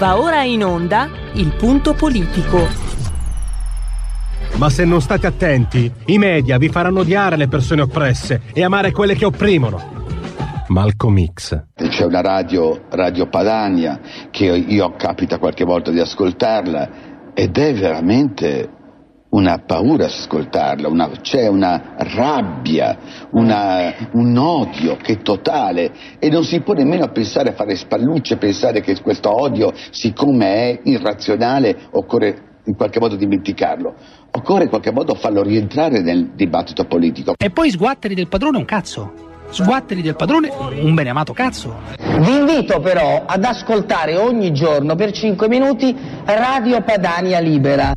Va ora in onda Il Punto Politico. Ma se non state attenti, i media vi faranno odiare le persone oppresse e amare quelle che opprimono. Malcolm X. C'è una Radio Padania che io capita qualche volta di ascoltarla ed è veramente una paura ascoltarla, c'è una rabbia, un odio che è totale e non si può nemmeno pensare a fare spallucce, pensare che questo odio, siccome è irrazionale, occorre in qualche modo dimenticarlo, occorre in qualche modo farlo rientrare nel dibattito politico. E poi sguatteri del padrone un cazzo. Sguatteri del padrone, un beneamato cazzo. Vi invito però ad ascoltare ogni giorno per 5 minuti Radio Padania Libera.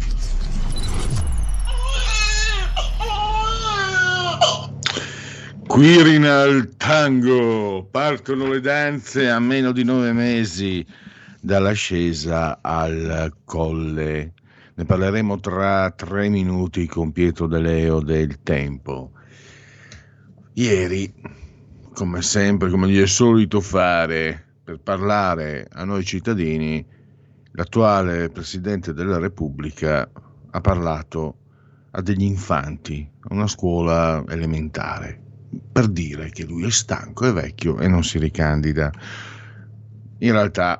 Quirinal Tango, partono le danze a meno di 9 mesi dall'ascesa al Colle. Ne parleremo tra 3 minuti con Pietro De Leo del Tempo. Ieri, come sempre, come gli è solito fare per parlare a noi cittadini, l'attuale Presidente della Repubblica ha parlato a degli infanti, a una scuola elementare, per dire che lui è stanco, è vecchio e non si ricandida. In realtà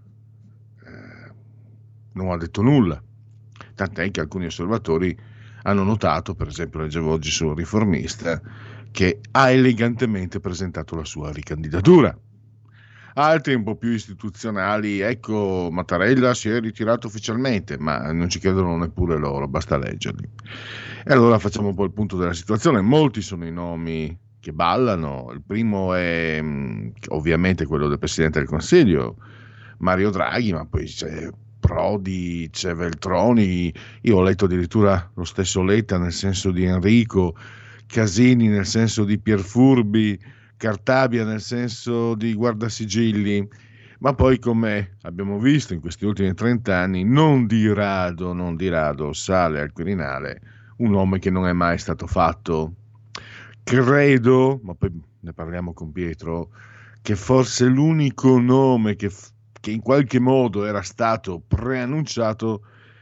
non ha detto nulla, tant'è che alcuni osservatori hanno notato, per esempio leggevo oggi sul Riformista, che ha elegantemente presentato la sua ricandidatura. Altri un po' più istituzionali, ecco, Mattarella si è ritirato ufficialmente, ma non ci credono neppure loro, basta leggerli. E allora facciamo un po' il punto della situazione. Molti sono i nomi che ballano. Il primo è ovviamente quello del Presidente del Consiglio, Mario Draghi, ma poi c'è Prodi, c'è Veltroni, io ho letto addirittura lo stesso Letta nel senso di Enrico, Casini nel senso di Pierfurbi, Cartabia nel senso di Guardasigilli, ma poi, come abbiamo visto in questi ultimi 30 anni, non di rado sale al Quirinale un nome che non è mai stato fatto. Credo, ma poi ne parliamo con Pietro, che forse l'unico nome che in qualche modo era stato preannunciato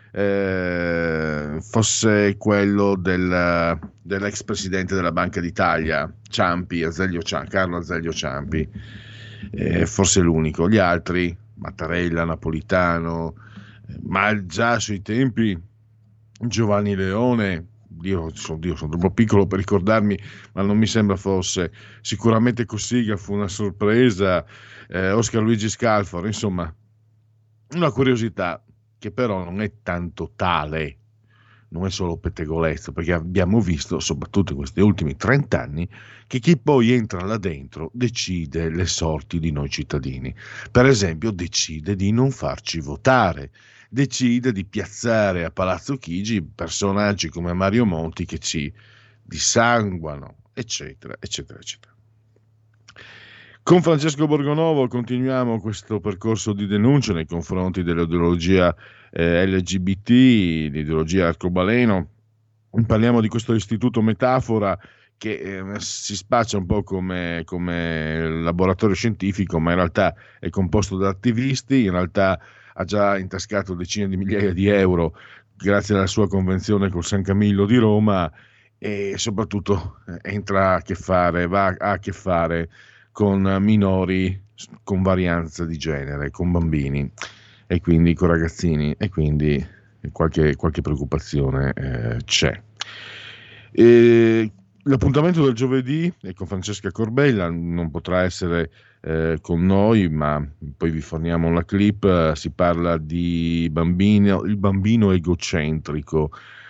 fosse quello dell'ex presidente della Banca d'Italia, Carlo Azeglio Ciampi, forse l'unico. Gli altri, Mattarella, Napolitano, ma già sui tempi Giovanni Leone, Dio, sono troppo piccolo per ricordarmi, ma non mi sembra fosse, sicuramente Cossiga fu una sorpresa, Oscar Luigi Scalfaro, insomma una curiosità che però non è tanto tale, non è solo pettegolezzo, perché abbiamo visto, soprattutto in questi ultimi 30 anni, che chi poi entra là dentro decide le sorti di noi cittadini. Per esempio decide di non farci votare, decide di piazzare a Palazzo Chigi personaggi come Mario Monti che ci dissanguano, eccetera, eccetera, eccetera. Con Francesco Borgonovo continuiamo questo percorso di denuncia nei confronti dell'ideologia LGBT, l'ideologia arcobaleno. Parliamo di questo istituto Metafora che si spaccia un po' come laboratorio scientifico, ma in realtà è composto da attivisti, in realtà ha già intascato decine di migliaia di euro grazie alla sua convenzione col San Camillo di Roma e soprattutto va a che fare con minori con varianza di genere, con bambini e quindi con ragazzini, e quindi qualche preoccupazione c'è. L'appuntamento del giovedì è con Francesca Corbella, non potrà essere con noi, ma poi vi forniamo la clip. Si parla di il bambino egocentrico.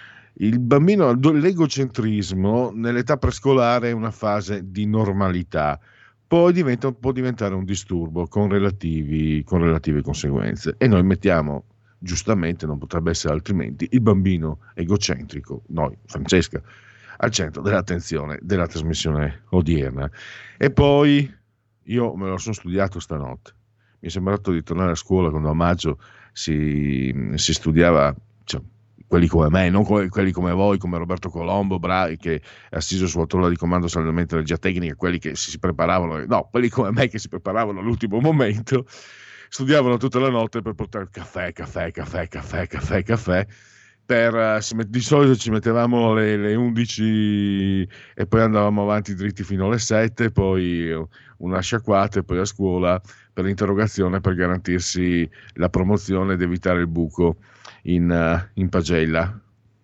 L'egocentrismo nell'età prescolare è una fase di normalità, poi può diventare un disturbo con relative conseguenze, e noi mettiamo, giustamente, non potrebbe essere altrimenti, il bambino egocentrico, noi, Francesca, al centro dell'attenzione della trasmissione odierna. E poi io me lo sono studiato stanotte, mi è sembrato di tornare a scuola quando a maggio si studiava, cioè, quelli come me, non quelli come voi, come Roberto Colombo, che è assiso sulla tolla di comando salvamento energia tecnica, quelli che si preparavano, no, quelli come me che si preparavano all'ultimo momento. studiavano tutta la notte per portare caffè. Di solito ci mettevamo alle 11 e poi andavamo avanti dritti fino alle 7, poi una sciacquata e poi a scuola per l'interrogazione, per garantirsi la promozione ed evitare il buco in pagella.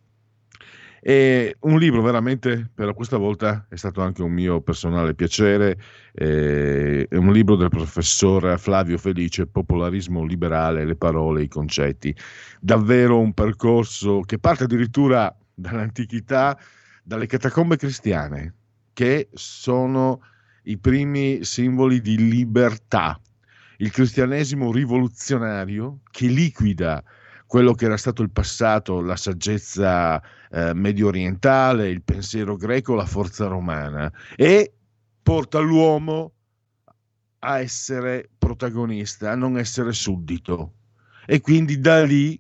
E un libro veramente, per questa volta, è stato anche un mio personale piacere, è un libro del professor Flavio Felice, Popolarismo liberale, le parole, i concetti. Davvero un percorso che parte addirittura dall'antichità, dalle catacombe cristiane, che sono i primi simboli di libertà. Il cristianesimo rivoluzionario che liquida quello che era stato il passato, la saggezza medio orientale, il pensiero greco, la forza romana, e porta l'uomo a essere protagonista, a non essere suddito. E quindi da lì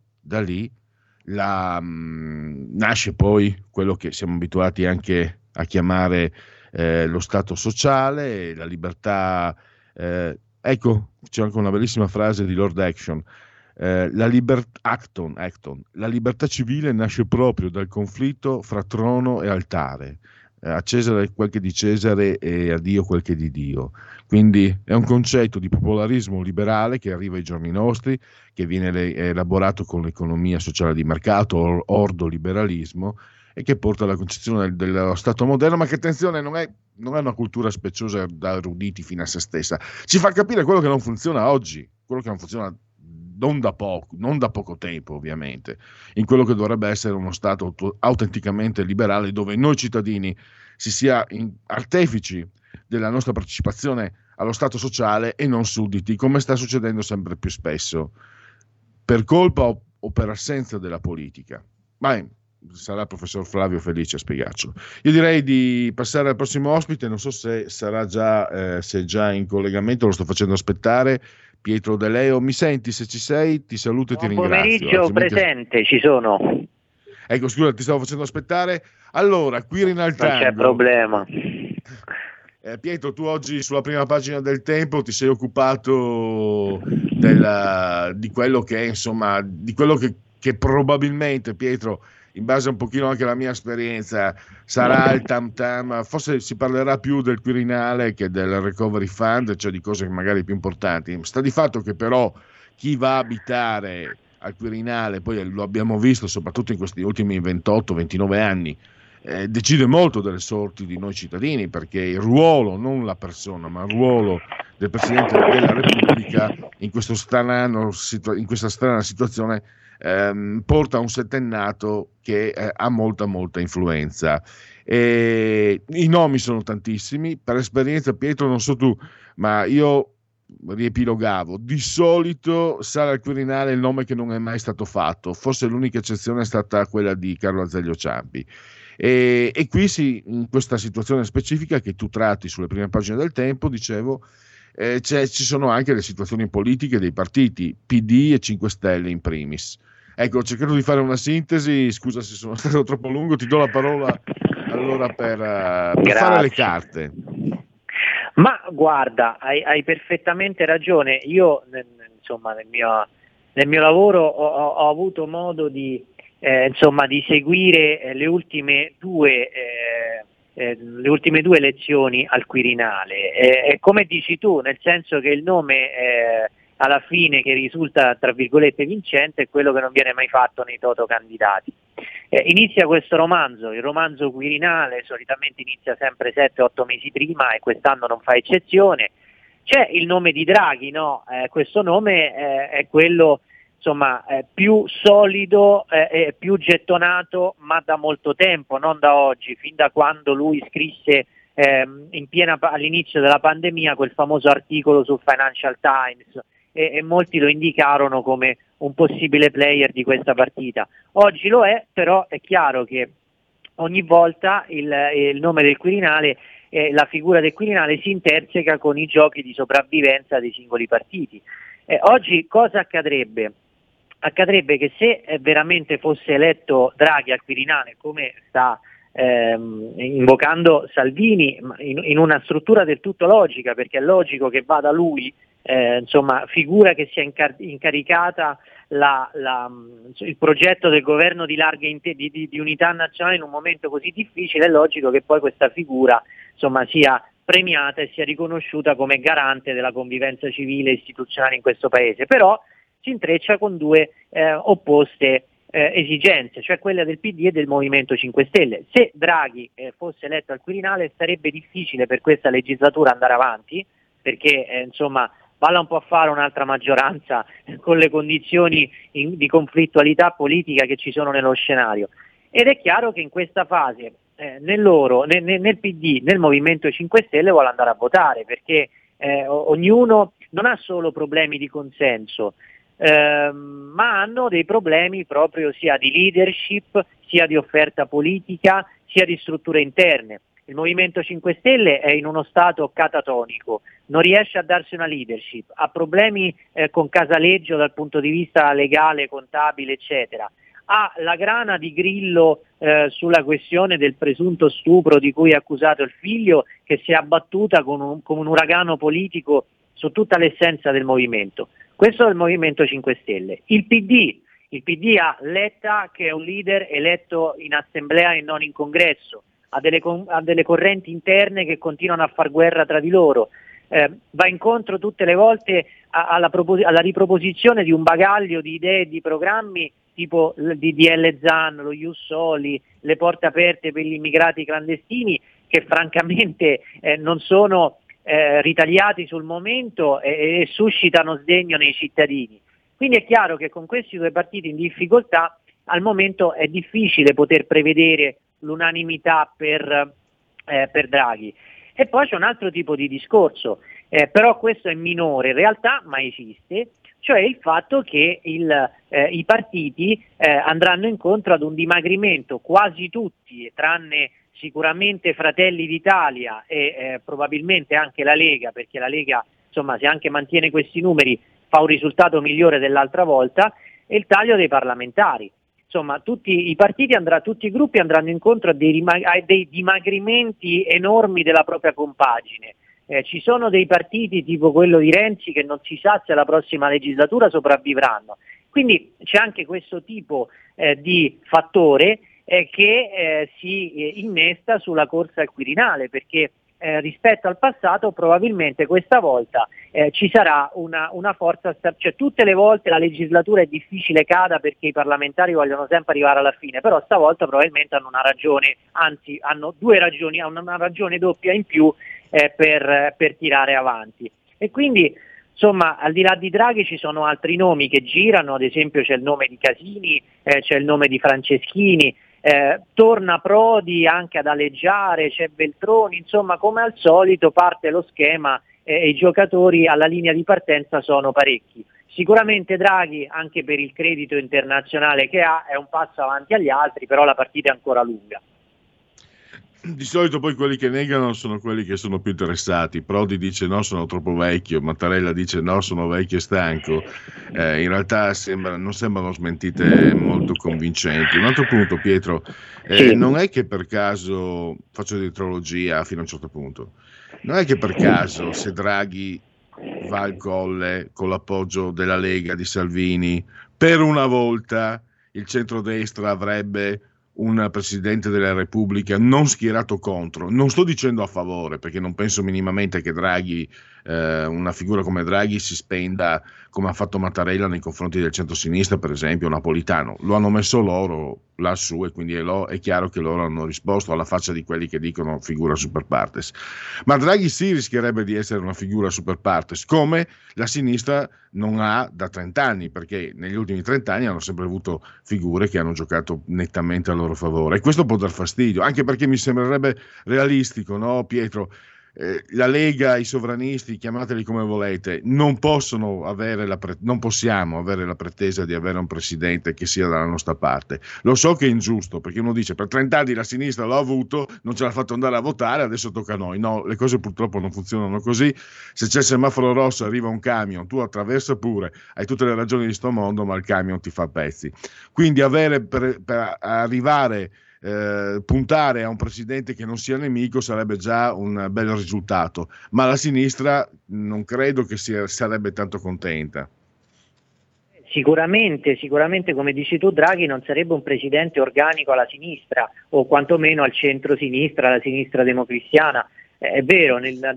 nasce poi quello che siamo abituati anche a chiamare lo Stato sociale, la libertà. Ecco, c'è anche una bellissima frase di Lord Acton. La libertà civile nasce proprio dal conflitto fra trono e altare, a Cesare quel che di Cesare e a Dio quel che di Dio. Quindi è un concetto di popolarismo liberale che arriva ai giorni nostri, che viene elaborato con l'economia sociale di mercato, ordoliberalismo, e che porta alla concezione dello Stato moderno, ma che, attenzione, non è una cultura speciosa da eruditi fino a se stessa. Ci fa capire quello che non funziona oggi, quello che non funziona non da poco tempo, ovviamente, in quello che dovrebbe essere uno Stato autenticamente liberale, dove noi cittadini si sia artefici della nostra partecipazione allo Stato sociale e non sudditi, come sta succedendo sempre più spesso, per colpa o per assenza della politica. Ma sarà il professor Flavio Felice a spiegarcelo. Io direi di passare al prossimo ospite, non so se sarà se è già in collegamento, lo sto facendo aspettare. Pietro De Leo, mi senti? Se ci sei, ti saluto e ti ringrazio. Buon pomeriggio, presente, ci sono. Ecco, scusa, ti stavo facendo aspettare. Allora, Quirinal Tango. Non c'è problema. Pietro, tu oggi sulla prima pagina del Tempo ti sei occupato di quello che è, insomma, di quello che probabilmente, Pietro, in base un pochino anche alla mia esperienza, sarà il tam tam. Forse si parlerà più del Quirinale che del Recovery Fund, cioè di cose magari più importanti. Sta di fatto che però chi va a abitare al Quirinale, poi lo abbiamo visto soprattutto in questi ultimi 28-29 anni, decide molto delle sorti di noi cittadini, perché il ruolo, non la persona, ma il ruolo del Presidente della Repubblica in questa strana situazione porta a un settennato che ha molta influenza. I nomi sono tantissimi, per esperienza, Pietro, non so tu, ma io riepilogavo, di solito sale al Quirinale il nome che non è mai stato fatto, forse l'unica eccezione è stata quella di Carlo Azeglio Ciampi, e qui in questa situazione specifica che tu tratti sulle prime pagine del Tempo, dicevo, ci sono anche le situazioni politiche dei partiti PD e 5 Stelle in primis. Ecco, cercherò di fare una sintesi, scusa se sono stato troppo lungo, ti do la parola allora per fare le carte. Ma guarda, hai perfettamente ragione. Io insomma nel mio lavoro ho avuto modo di seguire le ultime due elezioni al Quirinale, come dici tu, nel senso che il nome alla fine che risulta tra virgolette vincente è quello che non viene mai fatto nei totocandidati. Inizia questo romanzo, il romanzo Quirinale solitamente inizia sempre 7-8 mesi prima e quest'anno non fa eccezione. C'è il nome di Draghi, no? Questo nome è quello più solido e più gettonato, ma da molto tempo, non da oggi, fin da quando lui scrisse all'inizio della pandemia quel famoso articolo sul Financial Times, e molti lo indicarono come un possibile player di questa partita. Oggi lo è, però è chiaro che ogni volta il nome del Quirinale, la figura del Quirinale si interseca con i giochi di sopravvivenza dei singoli partiti. Oggi cosa accadrebbe? Accadrebbe che se veramente fosse eletto Draghi al Quirinale, come sta invocando Salvini, in una struttura del tutto logica, perché è logico che vada lui figura che sia incaricata il progetto del governo di larga di unità nazionale in un momento così difficile. È logico che poi questa figura sia premiata e sia riconosciuta come garante della convivenza civile e istituzionale in questo paese, però si intreccia con due opposte esigenze, cioè quella del PD e del Movimento 5 Stelle. Se Draghi fosse eletto al Quirinale sarebbe difficile per questa legislatura andare avanti, perché valla un po' a fare un'altra maggioranza con le condizioni di conflittualità politica che ci sono nello scenario. Ed è chiaro che in questa fase nel PD, nel Movimento 5 Stelle vuole andare a votare, perché ognuno non ha solo problemi di consenso, ma hanno dei problemi proprio sia di leadership, sia di offerta politica, sia di strutture interne. Il Movimento 5 Stelle è in uno stato catatonico, non riesce a darsi una leadership, ha problemi con Casaleggio dal punto di vista legale, contabile, eccetera. Ha la grana di Grillo sulla questione del presunto stupro di cui è accusato il figlio, che si è abbattuta come un uragano politico su tutta l'essenza del movimento. Questo è il Movimento 5 Stelle. Il PD ha Letta, che è un leader eletto in assemblea e non in congresso, ha delle correnti interne che continuano a far guerra tra di loro, va incontro tutte le volte alla riproposizione di un bagaglio di idee e di programmi tipo il DDL Zan, lo Ius Soli, le porte aperte per gli immigrati clandestini, che francamente non sono ritagliati sul momento e suscitano sdegno nei cittadini. Quindi è chiaro che con questi due partiti in difficoltà al momento è difficile poter prevedere l'unanimità per Draghi. E poi c'è un altro tipo di discorso, però questo è minore in realtà, ma esiste, cioè il fatto che i partiti andranno incontro ad un dimagrimento, quasi tutti, tranne sicuramente Fratelli d'Italia e probabilmente anche la Lega, perché la Lega se anche mantiene questi numeri fa un risultato migliore dell'altra volta, e il taglio dei parlamentari. Tutti i gruppi andranno incontro a dei dimagrimenti enormi della propria compagine. Ci sono dei partiti tipo quello di Renzi che non si sa se la prossima legislatura sopravvivranno. Quindi c'è anche questo tipo di fattore che si innesta sulla corsa al Quirinale, perché rispetto al passato probabilmente questa volta ci sarà una forza, cioè tutte le volte la legislatura è difficile cada perché i parlamentari vogliono sempre arrivare alla fine, però stavolta probabilmente hanno una ragione, anzi hanno due ragioni, hanno una ragione doppia in più per tirare avanti. E quindi al di là di Draghi ci sono altri nomi che girano, ad esempio c'è il nome di Casini, c'è il nome di Franceschini, torna Prodi anche ad aleggiare, c'è Veltroni, come al solito parte lo schema e i giocatori alla linea di partenza sono parecchi. Sicuramente Draghi, anche per il credito internazionale che ha, è un passo avanti agli altri, però la partita è ancora lunga. Di solito poi quelli che negano sono quelli che sono più interessati. Prodi dice no, sono troppo vecchio, Mattarella dice no, sono vecchio e stanco. In realtà non sembrano smentite molto convincenti. Un altro punto, Pietro, non è che per caso, faccio dietrologia fino a un certo punto, non è che per caso se Draghi va al Colle con l'appoggio della Lega, di Salvini, per una volta il centrodestra avrebbe un Presidente della Repubblica non schierato contro. Non sto dicendo a favore, perché non penso minimamente che Draghi, una figura come Draghi, si spenda come ha fatto Mattarella nei confronti del centro-sinistra, per esempio Napolitano. Lo hanno messo loro lassù e quindi è chiaro che loro hanno risposto alla faccia di quelli che dicono figura super partes. Ma Draghi sì rischierebbe di essere una figura super partes, come la sinistra non ha da 30 anni, perché negli ultimi 30 anni hanno sempre avuto figure che hanno giocato nettamente a loro favore, e questo può dar fastidio, anche perché mi sembrerebbe realistico, no Pietro? La Lega, i sovranisti, chiamateli come volete, non possiamo avere la pretesa di avere un presidente che sia dalla nostra parte. Lo so che è ingiusto, perché uno dice per 30 anni la sinistra l'ha avuto, non ce l'ha fatto andare a votare, adesso tocca a noi. No, le cose purtroppo non funzionano così. Se c'è il semaforo rosso, arriva un camion, tu attraversa pure, hai tutte le ragioni di sto mondo, ma il camion ti fa pezzi. Quindi per arrivare puntare a un presidente che non sia nemico sarebbe già un bel risultato, ma la sinistra non credo che sarebbe tanto contenta. Sicuramente, come dici tu, Draghi non sarebbe un presidente organico alla sinistra, o quantomeno al centro-sinistra, alla sinistra democristiana. È vero,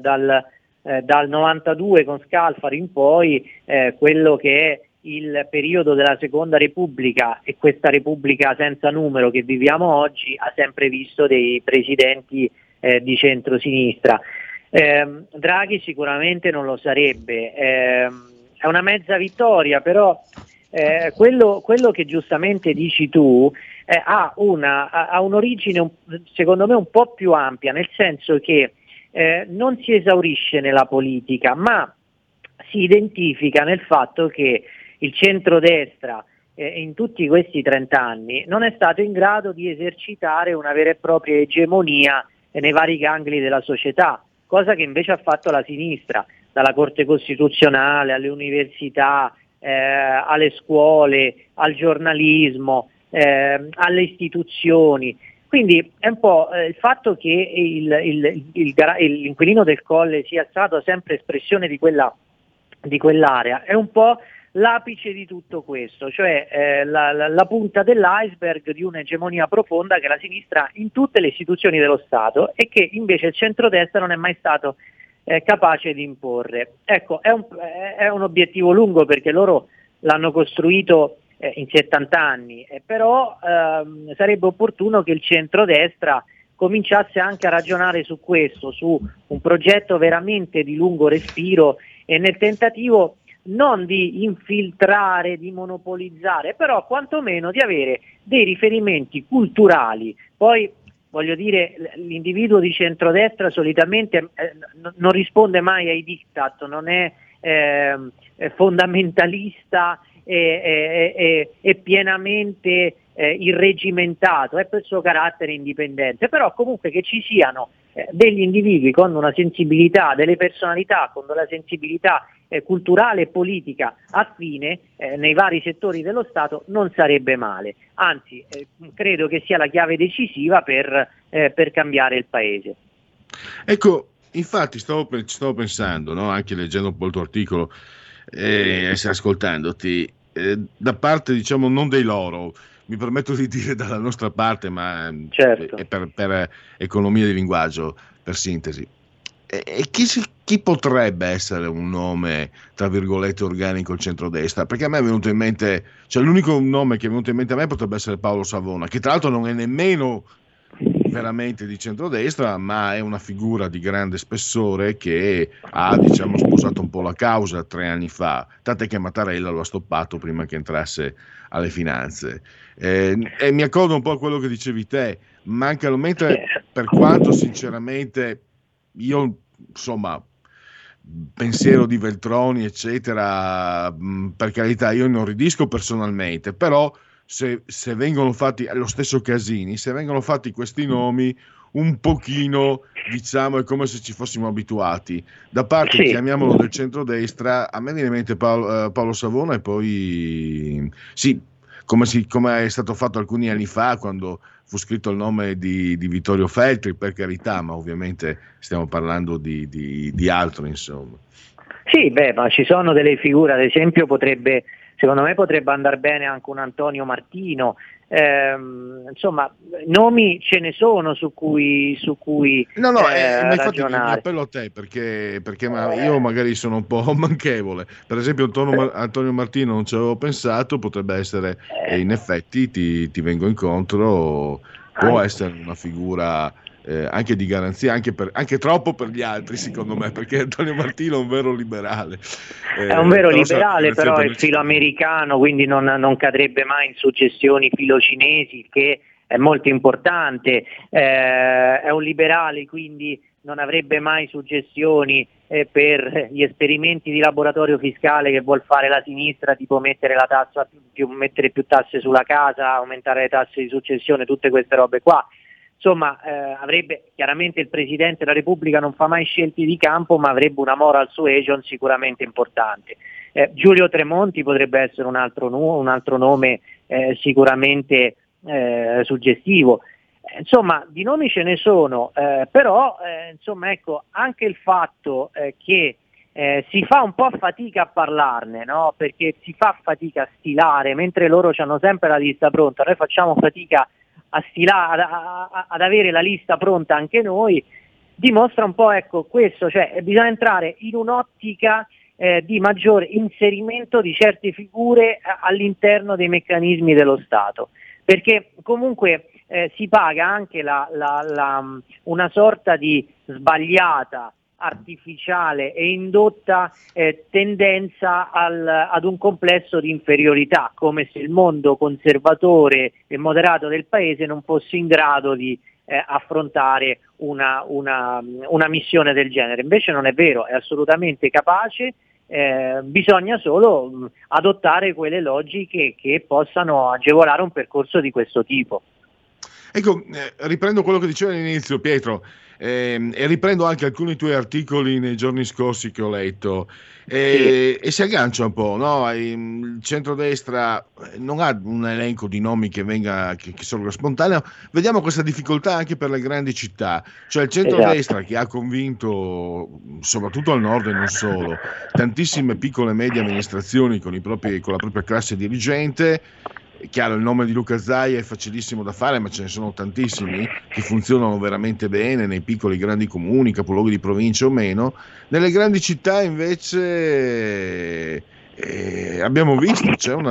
dal 92 con Scalfaro in poi, quello che è il periodo della Seconda Repubblica e questa Repubblica senza numero che viviamo oggi ha sempre visto dei presidenti di centro-sinistra. Draghi sicuramente non lo sarebbe. È una mezza vittoria, però quello che giustamente dici tu ha un'origine secondo me un po' più ampia, nel senso che non si esaurisce nella politica, ma si identifica nel fatto che il centrodestra in tutti questi 30 anni non è stato in grado di esercitare una vera e propria egemonia nei vari gangli della società, cosa che invece ha fatto la sinistra, dalla Corte Costituzionale alle università, alle scuole, al giornalismo, alle istituzioni. Quindi è un po' il fatto che l'inquilino del Colle sia stato sempre espressione di quell'area, è un po' l'apice di tutto questo, cioè la punta dell'iceberg di un'egemonia profonda che la sinistra in tutte le istituzioni dello Stato e che invece il centrodestra non è mai stato capace di imporre. Ecco, è un obiettivo lungo perché loro l'hanno costruito in 70 anni, però sarebbe opportuno che il centrodestra cominciasse anche a ragionare su questo, su un progetto veramente di lungo respiro e nel tentativo non di infiltrare, di monopolizzare, però quantomeno di avere dei riferimenti culturali. Poi voglio dire, l'individuo di centrodestra solitamente non risponde mai ai diktat, non è fondamentalista e pienamente irregimentato, è per il suo carattere indipendente, però comunque che ci siano degli individui con una sensibilità, delle personalità con della sensibilità culturale e politica affine nei vari settori dello Stato non sarebbe male, anzi credo che sia la chiave decisiva per cambiare il Paese. Ecco, infatti stavo pensando, no? Anche leggendo un po' il tuo articolo e ascoltandoti, da parte diciamo non dei loro, mi permetto di dire dalla nostra parte, ma certo, per economia di linguaggio, per sintesi. E chi potrebbe essere un nome, tra virgolette, organico al centrodestra? Perché a me è venuto in mente, cioè l'unico nome che è venuto in mente a me potrebbe essere Paolo Savona, che tra l'altro non è nemmeno veramente di centrodestra, ma è una figura di grande spessore che ha, diciamo, sposato un po' la causa 3 anni fa, tant'è che Mattarella lo ha stoppato prima che entrasse alle finanze. E mi accorgo un po' a quello che dicevi te, mancano, mentre per quanto sinceramente io, insomma, pensiero di Veltroni eccetera, per carità, io non ridisco personalmente, però se vengono fatti, lo stesso Casini, se vengono fatti questi nomi un pochino, diciamo, è come se ci fossimo abituati da parte, chiamiamolo, del centrodestra. A me viene in mente Paolo Savona, e poi sì, come è stato fatto alcuni anni fa quando fu scritto il nome di Vittorio Feltri, per carità, ma ovviamente stiamo parlando di altro, insomma. Sì, ma ci sono delle figure, ad esempio secondo me potrebbe andare bene anche un Antonio Martino, insomma nomi ce ne sono su cui ragionare. Mi appello a te perché io magari sono un po' manchevole, per esempio Antonio Martino non ci avevo pensato, potrebbe essere, e in effetti ti vengo incontro, può essere una figura anche di garanzia, anche troppo per gli altri secondo me, perché Antonio Martino è un vero liberale, è un vero liberale, però è filoamericano, quindi non cadrebbe mai in suggestioni filocinesi, che è molto importante, è un liberale, quindi non avrebbe mai suggestioni per gli esperimenti di laboratorio fiscale che vuol fare la sinistra, tipo mettere più tasse sulla casa, aumentare le tasse di successione, tutte queste robe qua. Insomma, avrebbe, chiaramente il Presidente della Repubblica non fa mai scelte di campo, ma avrebbe una moral suasion sicuramente importante. Giulio Tremonti potrebbe essere un altro nome sicuramente suggestivo. insomma, di nomi ce ne sono, però insomma, ecco, anche il fatto che si fa un po' fatica a parlarne, no? Perché si fa fatica a stilare, mentre loro hanno sempre la lista pronta, noi facciamo fatica a stilare, ad avere la lista pronta anche noi, dimostra un po', ecco, questo, cioè bisogna entrare in un'ottica di maggiore inserimento di certe figure all'interno dei meccanismi dello Stato, perché comunque si paga anche una sorta di sbagliata, artificiale e indotta tendenza ad un complesso di inferiorità, come se il mondo conservatore e moderato del paese non fosse in grado di affrontare una missione del genere. Invece non è vero, è assolutamente capace, bisogna solo adottare quelle logiche che possano agevolare un percorso di questo tipo. Ecco, riprendo quello che dicevo all'inizio, Pietro, e riprendo anche alcuni tuoi articoli nei giorni scorsi che ho letto, e si aggancia un po', no? Il centrodestra non ha un elenco di nomi che sorga spontaneo. Vediamo questa difficoltà anche per le grandi città, cioè il centrodestra che ha convinto, soprattutto al nord e non solo, tantissime piccole e medie amministrazioni con la propria classe dirigente. Chiaro, il nome di Luca Zaia è facilissimo da fare, ma ce ne sono tantissimi che funzionano veramente bene nei piccoli e grandi comuni, capoluoghi di provincia o meno. Nelle grandi città invece abbiamo visto,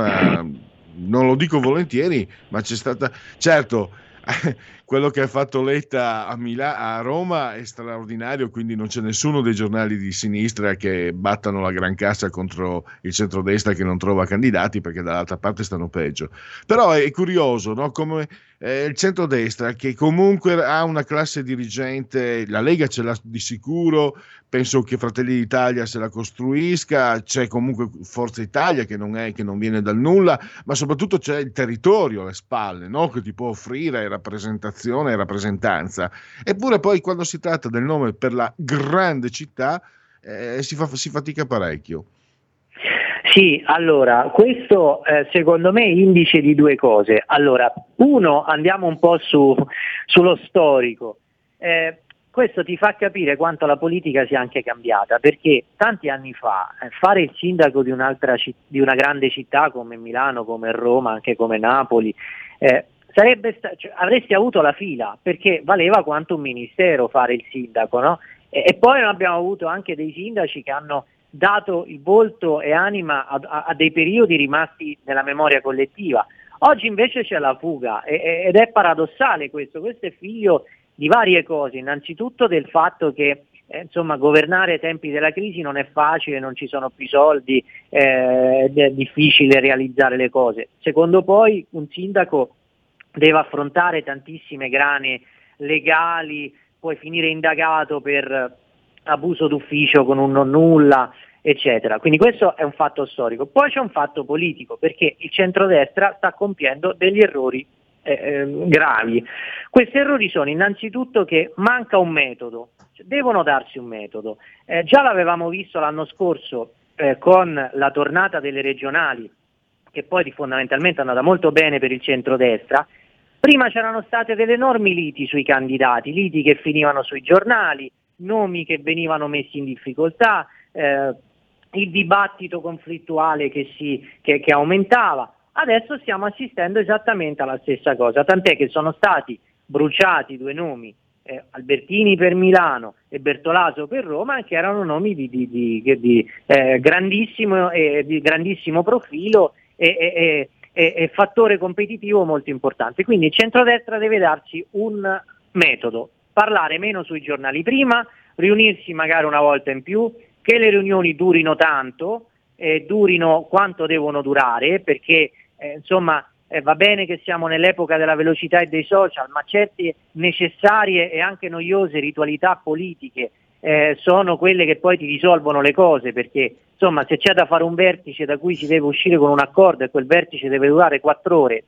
non lo dico volentieri, ma c'è stata, certo, quello che ha fatto Letta a Roma è straordinario, quindi non c'è nessuno dei giornali di sinistra che battano la gran cassa contro il centrodestra che non trova candidati, perché dall'altra parte stanno peggio. Però è curioso, no? Come il centrodestra, che comunque ha una classe dirigente, la Lega ce l'ha di sicuro, penso che Fratelli d'Italia se la costruisca, c'è comunque Forza Italia che non viene dal nulla, ma soprattutto c'è il territorio alle spalle, no? Che ti può offrire rappresentazione e rappresentanza. Eppure poi quando si tratta del nome per la grande città si fatica parecchio. Sì, allora, questo secondo me è indice di due cose. Allora, uno, andiamo un po' sullo storico. Questo ti fa capire quanto la politica sia anche cambiata, perché tanti anni fa fare il sindaco di una grande città come Milano, come Roma, anche come Napoli, avresti avuto la fila, perché valeva quanto un ministero fare il sindaco, no? E poi abbiamo avuto anche dei sindaci che hanno dato il volto e anima a dei periodi rimasti nella memoria collettiva. Oggi invece c'è la fuga ed è paradossale questo è figlio di varie cose, innanzitutto del fatto che insomma, governare ai tempi della crisi non è facile, non ci sono più soldi, è difficile realizzare le cose. Secondo, poi un sindaco deve affrontare tantissime grane legali, puoi finire indagato per abuso d'ufficio con un non nulla, eccetera. Quindi questo è un fatto storico. Poi c'è un fatto politico, perché il centrodestra sta compiendo degli errori gravi. Questi errori sono innanzitutto che manca un metodo, devono darsi un metodo. Già l'avevamo visto l'anno scorso con la tornata delle regionali, che poi fondamentalmente è andata molto bene per il centrodestra. Prima c'erano state delle enormi liti sui candidati, liti che finivano sui giornali, nomi che venivano messi in difficoltà, il dibattito conflittuale che aumentava. Adesso stiamo assistendo esattamente alla stessa cosa, tant'è che sono stati bruciati due nomi, Albertini per Milano e Bertolaso per Roma, che erano nomi di grandissimo profilo e fattore competitivo molto importante. Quindi il centrodestra deve darsi un metodo, parlare meno sui giornali prima, riunirsi magari una volta in più, che le riunioni durino tanto, durino quanto devono durare, perché va bene che siamo nell'epoca della velocità e dei social, ma certe necessarie e anche noiose ritualità politiche sono quelle che poi ti risolvono le cose, perché insomma, se c'è da fare un vertice da cui si deve uscire con un accordo e quel vertice deve durare 4 ore,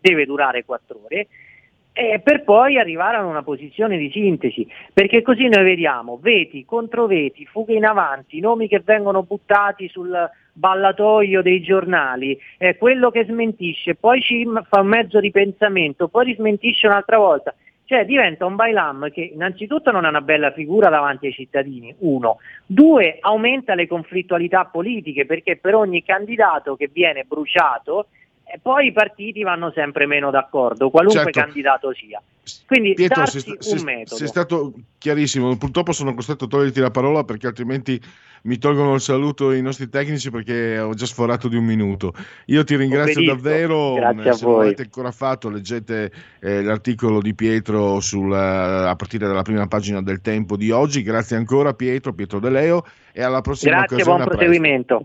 per poi arrivare a una posizione di sintesi, perché così noi vediamo veti, controveti, fughe in avanti, nomi che vengono buttati sul ballatoio dei giornali, quello che smentisce, poi ci fa un mezzo ripensamento, poi rismentisce un'altra volta, Cioè diventa un bailam che innanzitutto non ha una bella figura davanti ai cittadini, 1. 2, aumenta le conflittualità politiche, perché per ogni candidato che viene bruciato poi i partiti vanno sempre meno d'accordo, qualunque candidato sia. Quindi Pietro, darsi un metodo. sei stato chiarissimo, purtroppo sono costretto a toglierti la parola perché altrimenti mi tolgono il saluto i nostri tecnici, perché ho già sforato di un minuto. Io ti ringrazio davvero. Grazie a se voi. non l'avete ancora fatto, leggete l'articolo di Pietro a partire dalla prima pagina del Tempo di oggi. Grazie ancora Pietro De Leo, e alla prossima occasione. Buon proseguimento.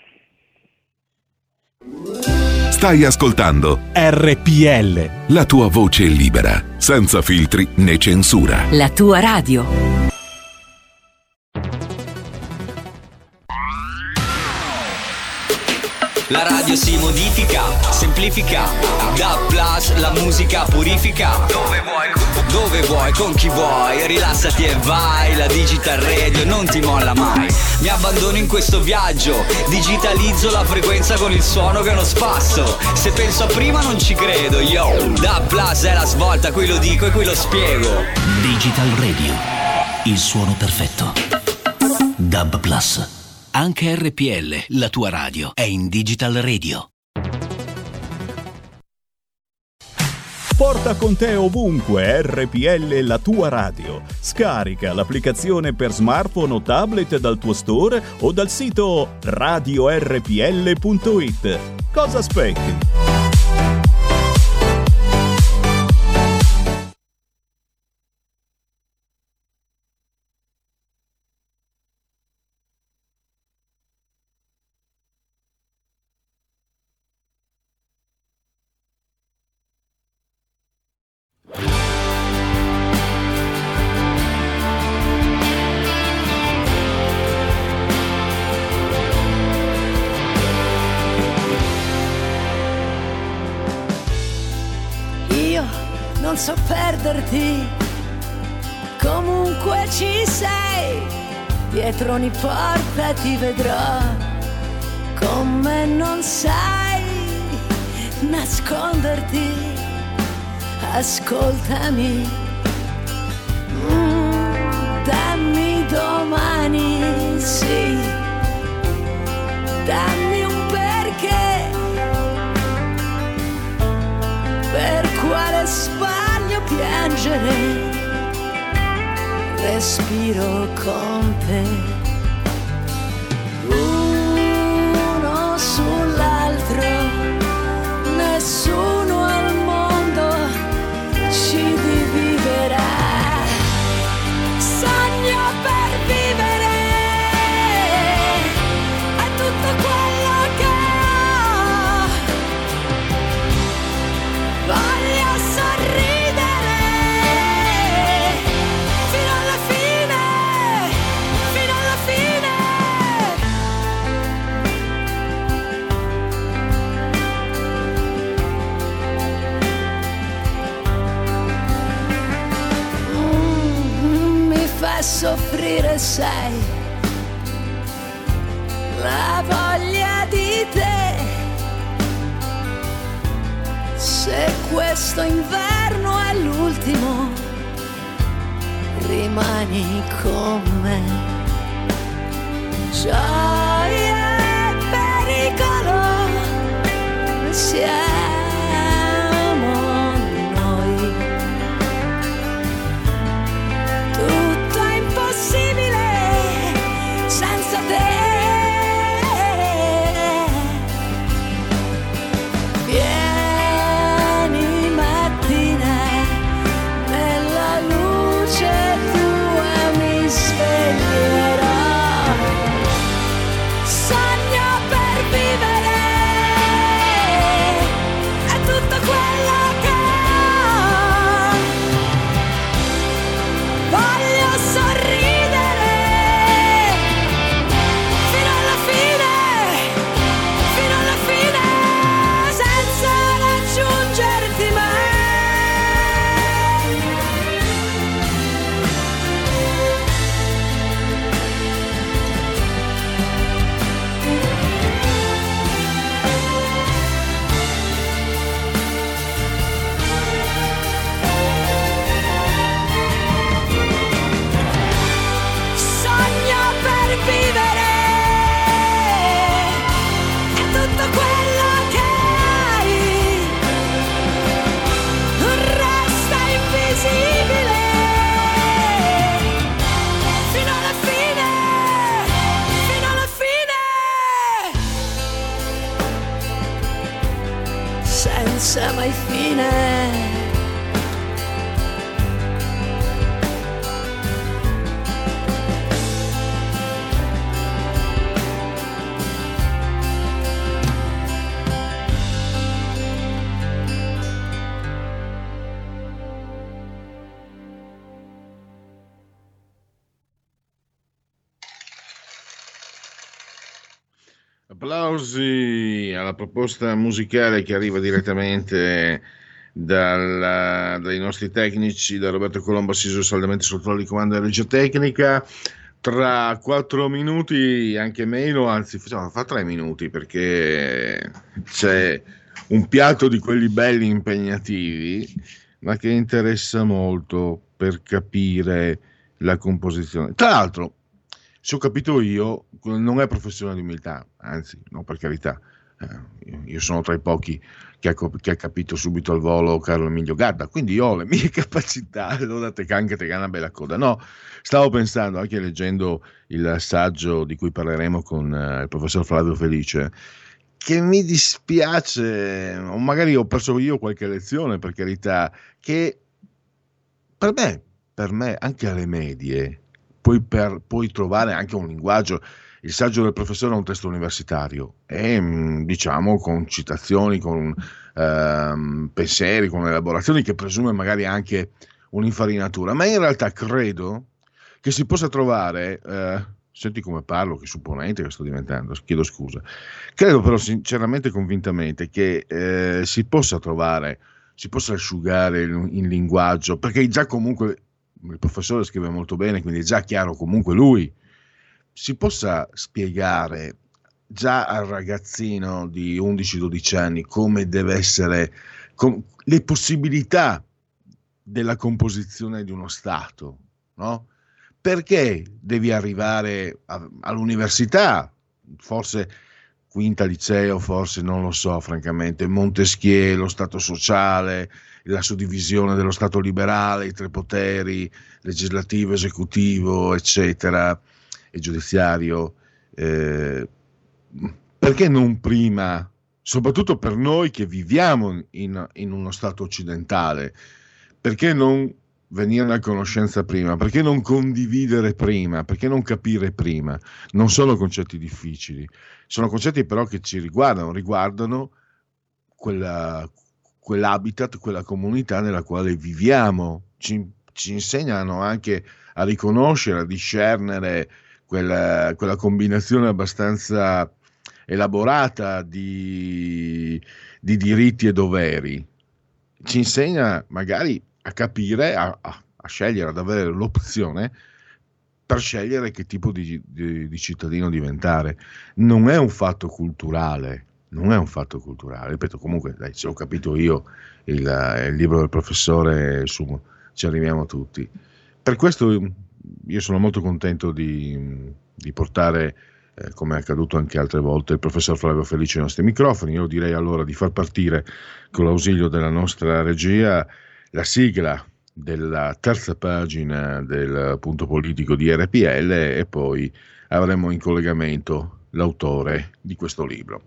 Stai ascoltando RPL, la tua voce libera, senza filtri né censura. la tua radio. La radio si modifica, semplifica, da plus la musica purifica. Dove vuoi, con chi vuoi, rilassati e vai. La Digital Radio non ti molla mai. Mi abbandono in questo viaggio, digitalizzo la frequenza con il suono che è uno spasso. Se penso a prima non ci credo, yo. Da plus è la svolta, qui lo dico e qui lo spiego. Digital Radio, il suono perfetto. Dub Plus. Anche RPL, la tua radio, è in Digital Radio. Porta con te ovunque RPL, la tua radio. Scarica l'applicazione per smartphone o tablet dal tuo store o dal sito radiorpl.it. Cosa aspetti? Non so perderti, comunque ci sei, dietro ogni porta ti vedrò, con me non sai nasconderti, ascoltami, dammi domani, sì, dammi un perché, per quale sbaglio piangere, respiro con te, uno sull'altro, nessuno al mondo ci dividerà, sogno per vivere, è tutto quello che ho, voglio sorridere fino alla fine, fino alla fine. Mi fa soffrire, sai, la voglia di te. Se questo inverno è l'ultimo, rimani con me. Gioia e pericolo, siamo noi. Tutto è impossibile senza te. Vieni mattina, nella luce tua mi sveglierò, senza mai fine. Applausi alla proposta musicale che arriva direttamente dai nostri tecnici, da Roberto Colombo, assiso saldamente sotto il comando della regia tecnica. Tra 4 minuti, anche meno, anzi fa 3 minuti, perché c'è un piatto di quelli belli impegnativi, ma che interessa molto per capire la composizione. Tra l'altro, se ho capito io, non è professione di umiltà, anzi, no, per carità, io sono tra i pochi che ha capito subito al volo Carlo Emilio Gadda, quindi io ho le mie capacità, allora te canca te una bella coda. No, stavo pensando, anche leggendo il saggio di cui parleremo con il professor Flavio Felice, che mi dispiace, o magari ho perso io qualche lezione, per carità, che per me anche alle medie puoi trovare anche un linguaggio. Il saggio del professore è un testo universitario e diciamo con citazioni, con pensieri, con elaborazioni che presume magari anche un'infarinatura, ma in realtà credo che si possa trovare, senti come parlo, che supponente che sto diventando, chiedo scusa, credo però sinceramente, convintamente che si possa asciugare in linguaggio, perché già comunque il professore scrive molto bene, quindi è già chiaro comunque lui, si possa spiegare già al ragazzino di 11-12 anni come deve essere, le possibilità della composizione di uno Stato, no? Perché devi arrivare all'università, forse quinta liceo, forse non lo so francamente, Montesquieu, lo Stato sociale, la suddivisione dello Stato liberale, i 3 poteri, legislativo, esecutivo, eccetera, e giudiziario, perché non prima, soprattutto per noi che viviamo in uno Stato occidentale, perché non venire a conoscenza prima, perché non condividere prima, perché non capire prima? Non sono concetti difficili, sono concetti però che ci riguardano quell'habitat, quella comunità nella quale viviamo, ci insegnano anche a riconoscere, a discernere quella combinazione abbastanza elaborata di diritti e doveri, ci insegna magari a capire, a scegliere, ad avere l'opzione per scegliere che tipo di cittadino diventare. Non è un fatto culturale, ripeto, comunque dai, se ho capito io il libro del professore, ci arriviamo tutti. Per questo io sono molto contento di portare, come è accaduto anche altre volte, il professor Flavio Felice ai nostri microfoni. Io direi allora di far partire, con l'ausilio della nostra regia, la sigla della terza pagina del punto politico di RPL, e poi avremo in collegamento l'autore di questo libro.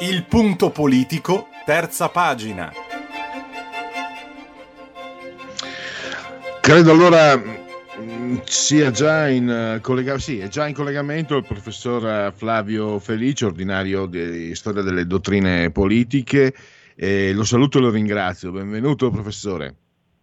Il punto politico, terza pagina. Credo allora sia già in collegamento il professor Flavio Felice, ordinario di Storia delle Dottrine Politiche. Lo saluto e lo ringrazio. Benvenuto professore.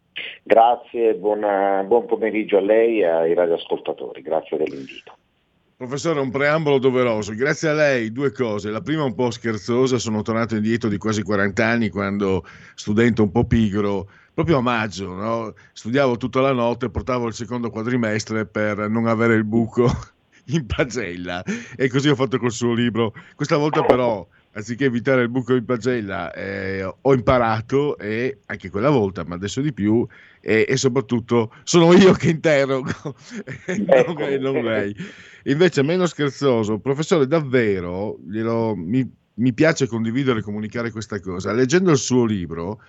Grazie, buon pomeriggio a lei e ai radioascoltatori, grazie dell'invito. Professore, un preambolo doveroso. Grazie a lei, due cose. La prima un po' scherzosa, sono tornato indietro di quasi 40 anni quando, studente un po' pigro, proprio a maggio, no? Studiavo tutta la notte, portavo il secondo quadrimestre per non avere il buco in pagella, e così ho fatto col suo libro. Questa volta però, anziché evitare il buco in pagella, ho imparato, e anche quella volta, ma adesso di più, e soprattutto sono io che interrogo e non lei. Invece, meno scherzoso, professore, davvero mi piace condividere e comunicare questa cosa. Leggendo il suo libro,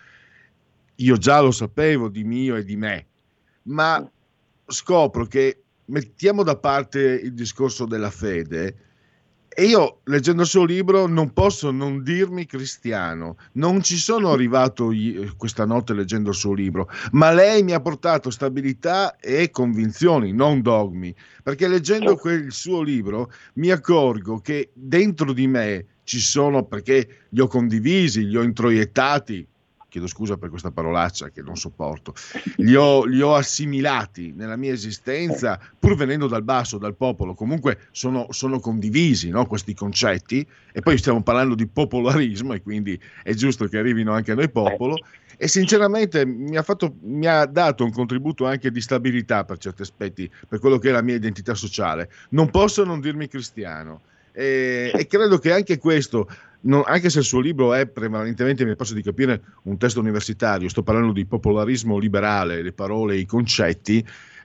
io già lo sapevo di mio e di me, ma scopro che mettiamo da parte il discorso della fede, e io, leggendo il suo libro, non posso non dirmi cristiano. Non ci sono arrivato questa notte leggendo il suo libro, ma lei mi ha portato stabilità e convinzioni, non dogmi, perché leggendo il suo libro mi accorgo che dentro di me ci sono, perché li ho condivisi, li ho introiettati, chiedo scusa per questa parolaccia che non sopporto, li ho assimilati nella mia esistenza, pur venendo dal basso, dal popolo. Comunque sono condivisi, no, questi concetti, e poi stiamo parlando di popolarismo, e quindi è giusto che arrivino anche a noi popolo, e sinceramente mi ha dato un contributo anche di stabilità per certi aspetti, per quello che è la mia identità sociale. Non posso non dirmi cristiano, e credo che anche questo, anche se il suo libro è prevalentemente, mi posso di capire, un testo universitario, sto parlando di popolarismo liberale, le parole, i concetti,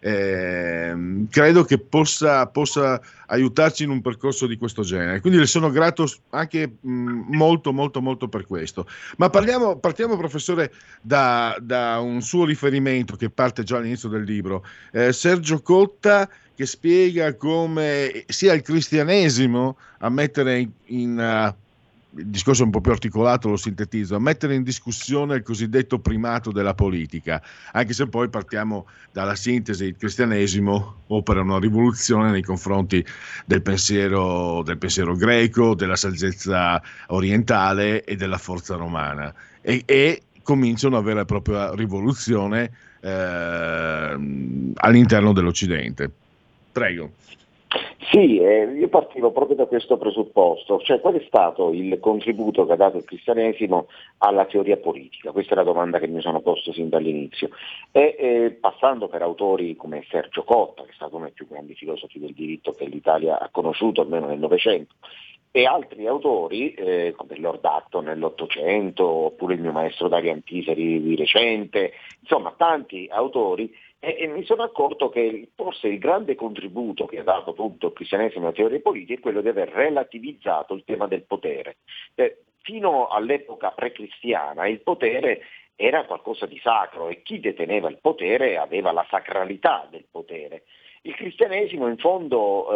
credo che possa aiutarci in un percorso di questo genere. Quindi le sono grato anche molto molto molto per questo. Ma partiamo professore da un suo riferimento che parte già all'inizio del libro, Sergio Cotta, che spiega come sia il cristianesimo a mettere il discorso è un po' più articolato, lo sintetizzo, a mettere in discussione il cosiddetto primato della politica, anche se poi partiamo dalla sintesi. Il cristianesimo opera una rivoluzione nei confronti del pensiero greco, della saggezza orientale e della forza romana, e comincia una vera e propria rivoluzione all'interno dell'Occidente. Prego. Sì, io partivo proprio da questo presupposto, cioè qual è stato il contributo che ha dato il cristianesimo alla teoria politica? Questa è la domanda che mi sono posto sin dall'inizio, e passando per autori come Sergio Cotta, che è stato uno dei più grandi filosofi del diritto che l'Italia ha conosciuto almeno nel Novecento, e altri autori come Lord Acton nell'Ottocento, oppure il mio maestro Dario Antiseri di recente, insomma tanti autori. E mi sono accorto che forse il grande contributo che ha dato appunto il cristianesimo alla teoria politica è quello di aver relativizzato il tema del potere. Fino all'epoca pre-cristiana il potere era qualcosa di sacro, e chi deteneva il potere aveva la sacralità del potere. Il cristianesimo in fondo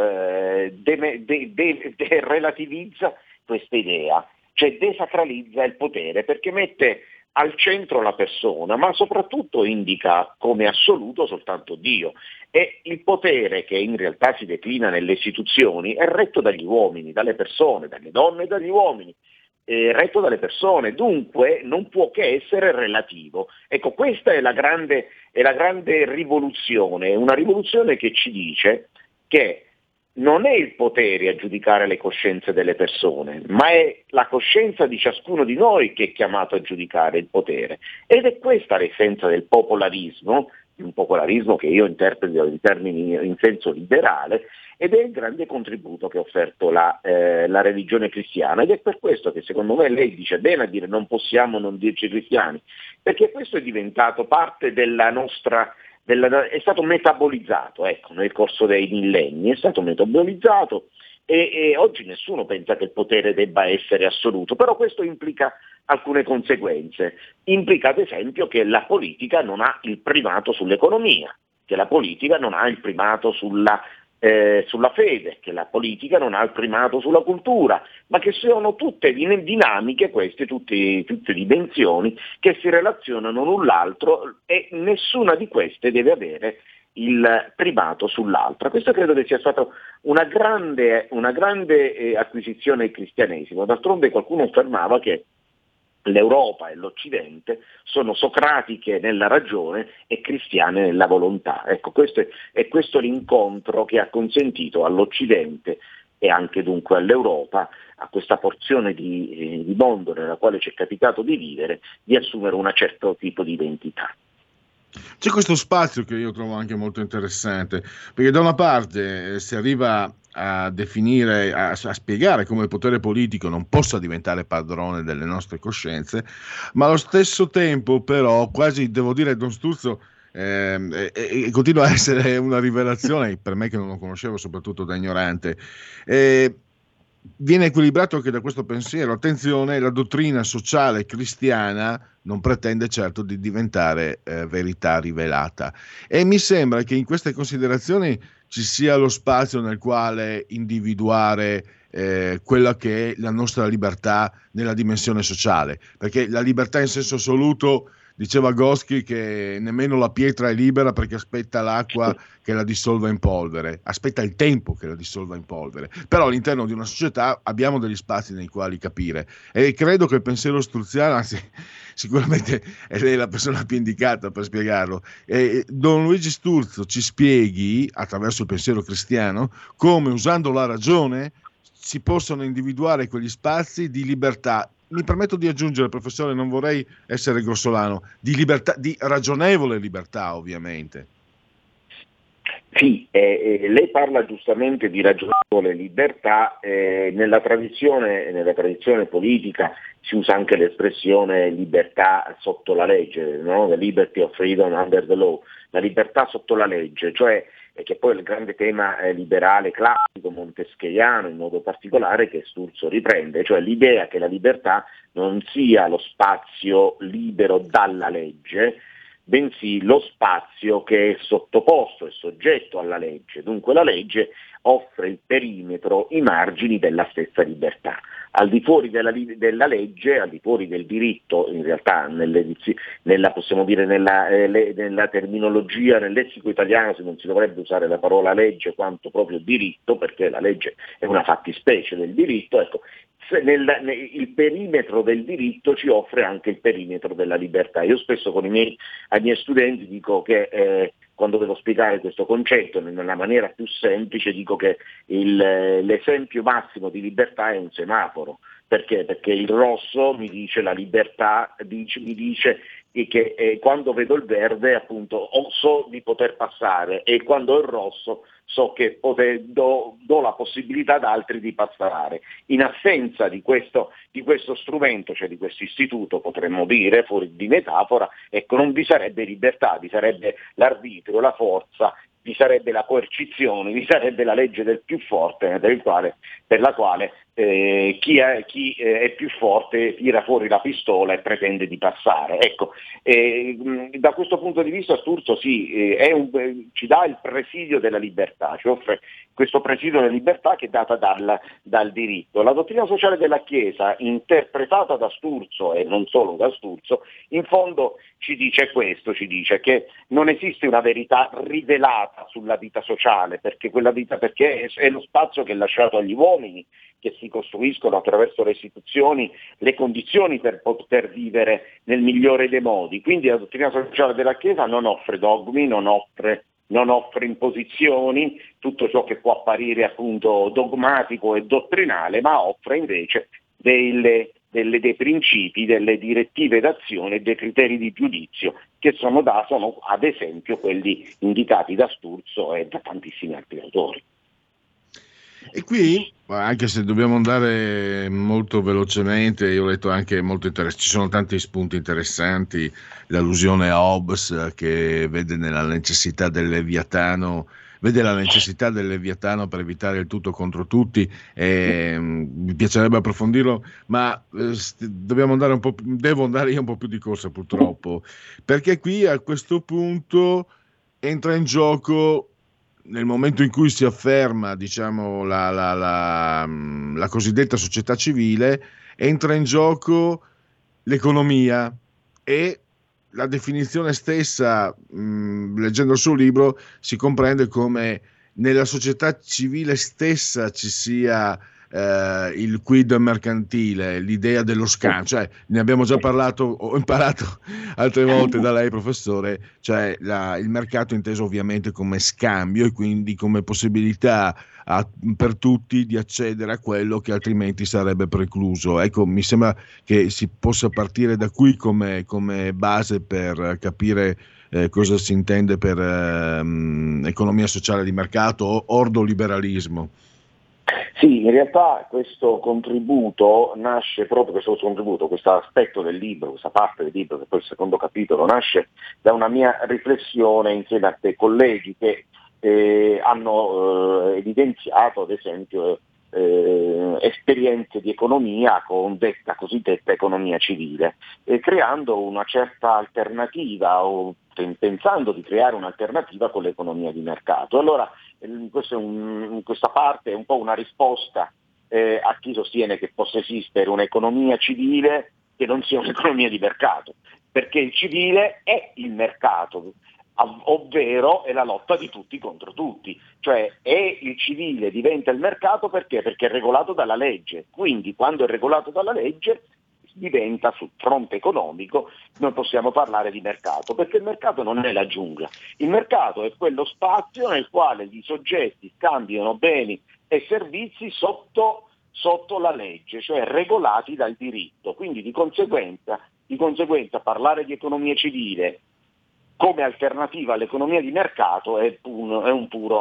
relativizza questa idea, cioè desacralizza il potere, perché mette al centro la persona, ma soprattutto indica come assoluto soltanto Dio. E il potere, che in realtà si declina nelle istituzioni, è retto dagli uomini, dalle persone, dalle donne e dagli uomini, retto dalle persone, dunque non può che essere relativo. Ecco, questa è la grande rivoluzione, una rivoluzione che ci dice che non è il potere a giudicare le coscienze delle persone, ma è la coscienza di ciascuno di noi che è chiamato a giudicare il potere. Ed è questa l'essenza del popolarismo, un popolarismo che io interpreto in senso liberale, ed è il grande contributo che ha offerto la religione cristiana. Ed è per questo che secondo me lei dice bene a dire non possiamo non dirci cristiani, perché questo è diventato parte della nostra... è stato metabolizzato, ecco, nel corso dei millenni, è stato metabolizzato, e oggi nessuno pensa che il potere debba essere assoluto, però questo implica alcune conseguenze. Implica ad esempio che la politica non ha il primato sull'economia, che la politica non ha il primato sulla sulla fede, che la politica non ha il primato sulla cultura, ma che sono tutte dinamiche queste, tutte dimensioni che si relazionano l'un l'altro e nessuna di queste deve avere il primato sull'altra. Questo credo che sia stata una grande acquisizione del cristianesimo. D'altronde qualcuno affermava che l'Europa e l'Occidente sono socratiche nella ragione e cristiane nella volontà. Ecco, questo è l'incontro che ha consentito all'Occidente e anche dunque all'Europa, a questa porzione di mondo nella quale ci è capitato di vivere, di assumere un certo tipo di identità. C'è questo spazio che io trovo anche molto interessante, perché da una parte si arriva a definire, a spiegare come il potere politico non possa diventare padrone delle nostre coscienze, ma allo stesso tempo però quasi, devo dire, Don Sturzo continua a essere una rivelazione per me che non lo conoscevo, soprattutto da ignorante. Viene equilibrato anche da questo pensiero. Attenzione, la dottrina sociale cristiana non pretende certo di diventare verità rivelata, e mi sembra che in queste considerazioni ci sia lo spazio nel quale individuare quella che è la nostra libertà nella dimensione sociale, perché la libertà in senso assoluto, diceva Goschi, che nemmeno la pietra è libera perché aspetta l'acqua che la dissolva in polvere, aspetta il tempo che la dissolva in polvere. Però all'interno di una società abbiamo degli spazi nei quali capire, e credo che il pensiero struzziano, anzi sicuramente è lei la persona più indicata per spiegarlo, Don Luigi Sturzo ci spieghi attraverso il pensiero cristiano come, usando la ragione, si possono individuare quegli spazi di libertà. Mi permetto di aggiungere, professore, non vorrei essere grossolano, di libertà, di ragionevole libertà, ovviamente. Sì, lei parla giustamente di ragionevole libertà. Nella tradizione politica si usa anche l'espressione libertà sotto la legge, no? The liberty of freedom under the law, la libertà sotto la legge, cioè che poi è il grande tema liberale classico montesquieuiano in modo particolare, che Sturzo riprende, cioè l'idea che la libertà non sia lo spazio libero dalla legge, bensì lo spazio che è sottoposto e soggetto alla legge. Dunque la legge offre il perimetro, i margini della stessa libertà. Al di fuori della legge, al di fuori del diritto, in realtà possiamo dire nella terminologia, nel lessico italiano non si dovrebbe usare la parola legge quanto proprio diritto, perché la legge è una fattispecie del diritto. Ecco, il perimetro del diritto ci offre anche il perimetro della libertà. Io spesso ai miei studenti dico che quando devo spiegare questo concetto nella maniera più semplice, dico che l'esempio massimo di libertà è un semaforo. Perché? Perché il rosso mi dice la libertà, mi dice che quando vedo il verde appunto so di poter passare, e quando è il rosso so che do la possibilità ad altri di passare. In assenza di questo strumento, cioè di questo istituto, potremmo dire, fuori di metafora, ecco, non vi sarebbe libertà, vi sarebbe l'arbitrio, la forza, vi sarebbe la coercizione, vi sarebbe la legge del più forte, per la quale chi è più forte tira fuori la pistola e pretende di passare. Ecco, da questo punto di vista Sturzo ci dà il presidio della libertà, ci offre questo presidio della libertà che è data dal diritto. La dottrina sociale della Chiesa, interpretata da Sturzo e non solo da Sturzo, in fondo ci dice questo, ci dice che non esiste una verità rivelata sulla vita sociale, perché è lo spazio che è lasciato agli uomini, che si costruiscono attraverso le istituzioni le condizioni per poter vivere nel migliore dei modi. Quindi la dottrina sociale della Chiesa non offre dogmi, non offre imposizioni, tutto ciò che può apparire appunto dogmatico e dottrinale, ma offre invece dei principi, delle direttive d'azione e dei criteri di giudizio che sono ad esempio quelli indicati da Sturzo e da tantissimi altri autori. E qui, anche se dobbiamo andare molto velocemente, io ho letto anche molto interessante, ci sono tanti spunti interessanti, l'allusione a Hobbes che vede la necessità del Leviatano per evitare il tutto contro tutti, mi piacerebbe approfondirlo, ma devo andare io un po' più di corsa purtroppo, perché qui a questo punto entra in gioco nel momento in cui si afferma, diciamo, la cosiddetta società civile, entra in gioco l'economia, e la definizione stessa, leggendo il suo libro, si comprende come nella società civile stessa ci sia il quid mercantile, l'idea dello scambio, cioè ne abbiamo già parlato, ho imparato altre volte da lei, professore, cioè il mercato inteso ovviamente come scambio e quindi come possibilità per tutti di accedere a quello che altrimenti sarebbe precluso. Ecco, mi sembra che si possa partire da qui come base per capire cosa si intende per economia sociale di mercato o ordoliberalismo. Sì, in realtà questo contributo nasce proprio, questo aspetto del libro, questa parte del libro, che poi il secondo capitolo, nasce da una mia riflessione insieme a te colleghi che hanno evidenziato ad esempio esperienze di economia con cosiddetta economia civile, creando una certa alternativa o pensando di creare un'alternativa con l'economia di mercato. Allora questa parte è un po' una risposta a chi sostiene che possa esistere un'economia civile che non sia un'economia di mercato, perché il civile è il mercato, ovvero è la lotta di tutti contro tutti, cioè il civile diventa il mercato perché è regolato dalla legge, quindi quando è regolato dalla legge diventa, sul fronte economico noi possiamo parlare di mercato, perché il mercato non è la giungla, il mercato è quello spazio nel quale i soggetti scambiano beni e servizi sotto la legge, cioè regolati dal diritto, quindi di conseguenza parlare di economia civile come alternativa all'economia di mercato è un puro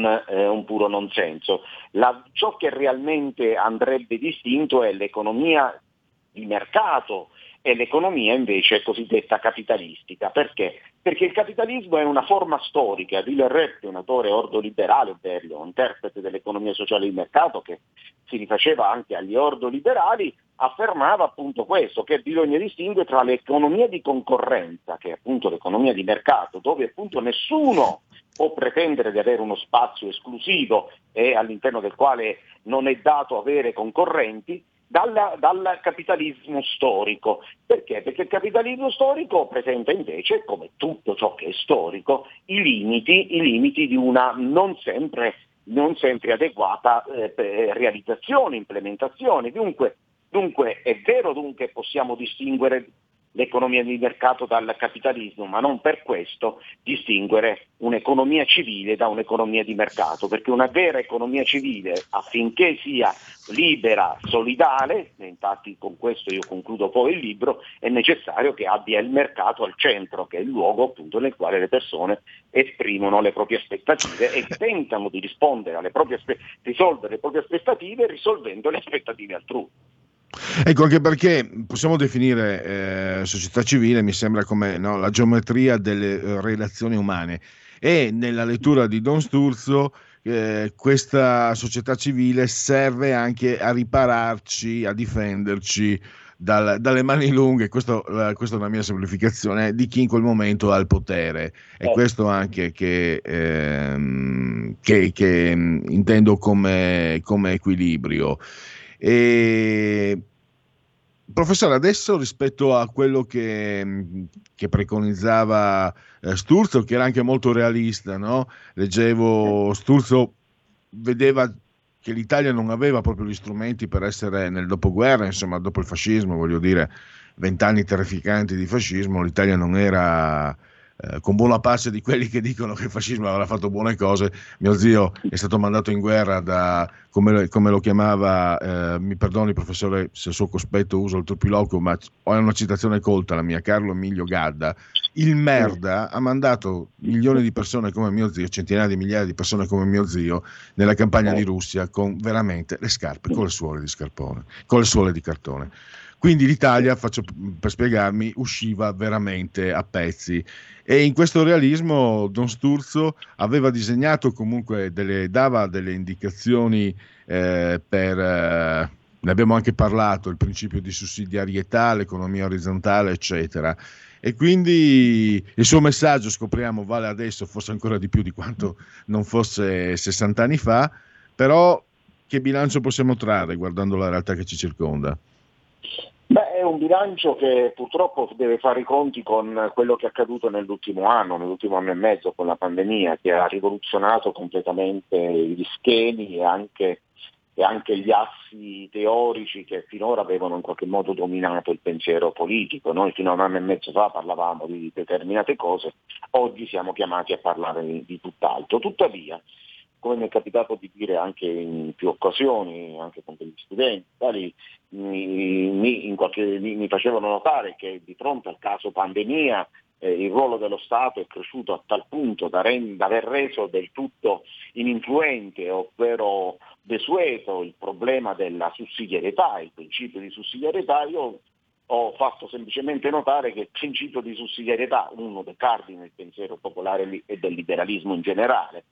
non senso. Ciò che realmente andrebbe distinto è l'economia di mercato e l'economia invece cosiddetta capitalistica. Perché? Perché il capitalismo è una forma storica. Achille Repp, un autore ordoliberale, un interprete dell'economia sociale di mercato che si rifaceva anche agli ordoliberali, affermava appunto questo, che bisogna distinguere tra l'economia di concorrenza, che è appunto l'economia di mercato, dove appunto nessuno può pretendere di avere uno spazio esclusivo e all'interno del quale non è dato avere concorrenti, dal capitalismo storico. Perché? Perché il capitalismo storico presenta invece, come tutto ciò che è storico, i limiti di una non sempre adeguata realizzazione, implementazione. Dunque è vero che possiamo distinguere l'economia di mercato dal capitalismo, ma non per questo distinguere un'economia civile da un'economia di mercato, perché una vera economia civile, affinché sia libera, solidale, infatti con questo io concludo poi il libro, è necessario che abbia il mercato al centro, che è il luogo appunto nel quale le persone esprimono le proprie aspettative e tentano di rispondere risolvere le proprie aspettative risolvendo le aspettative altrui. Ecco, anche perché possiamo definire società civile, mi sembra, come la geometria delle relazioni umane, e nella lettura di Don Sturzo questa società civile serve anche a ripararci, a difenderci dalle mani lunghe, questa è una mia semplificazione, di chi in quel momento ha il potere. E questo anche che intendo come equilibrio. Professore, adesso rispetto a quello che preconizzava Sturzo, che era anche molto realista, no? Leggevo, Sturzo vedeva che l'Italia non aveva proprio gli strumenti per essere nel dopoguerra, insomma dopo il fascismo, voglio dire 20 anni terrificanti di fascismo, l'Italia non era con buona pace di quelli che dicono che il fascismo avrà fatto buone cose. Mio zio è stato mandato in guerra da, come lo chiamava, mi perdoni professore se il suo cospetto uso il turpiloquio, ma ho una citazione colta la mia, Carlo Emilio Gadda. Il merda ha mandato milioni di persone come mio zio, centinaia di migliaia di persone come mio zio nella campagna di Russia con veramente le scarpe con le suole di scarpone, con le suole di cartone. Quindi l'Italia, per spiegarmi, usciva veramente a pezzi. E in questo realismo Don Sturzo aveva disegnato comunque dava delle indicazioni ne abbiamo anche parlato, il principio di sussidiarietà, l'economia orizzontale, eccetera. E quindi il suo messaggio, scopriamo, vale adesso forse ancora di più di quanto non fosse 60 anni fa, però che bilancio possiamo trarre guardando la realtà che ci circonda? Beh, è un bilancio che purtroppo deve fare i conti con quello che è accaduto nell'ultimo anno e mezzo con la pandemia, che ha rivoluzionato completamente gli schemi e anche gli assi teorici che finora avevano in qualche modo dominato il pensiero politico. Noi fino a un anno e mezzo fa parlavamo di determinate cose, oggi siamo chiamati a parlare di tutt'altro. Tuttavia, come mi è capitato di dire anche in più occasioni, anche con degli studenti, tali mi facevano notare che di fronte al caso pandemia il ruolo dello Stato è cresciuto a tal punto da aver reso del tutto ininfluente, ovvero desueto, il problema della sussidiarietà, il principio di sussidiarietà. Io ho fatto semplicemente notare che il principio di sussidiarietà, uno dei cardini del pensiero popolare e del liberalismo in generale,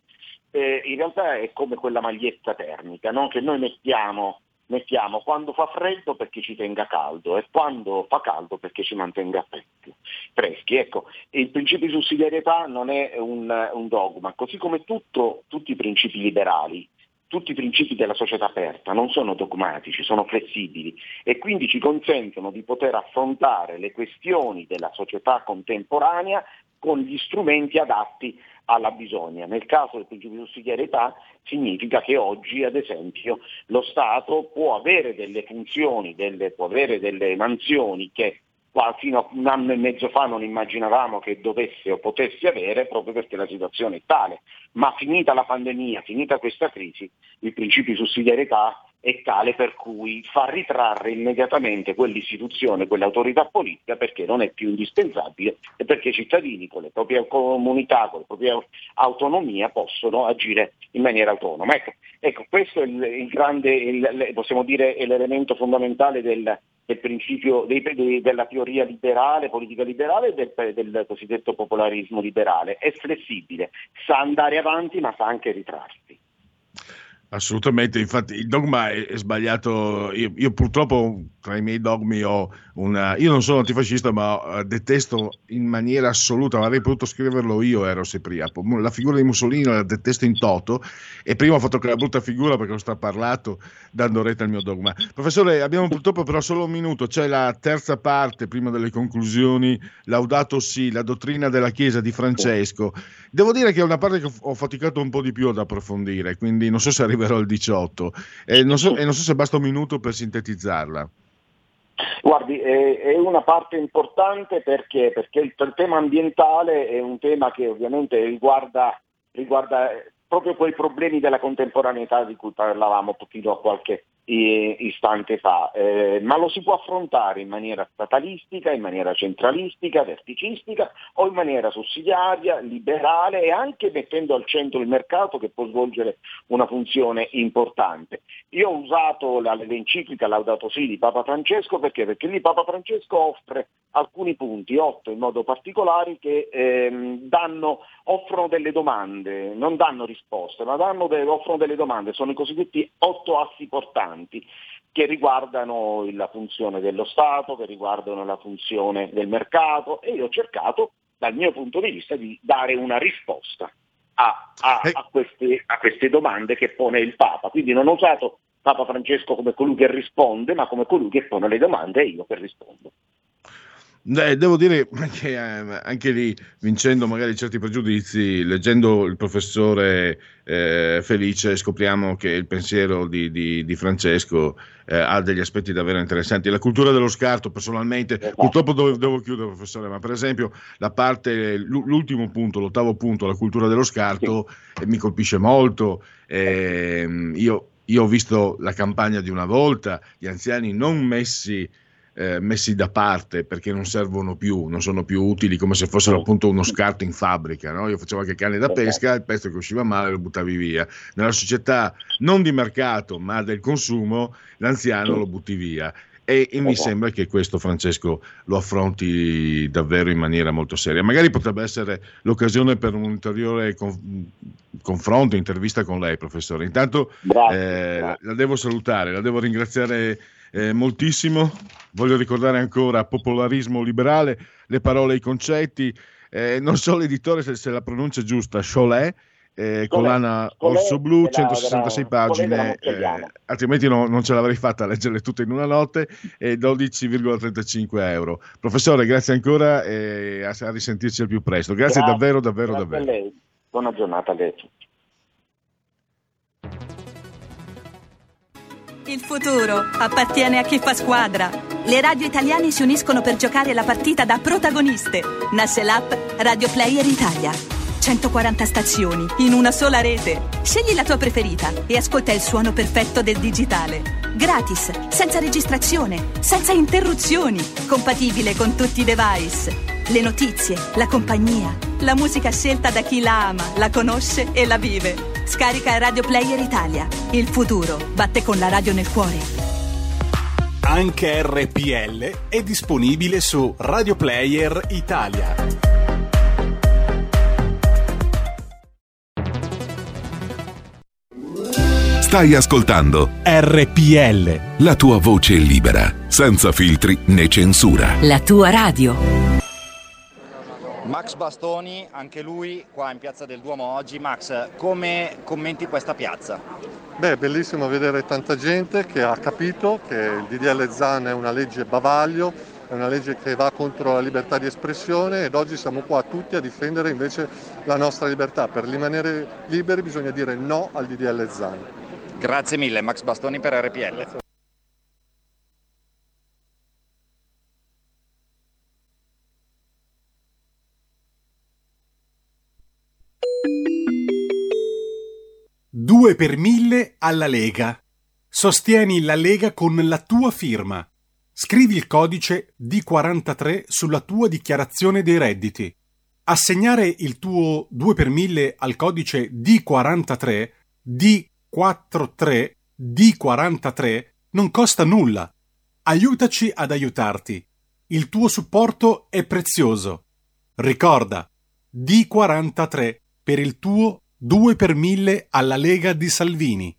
in realtà è come quella maglietta termica, no? Che noi mettiamo quando fa freddo perché ci tenga caldo e quando fa caldo perché ci mantenga freschi. Ecco, il principio di sussidiarietà non è un dogma, così come tutti i principi liberali, tutti i principi della società aperta non sono dogmatici, sono flessibili e quindi ci consentono di poter affrontare le questioni della società contemporanea con gli strumenti adatti alla bisogna. Nel caso del principio di sussidiarietà significa che oggi, ad esempio, lo Stato può avere delle funzioni, può avere delle mansioni che fino a un anno e mezzo fa non immaginavamo che dovesse o potesse avere, proprio perché la situazione è tale. Ma finita la pandemia, finita questa crisi, il principio di sussidiarietà è tale per cui fa ritrarre immediatamente quell'istituzione, quell'autorità politica, perché non è più indispensabile e perché i cittadini con le proprie comunità, con la propria autonomia possono agire in maniera autonoma. Ecco, questo è il grande, possiamo dire, è l'elemento fondamentale del principio della teoria liberale, politica liberale e del cosiddetto popolarismo liberale. È flessibile, sa andare avanti ma sa anche ritrarsi. Assolutamente, infatti il dogma è sbagliato. Io purtroppo tra i miei dogmi io non sono antifascista, ma detesto in maniera assoluta, avrei potuto scriverlo io, ero Sepriapo, la figura di Mussolini la detesto in toto e prima ho fatto quella brutta figura perché ho straparlato dando retta al mio dogma. Professore, abbiamo purtroppo però solo un minuto, c'è la terza parte prima delle conclusioni, Laudato Si, la dottrina della Chiesa di Francesco. Devo dire che è una parte che ho faticato un po' di più ad approfondire, quindi non so se arriverò al 18 e non so se basta un minuto per sintetizzarla. Guardi, è una parte importante perché il tema ambientale è un tema che ovviamente riguarda proprio quei problemi della contemporaneità di cui parlavamo fino a qualche istante fa, ma lo si può affrontare in maniera statalistica, in maniera centralistica, verticistica o in maniera sussidiaria, liberale e anche mettendo al centro il mercato che può svolgere una funzione importante. Io ho usato l'enciclica Laudato Si di Papa Francesco perché lì Papa Francesco offre alcuni punti, 8 in modo particolare, che offrono delle domande, non danno risposte, ma offrono delle domande, sono i cosiddetti 8 assi portanti che riguardano la funzione dello Stato, che riguardano la funzione del mercato, e io ho cercato dal mio punto di vista di dare una risposta a queste domande che pone il Papa. Quindi non ho usato Papa Francesco come colui che risponde, ma come colui che pone le domande e io che rispondo. Devo dire che anche lì, vincendo magari certi pregiudizi, leggendo il professore Felice, scopriamo che il pensiero di Francesco ha degli aspetti davvero interessanti. La cultura dello scarto, personalmente, purtroppo devo chiudere, professore, ma per esempio l'ultimo punto, l'8º punto, la cultura dello scarto, mi colpisce molto. Io ho visto la campagna di una volta, gli anziani non messi da parte perché non servono più, non sono più utili, come se fossero appunto uno scarto in fabbrica, no? Io facevo anche canne da pesca, il pezzo che usciva male lo buttavi via. Nella società non di mercato ma del consumo, l'anziano lo butti via. E mi sembra che questo Francesco lo affronti davvero in maniera molto seria. Magari potrebbe essere l'occasione per un ulteriore confronto, intervista con lei, professore. Intanto la devo salutare, la devo ringraziare moltissimo. Voglio ricordare ancora Popolarismo Liberale, le parole e i concetti. Non so l'editore se la pronuncia è giusta, Cholet, collana Orso Blu, 166 pagine, altrimenti non ce l'avrei fatta a leggerle tutte in una notte, e 12,35 euro. Professore, grazie ancora e a risentirci al più presto. Grazie davvero. Grazie a lei. Buona giornata a lei. Il futuro appartiene a chi fa squadra. Le radio italiane si uniscono per giocare la partita da protagoniste. Nasce l'app Radio Player Italia. 140 stazioni in una sola rete. Scegli la tua preferita e ascolta il suono perfetto del digitale. Gratis, senza registrazione, senza interruzioni, compatibile con tutti i device. Le notizie, la compagnia, la musica scelta da chi la ama, la conosce e la vive. Scarica Radio Player Italia. Il futuro batte con la radio nel cuore. Anche RPL è disponibile su Radio Player Italia. Stai ascoltando RPL, la tua voce libera, senza filtri né censura. La tua radio. Max Bastoni, anche lui qua in Piazza del Duomo oggi. Max, come commenti questa piazza? Beh, è bellissimo vedere tanta gente che ha capito che il DDL Zan è una legge bavaglio, è una legge che va contro la libertà di espressione, ed oggi siamo qua tutti a difendere invece la nostra libertà. Per rimanere liberi bisogna dire no al DDL Zan. Grazie mille, Max Bastoni per RPL. Due per 1000 alla Lega. Sostieni la Lega con la tua firma. Scrivi il codice D43 sulla tua dichiarazione dei redditi. Assegnare il tuo 2 per 1000 al codice D43, D43, D43 non costa nulla. Aiutaci ad aiutarti. Il tuo supporto è prezioso. Ricorda, D43 per il tuo 2 per 1000 alla Lega di Salvini.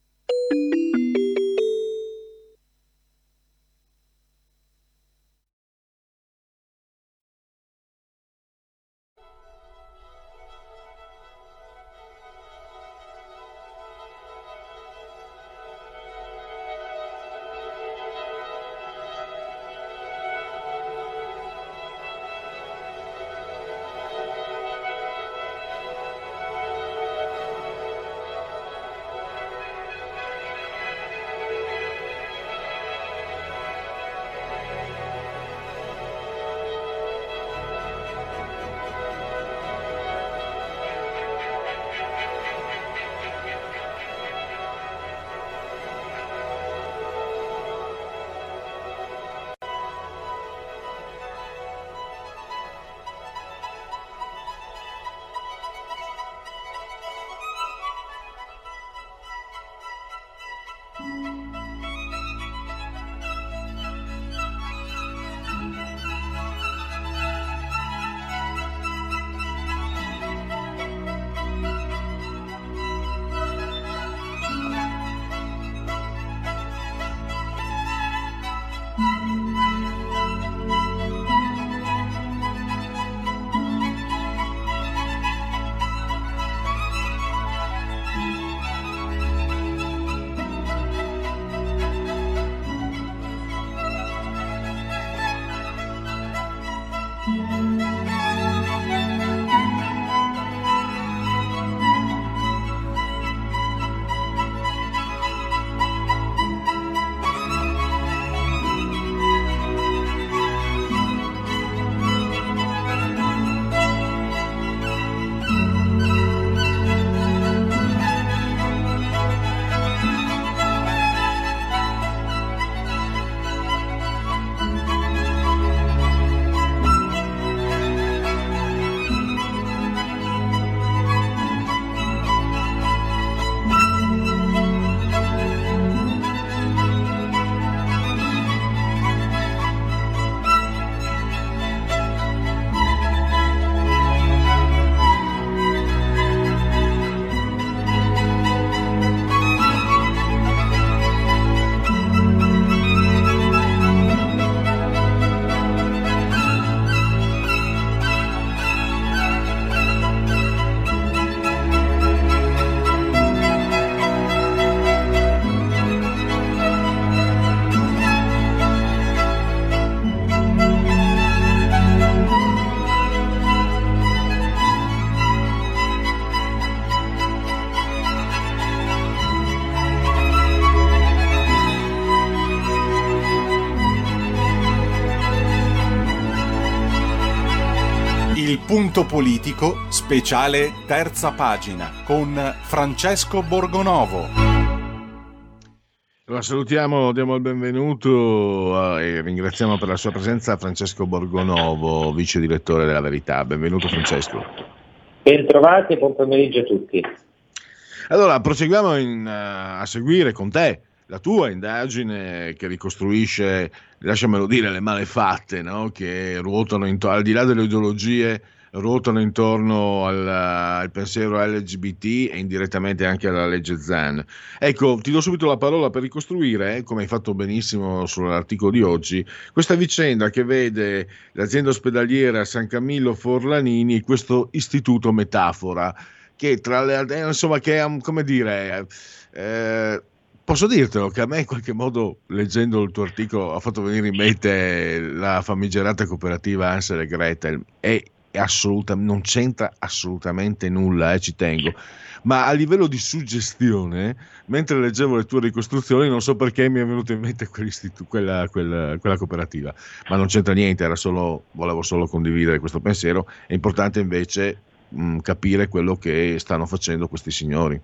Punto politico, speciale terza pagina, con Francesco Borgonovo. Allora, salutiamo, diamo il benvenuto e ringraziamo per la sua presenza Francesco Borgonovo, vice direttore della Verità. Benvenuto Francesco. Ben trovati e buon pomeriggio a tutti. Allora, proseguiamo a seguire con te la tua indagine che ricostruisce, lasciamelo dire, le malefatte, no? Che ruotano al di là delle ideologie, ruotano intorno al pensiero LGBT e indirettamente anche alla legge Zan. Ecco, ti do subito la parola per ricostruire, come hai fatto benissimo sull'articolo di oggi, questa vicenda che vede l'azienda ospedaliera San Camillo Forlanini e questo istituto Metafora, che tra le insomma, che è, come dire, posso dirtelo che a me in qualche modo, leggendo il tuo articolo, ha fatto venire in mente la famigerata cooperativa Ansel e Gretel. Non c'entra assolutamente nulla, ci tengo, ma a livello di suggestione, mentre leggevo le tue ricostruzioni, non so perché mi è venuto in mente quella cooperativa, ma non c'entra niente, volevo solo condividere questo pensiero. È importante invece capire quello che stanno facendo questi signori.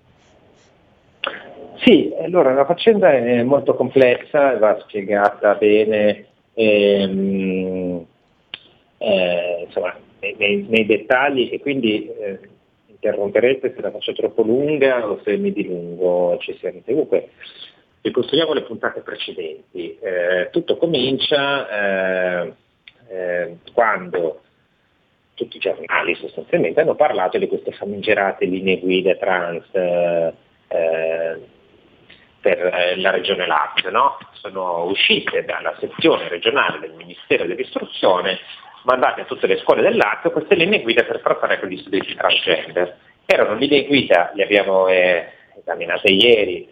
Sì, allora la faccenda è molto complessa, va spiegata bene, insomma, nei dettagli, e quindi interromperete se la faccio troppo lunga o se mi dilungo eccessivamente. Comunque, ricostruiamo le puntate precedenti. Tutto comincia quando tutti i giornali sostanzialmente hanno parlato di queste famigerate linee guida trans per la regione Lazio, no? Sono uscite dalla sezione regionale del Ministero dell'Istruzione, mandate a tutte le scuole del Lazio queste linee guida per trattare con gli studenti transgender. Erano linee guida, le abbiamo esaminate ieri,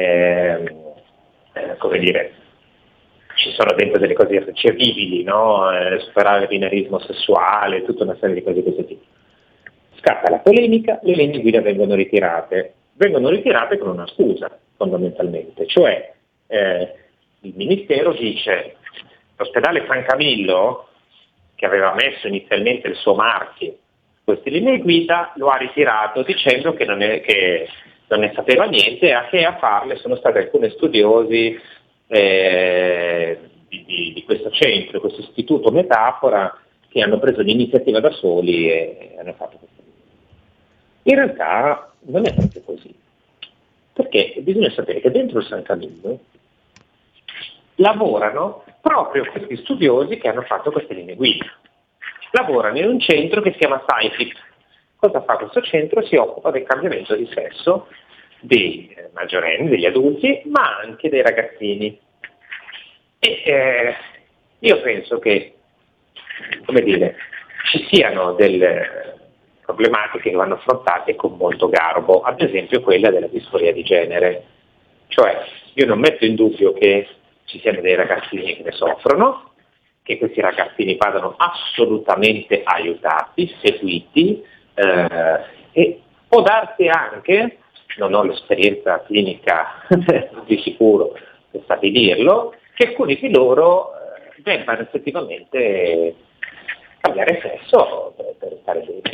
come dire, ci sono dentro delle cose irricevibili, no? Superare il binarismo sessuale, tutta una serie di cose di questo tipo. Scatta la polemica, le linee guida vengono ritirate con una scusa, fondamentalmente, cioè il Ministero dice l'ospedale San Camillo, che aveva messo inizialmente il suo marchio queste linee guida, lo ha ritirato dicendo che non ne sapeva niente e che a farle sono stati alcuni studiosi di questo centro, questo istituto Metafora, che hanno preso l'iniziativa da soli e hanno fatto questo. In realtà non è proprio così, perché bisogna sapere che dentro il San Camillo lavorano proprio questi studiosi che hanno fatto queste linee guida. Lavorano in un centro che si chiama SciFit. Cosa fa questo centro? Si occupa del cambiamento di sesso dei maggiorenni, degli adulti, ma anche dei ragazzini. E io penso che, come dire, ci siano delle problematiche che vanno affrontate con molto garbo, ad esempio quella della disforia di genere. Cioè, io non metto in dubbio che ci siano dei ragazzini che ne soffrono, che questi ragazzini vadano assolutamente aiutati, seguiti, e può darsi anche, non ho l'esperienza clinica di sicuro per stabilirlo, che alcuni di loro debbano effettivamente cambiare sesso per stare bene.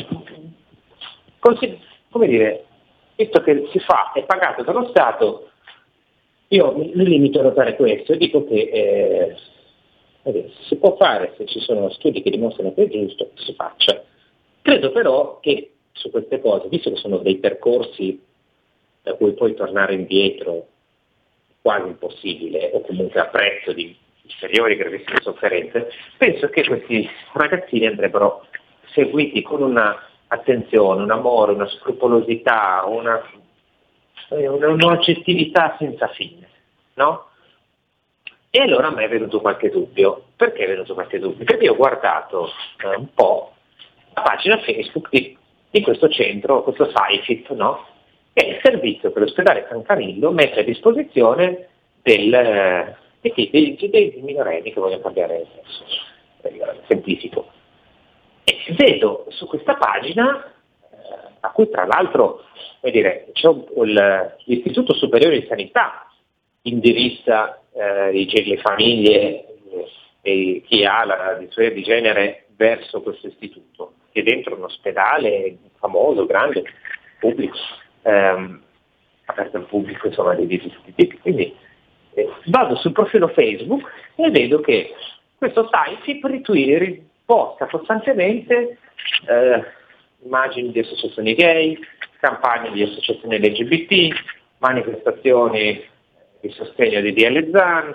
Come dire, visto che si fa, è pagato dallo Stato, io mi limito a notare questo e dico che si può fare, se ci sono studi che dimostrano che è giusto, si faccia. Credo però che su queste cose, visto che sono dei percorsi da cui poi tornare indietro quasi impossibile, o comunque a prezzo di ulteriori gravissime sofferenze, penso che questi ragazzini andrebbero seguiti con una attenzione, un amore, una scrupolosità, un'oggettività senza fine, no? E allora a me è venuto qualche dubbio. Perché è venuto qualche dubbio? Perché ho guardato un po' la pagina Facebook di questo centro, questo SciFit, no? Che è il servizio che l'ospedale San Camillo mette a disposizione dei minorenni che vogliono cambiare sesso scientifico. E vedo su questa pagina, a cui tra l'altro, come dire, c'è l'Istituto Superiore di Sanità indirizza le famiglie e chi ha la disforia di genere verso questo istituto, che dentro un ospedale famoso, grande, pubblico, aperto al pubblico, insomma, di tutti i tipi. Quindi vado sul profilo Facebook e vedo che questo SciFip riposta costantemente immagini di associazioni gay, campagne di associazioni LGBT, manifestazioni di sostegno di DL Zan,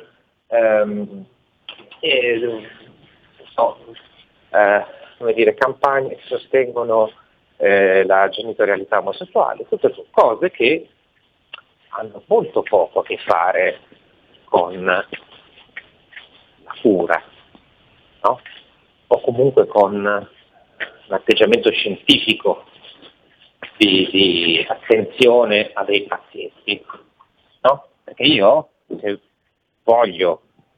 campagne che sostengono la genitorialità omosessuale, tutte cose che hanno molto poco a che fare con la cura, no? O comunque con l'atteggiamento scientifico di attenzione a dei pazienti, no? Perché io, se voglio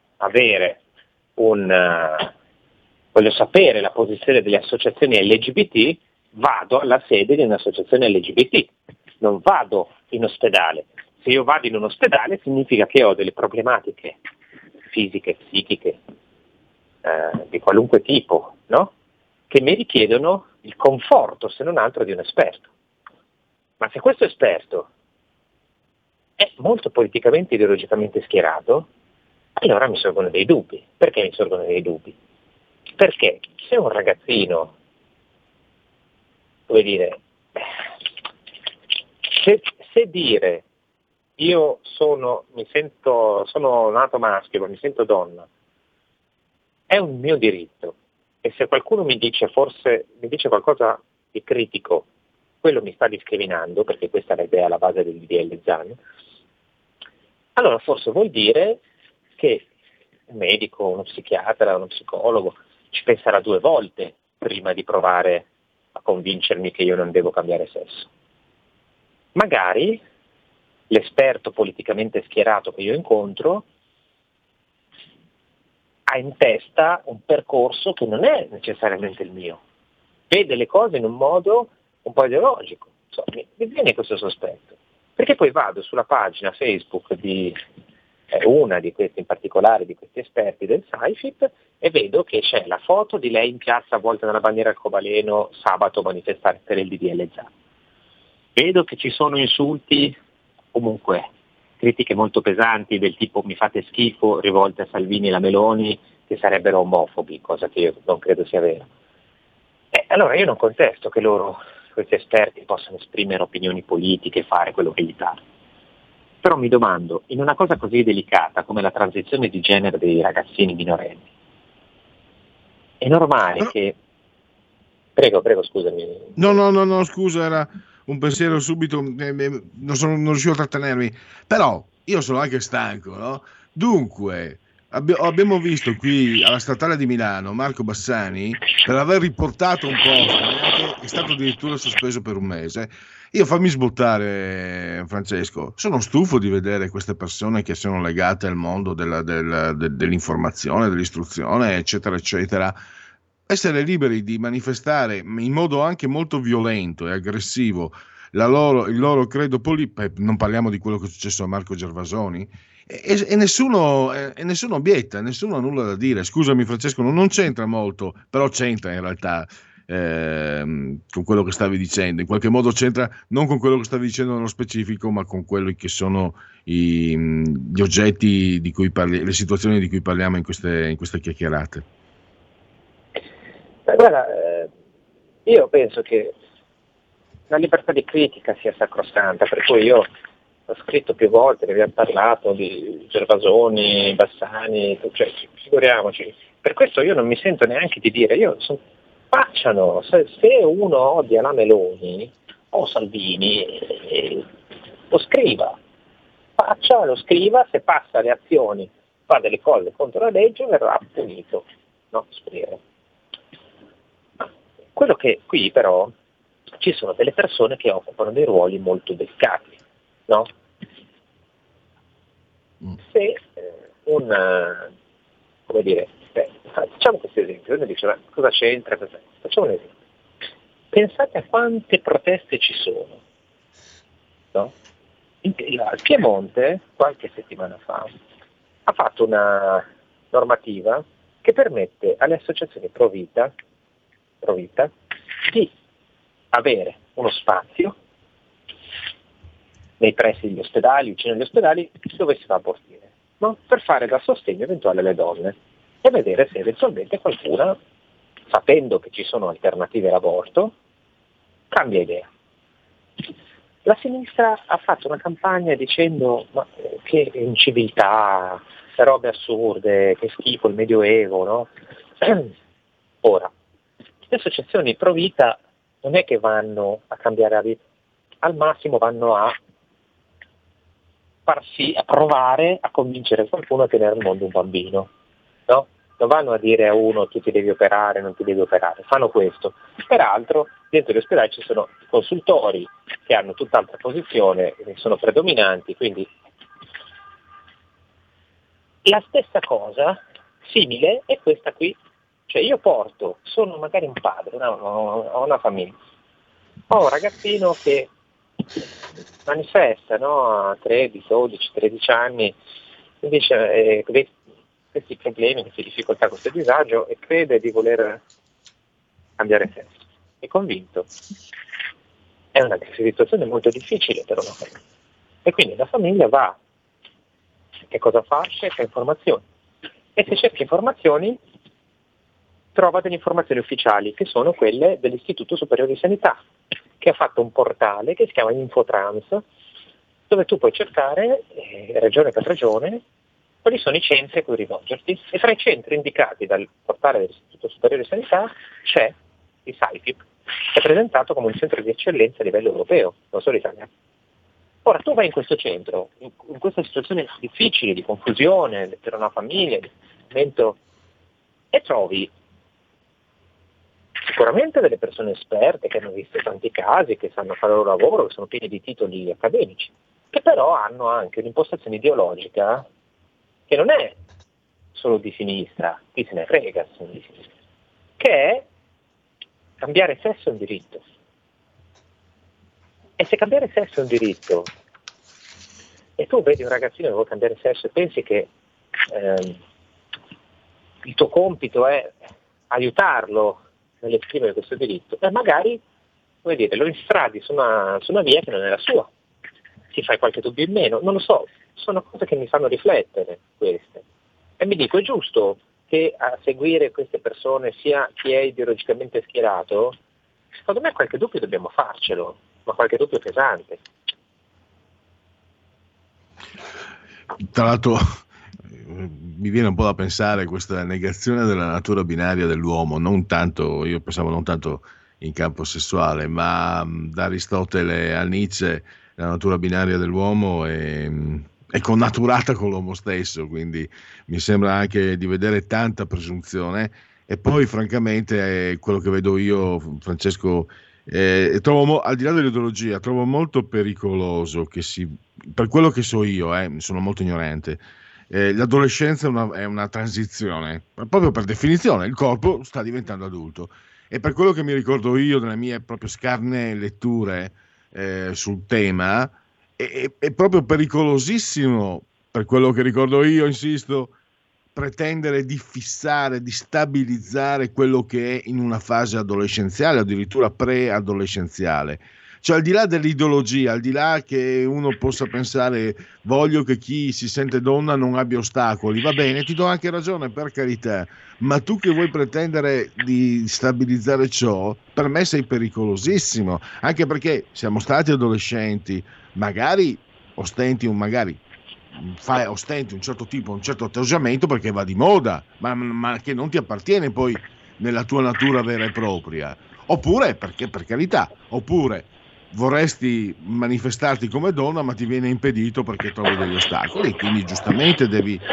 sapere la posizione delle associazioni LGBT, vado alla sede di un'associazione LGBT, non vado in ospedale. Se io vado in un ospedale significa che ho delle problematiche fisiche, psichiche, di qualunque tipo, no? Che mi richiedono il conforto, se non altro, di un esperto. Ma se questo esperto è molto politicamente e ideologicamente schierato, allora mi sorgono dei dubbi. Perché mi sorgono dei dubbi? Perché se un ragazzino, se dire io sono nato maschio, ma mi sento donna, è un mio diritto, e se qualcuno mi dice qualcosa di critico, quello mi sta discriminando, perché questa è l'idea alla base del DDL Zan, allora forse vuol dire che un medico, uno psichiatra, uno psicologo ci penserà 2 volte prima di provare a convincermi che io non devo cambiare sesso. Magari l'esperto politicamente schierato che io incontro ha in testa un percorso che non è necessariamente il mio, vede le cose in un modo un po' ideologico. Mi viene questo sospetto, perché poi vado sulla pagina Facebook di una di questi, in particolare di questi esperti del SciFip, e vedo che c'è la foto di lei in piazza avvolta nella bandiera arcobaleno sabato a manifestare per il DDL Zan. Vedo che ci sono insulti, comunque critiche molto pesanti del tipo mi fate schifo rivolte a Salvini e la Meloni, che sarebbero omofobi, cosa che io non credo sia vera. Allora io non contesto che questi esperti possano esprimere opinioni politiche e fare quello che gli pare. Però mi domando, in una cosa così delicata come la transizione di genere dei ragazzini minorenni, è normale che... Prego, scusami. No, scusa, era un pensiero subito, non riuscivo a trattenermi, però io sono anche stanco, no? Dunque, abbiamo visto qui alla Statale di Milano Marco Bassani, per aver riportato un post, è stato addirittura sospeso per 1 mese. Io fammi sbottare, Francesco, sono stufo di vedere queste persone che sono legate al mondo dell'informazione, dell'istruzione, eccetera, eccetera, essere liberi di manifestare in modo anche molto violento e aggressivo il loro credo politico. Non parliamo di quello che è successo a Marco Gervasoni, e nessuno obietta, nessuno ha nulla da dire. Scusami Francesco, non c'entra molto, però c'entra in realtà con quello che stavi dicendo, in qualche modo c'entra, non con quello che stavi dicendo nello specifico, ma con quelli che sono gli oggetti di cui le situazioni di cui parliamo in queste chiacchierate. Guarda, io penso che la libertà di critica sia sacrosanta, per cui io ho scritto più volte, ne abbiamo parlato di Gervasoni, Bassani, cioè figuriamoci. Per questo io non mi sento neanche di dire, facciano, se uno odia la Meloni o Salvini, lo scriva, lo scriva, se passa le azioni, fa delle cose contro la legge, verrà punito, no? Spero. Quello che qui però ci sono delle persone che occupano dei ruoli molto delicati, no? Se facciamo questo esempio, uno dice, ma cosa c'entra? Facciamo un esempio. Pensate a quante proteste ci sono, no? Il Piemonte, qualche settimana fa, ha fatto una normativa che permette alle associazioni pro vita di avere uno spazio nei pressi degli ospedali, vicino agli ospedali, dove si va a abortire, no? Per fare da sostegno eventuale alle donne e vedere se eventualmente qualcuna, sapendo che ci sono alternative all'aborto, cambia idea. La sinistra ha fatto una campagna dicendo che inciviltà, robe assurde, che schifo il Medioevo, no? Ora, le associazioni pro vita non è che vanno a cambiare la vita, al massimo vanno a provare a convincere qualcuno a tenere al mondo un bambino, no? Non vanno a dire a uno tu ti devi operare, non ti devi operare, fanno questo. Peraltro dentro gli ospedali ci sono consultori che hanno tutt'altra posizione, sono predominanti, quindi la stessa cosa, simile, è questa qui. Cioè io sono magari un padre, ho una famiglia, ho un ragazzino che manifesta, no, a 13, 12, 13 anni, dice questi problemi, queste difficoltà, questo disagio e crede di voler cambiare sesso. È convinto. È una situazione molto difficile per una famiglia. E quindi la famiglia va, che cosa fa? Cerca informazioni. E se cerca informazioni, trova delle informazioni ufficiali, che sono quelle dell'Istituto Superiore di Sanità, che ha fatto un portale che si chiama Infotrans, dove tu puoi cercare, regione per regione, quali sono i centri a cui rivolgerti. E tra i centri indicati dal portale dell'Istituto Superiore di Sanità c'è il SAIFIP, che è presentato come un centro di eccellenza a livello europeo, non solo italiano. Ora tu vai in questo centro, in questa situazione difficile, di confusione per una famiglia, di momento, e trovi sicuramente delle persone esperte che hanno visto tanti casi, che sanno fare il loro lavoro, che sono pieni di titoli accademici, che però hanno anche un'impostazione ideologica che non è solo di sinistra, chi se ne frega, sono di sinistra, che è cambiare sesso è un diritto. E se cambiare sesso è un diritto, e tu vedi un ragazzino che vuole cambiare sesso e pensi che il tuo compito è aiutarlo nell'esprimere questo diritto, e magari lo instradi su una via che non è la sua, ti fai qualche dubbio in meno, non lo so, sono cose che mi fanno riflettere queste. E mi dico, è giusto che a seguire queste persone sia chi è ideologicamente schierato? Secondo me qualche dubbio dobbiamo farcelo, ma qualche dubbio pesante. Tra l'altro mi viene un po' da pensare questa negazione della natura binaria dell'uomo, io pensavo non tanto in campo sessuale, ma da Aristotele a Nietzsche la natura binaria dell'uomo è connaturata con l'uomo stesso, quindi mi sembra anche di vedere tanta presunzione. E poi francamente quello che vedo io, Francesco, trovo, al di là dell'ideologia, trovo molto pericoloso che per quello che so io, sono molto ignorante, l'adolescenza è una transizione, proprio per definizione, il corpo sta diventando adulto, e per quello che mi ricordo io delle mie proprio scarne letture sul tema, è proprio pericolosissimo, per quello che ricordo io, insisto, pretendere di fissare, di stabilizzare quello che è in una fase adolescenziale, addirittura preadolescenziale. Cioè, al di là dell'ideologia, al di là che uno possa pensare voglio che chi si sente donna non abbia ostacoli, va bene, ti do anche ragione, per carità, ma tu che vuoi pretendere di stabilizzare ciò, per me sei pericolosissimo, anche perché siamo stati adolescenti, magari ostenti un certo tipo, un certo atteggiamento perché va di moda, ma che non ti appartiene poi nella tua natura vera e propria, oppure perché, per carità, oppure vorresti manifestarti come donna ma ti viene impedito perché trovi degli ostacoli, quindi giustamente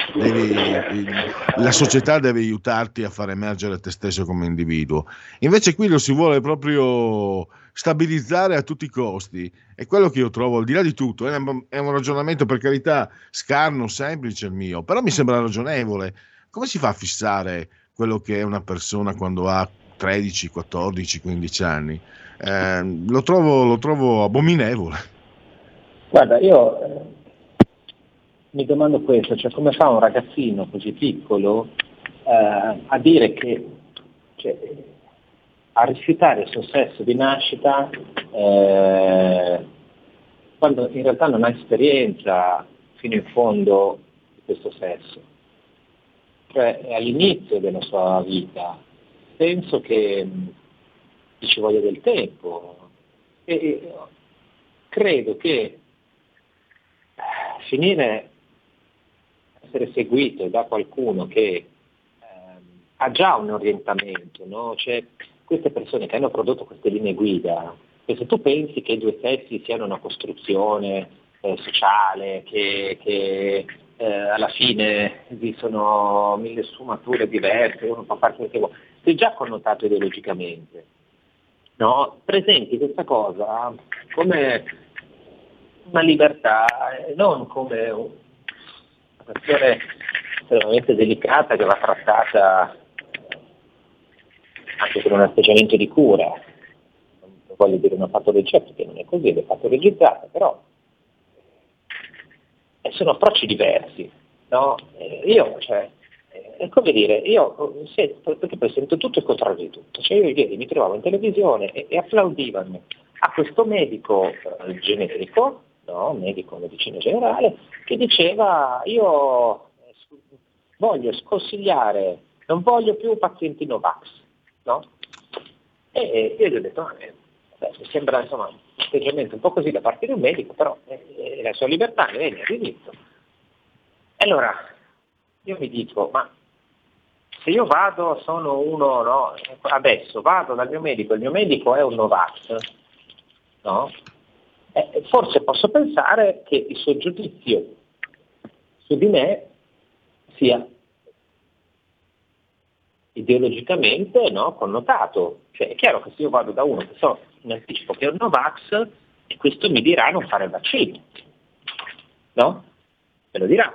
la società deve aiutarti a far emergere te stesso come individuo. Invece qui lo si vuole proprio stabilizzare a tutti i costi, è quello che io trovo, al di là di tutto, è un ragionamento, per carità, scarno, semplice il mio, però mi sembra ragionevole. Come si fa a fissare quello che è una persona quando ha 13, 14, 15 anni? Lo trovo abominevole. Guarda, io mi domando questo, cioè come fa un ragazzino così piccolo a dire che a rifiutare il suo sesso di nascita quando in realtà non ha esperienza fino in fondo di questo sesso. Cioè all'inizio della sua vita penso che ci voglia del tempo e credo che finire a essere seguito da qualcuno che ha già un orientamento, no? Cioè, queste persone che hanno prodotto queste linee guida, e se tu pensi che i due sessi siano una costruzione sociale, che alla fine vi sono 1000 sfumature diverse, uno può fare quello che vuole, sei già connotato ideologicamente, no? Presenti questa cosa come una libertà, non come una questione estremamente delicata che va trattata anche con un atteggiamento di cura. Non voglio dire una patologia perché non è così, è patologizzata, però sono approcci diversi, no? È come dire, io sento, perché poi sento tutto il contrario di tutto. Cioè io ieri mi trovavo in televisione e applaudivano a questo medico generico, no? Medico medicina generale, che diceva io voglio sconsigliare, non voglio più pazienti Novax, no? E io gli ho detto, mi sembra insomma un atteggiamento un po' così da parte di un medico, però è la sua libertà, ne ha diritto. E allora io mi dico, ma se io vado, sono uno, no? Adesso vado dal mio medico, il mio medico è un Novax, no? Forse posso pensare che il suo giudizio su di me sia ideologicamente, no, connotato. Cioè è chiaro che se io vado da uno che so in anticipo che è un Novax, e questo mi dirà non fare il vaccino, no? Me lo dirà.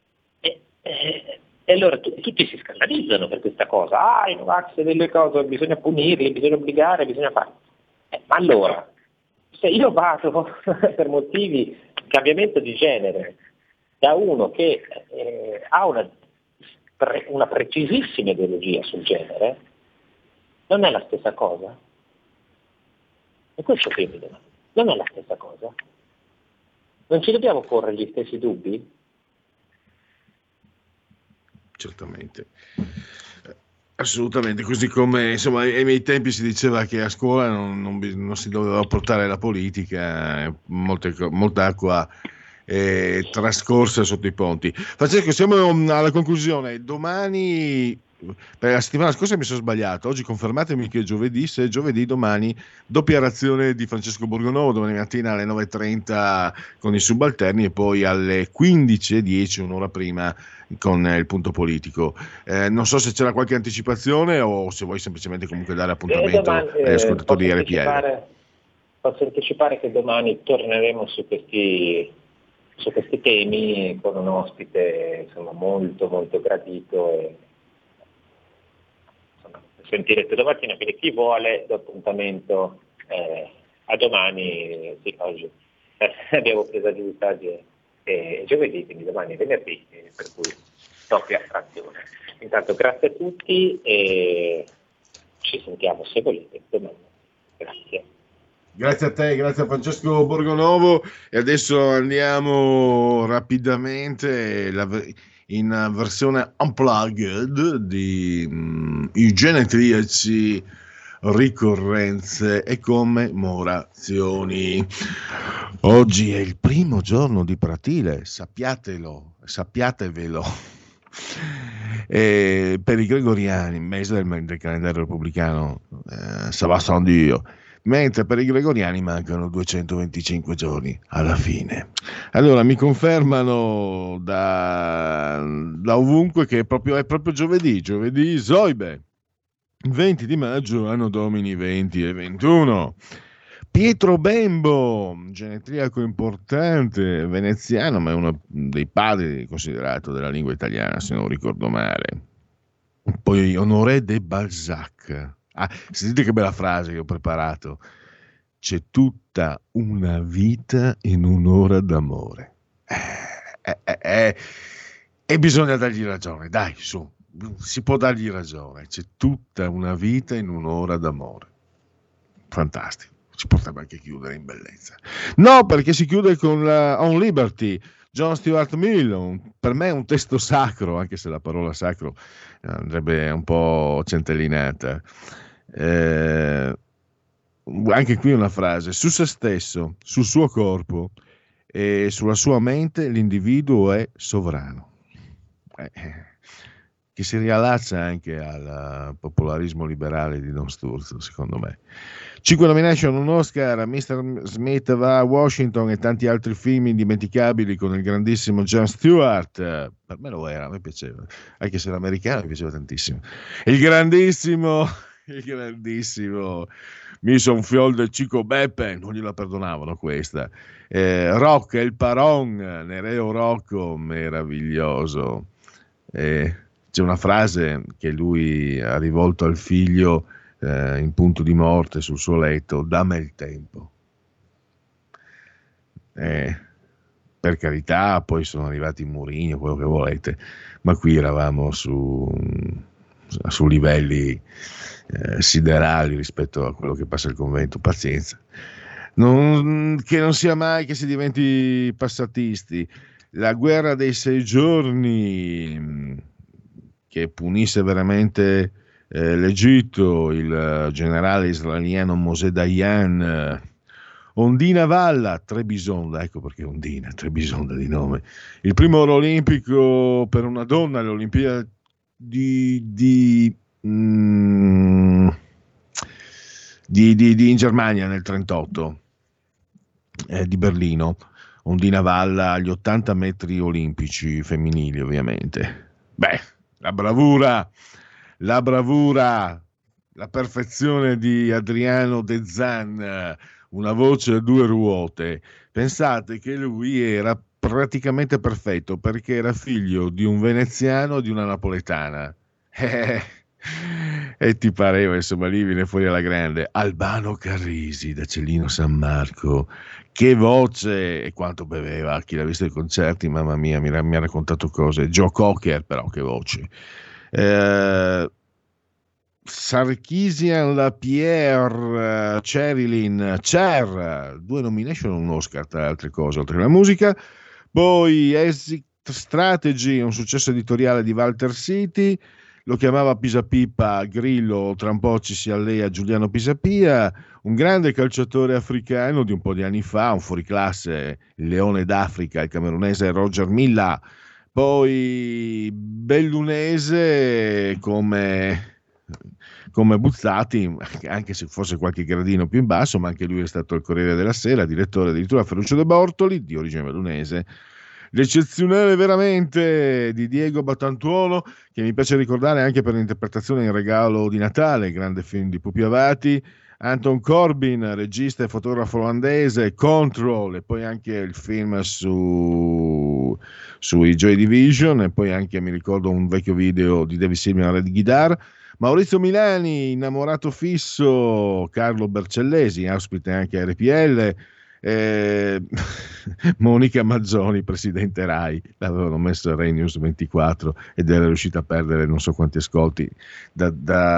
E allora tutti si scandalizzano per questa cosa. I Novax delle cose, bisogna punirli, bisogna obbligare, bisogna fare. Ma allora, se io vado per motivi di cambiamento di genere da uno che ha una precisissima ideologia sul genere, non è la stessa cosa? E questo che io mi domando, non è la stessa cosa? Non ci dobbiamo porre gli stessi dubbi? Certamente. Assolutamente, così come insomma ai miei tempi si diceva che a scuola non si doveva portare la politica, molta acqua trascorsa sotto i ponti. Francesco, siamo alla conclusione. Domani, per la settimana scorsa mi sono sbagliato, oggi confermatemi che è giovedì, se è giovedì domani doppia razione di Francesco Borgonovo, domani mattina alle 9.30 con i subalterni e poi alle 15.10, un'ora prima, con il punto politico. Non so se c'era qualche anticipazione o se vuoi semplicemente comunque dare appuntamento agli ascoltatori di RPL. Posso anticipare che domani torneremo su questi temi con un ospite insomma molto molto gradito e insomma, sentirete domattina, quindi chi vuole l'appuntamento a domani, sì, oggi abbiamo preso gli messaggi giovedì, quindi domani è venerdì, per cui doppia frazione. Intanto grazie a tutti e ci sentiamo se volete domani. Grazie. Grazie a te, grazie a Francesco Borgonovo e adesso andiamo rapidamente in versione unplugged di i genetriaci, ricorrenze e commemorazioni. Oggi è il primo giorno di Pratile, sappiatevelo. Per i gregoriani, mese del calendario repubblicano, Sabat San Dio, mentre per i gregoriani mancano 225 giorni alla fine. Allora mi confermano da ovunque che è proprio giovedì Zoibe, 20 di maggio, anno domini 20 e 21. Pietro Bembo, genetriaco importante, veneziano, ma è uno dei padri considerato della lingua italiana, se non ricordo male. Poi Honoré de Balzac. Sentite che bella frase che ho preparato. C'è tutta una vita in un'ora d'amore. E bisogna dargli ragione, dai, su. si può dargli ragione, c'è tutta una vita in un'ora d'amore. Fantastico, si potrebbe anche chiudere in bellezza. No, perché si chiude con la On Liberty, John Stuart Mill, per me è un testo sacro, anche se la parola sacro andrebbe un po' centellinata. Anche qui una frase: su se stesso, sul suo corpo e sulla sua mente l'individuo è sovrano. Che si riallaccia anche al popolarismo liberale di Don Sturzo, secondo me. 5 nomination, un Oscar, Mr. Smith va a Washington e tanti altri film indimenticabili con il grandissimo Jon Stewart. Per me lo era, a me piaceva, anche se l'americano mi piaceva tantissimo. Il grandissimo Mission Fiol del Chico Beppe, non gliela perdonavano questa. Rock, il Paron, Nereo Rocco, meraviglioso. C'è una frase che lui ha rivolto al figlio in punto di morte sul suo letto: dammi il tempo. Per carità, poi sono arrivati i Mourinho, quello che volete, ma qui eravamo su livelli siderali rispetto a quello che passa il convento. Pazienza, che non sia mai che si diventi passatisti. La guerra dei 6 giorni, che punisse veramente l'Egitto, il generale israeliano Mosè Dayan, Ondina Valla, Trebisonda, ecco perché Ondina, Trebisonda di nome, il primo oro olimpico per una donna alle Olimpiadi in Germania nel 1938, di Berlino. Ondina Valla agli 80 metri olimpici femminili, ovviamente. Beh, la bravura, la perfezione di Adriano De Zan, una voce a 2 ruote. Pensate che lui era praticamente perfetto perché era figlio di un veneziano e di una napoletana. E ti pareva, insomma, lì viene fuori alla grande. Albano Carrisi da Cellino San Marco, che voce, e quanto beveva. Chi l'ha visto ai concerti, mamma mia, mi ha raccontato cose. Joe Cocker, però, che voce. Sarkisian Lapierre, Cherilyn, Cher, 2 nomination, un Oscar tra le altre cose, oltre alla musica. Poi Exit Strategy, un successo editoriale di Walter City, lo chiamava Pisapippa Grillo, tra un po' ci si allea Giuliano Pisapia, un grande calciatore africano di un po' di anni fa, un fuoriclasse, il leone d'Africa, il camerunese Roger Milla. Poi bellunese come Buzzati, anche se forse qualche gradino più in basso, ma anche lui è stato il Corriere della Sera, direttore addirittura Ferruccio De Bortoli, di origine bellunese. L'eccezionale veramente di Diego Battantuono, che mi piace ricordare anche per l'interpretazione in Regalo di Natale, grande film di Pupi Avati. Anton Corbijn, regista e fotografo olandese, Control, e poi anche il film sui Joy Division, e poi anche, mi ricordo, un vecchio video di David Silvia Red Guitar. Maurizio Milani, Innamorato fisso, Carlo Bercellesi, ospite anche a RPL. Monica Mazzoni, presidente Rai, l'avevano messo a Rai News 24 ed era riuscita a perdere non so quanti ascolti, da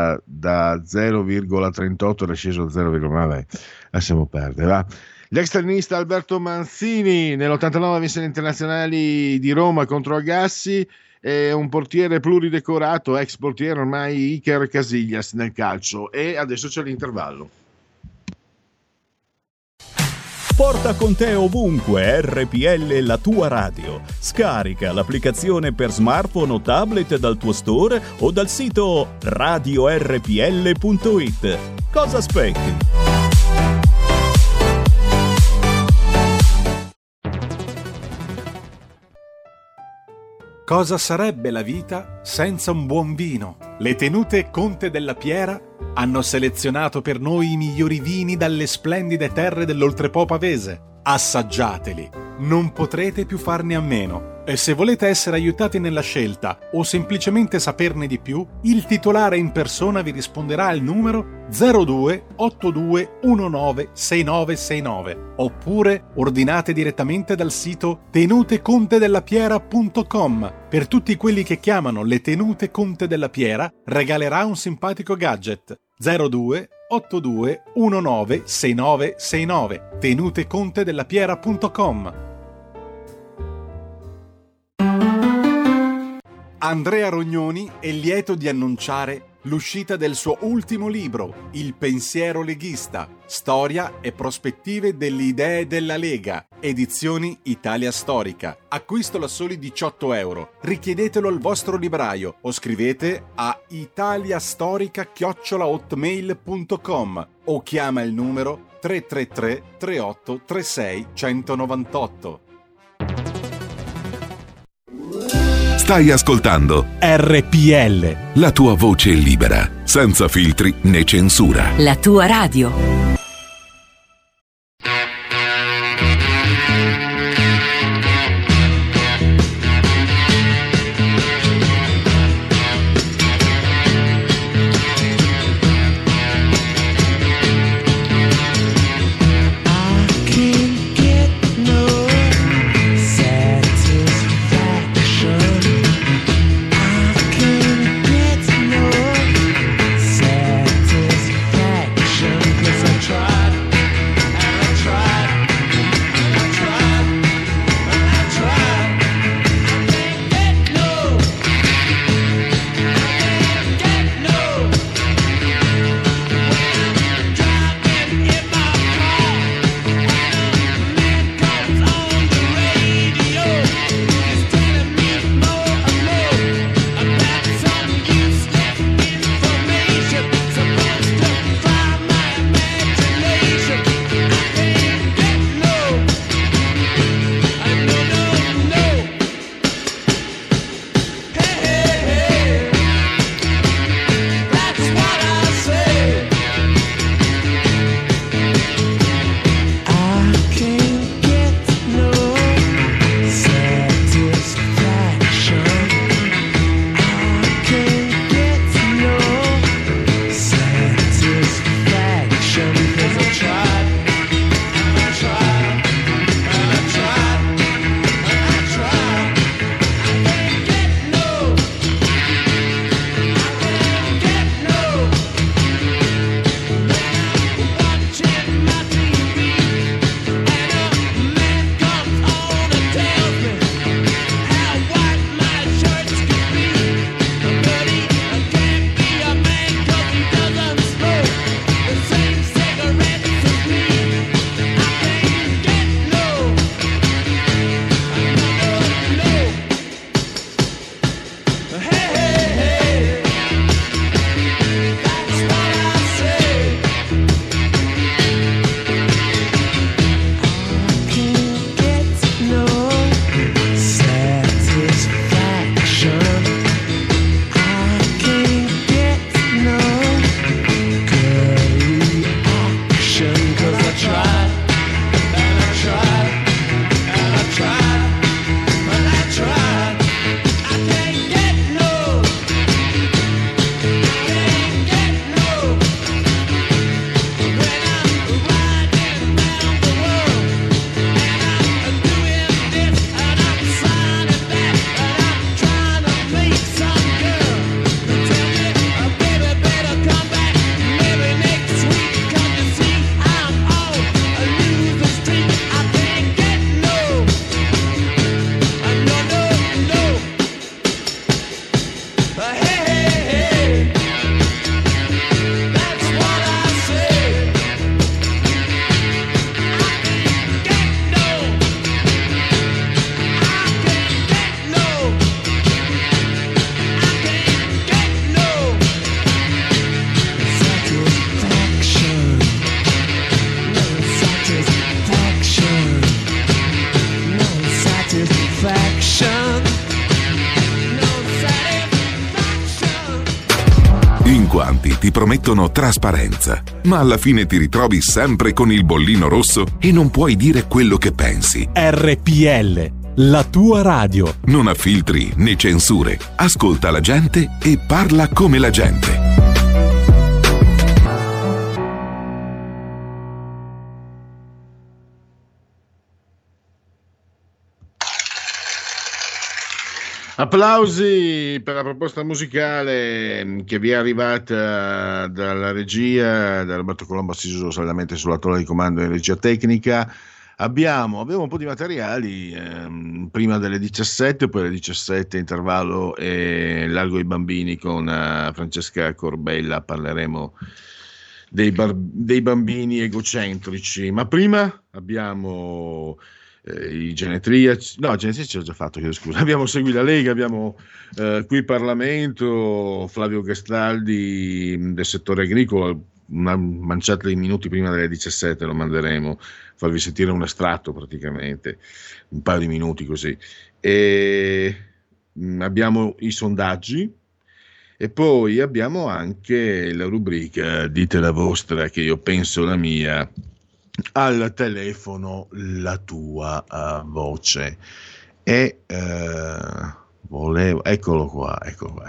0,38 era sceso a 0,9. Lasciamo perdere, va. L'ex tennista Alberto Manzini nell'89 vinse gli internazionali di Roma contro Agassi. È un portiere pluridecorato, ex portiere ormai Iker Casillas nel calcio. E adesso c'è l'intervallo. Porta con te ovunque RPL, la tua radio. Scarica l'applicazione per smartphone o tablet dal tuo store o dal sito radiorpl.it. Cosa aspetti? Cosa sarebbe la vita senza un buon vino? Le tenute Conte della Piera hanno selezionato per noi i migliori vini dalle splendide terre dell'Oltrepo pavese. Assaggiateli, non potrete più farne a meno. E se volete essere aiutati nella scelta o semplicemente saperne di più, il titolare in persona vi risponderà al numero 02 82 19 6969 oppure ordinate direttamente dal sito tenutecontedellapiera.com. Per tutti quelli che chiamano le Tenute Conte della Piera regalerà un simpatico gadget. 02 82 19 6969 tenutecontedellapiera.com. Andrea Rognoni è lieto di annunciare l'uscita del suo ultimo libro, Il pensiero leghista, storia e prospettive delle idee della Lega, edizioni Italia Storica. Acquistalo a soli €18. Richiedetelo al vostro libraio o scrivete a italiastorica@hotmail.com o chiama il numero 333 38 36 198. Stai ascoltando RPL, la tua voce libera, senza filtri né censura. La tua radio. Quanti ti promettono trasparenza, ma alla fine ti ritrovi sempre con il bollino rosso e non puoi dire quello che pensi. RPL, la tua radio. Non ha filtri né censure. Ascolta la gente e parla come la gente. Applausi per la proposta musicale che vi è arrivata dalla regia, da Roberto Colombo assiso saldamente sulla tolla di comando in regia tecnica. Abbiamo un po' di materiali prima delle 17, poi alle 17 intervallo e Largo i bambini con Francesca Corbella, parleremo dei bambini egocentrici, ma prima abbiamo i genetriaci, no, genetriaci ho già fatto, scusa. Abbiamo Segui la Lega, abbiamo qui Parlamento, Flavio Gastaldi del settore agricolo, una manciata di minuti prima delle 17 lo manderemo, farvi sentire un estratto praticamente, un paio di minuti così. E abbiamo i sondaggi e poi abbiamo anche la rubrica Dite la vostra, che io penso la mia, al telefono la tua voce. E eccolo qua.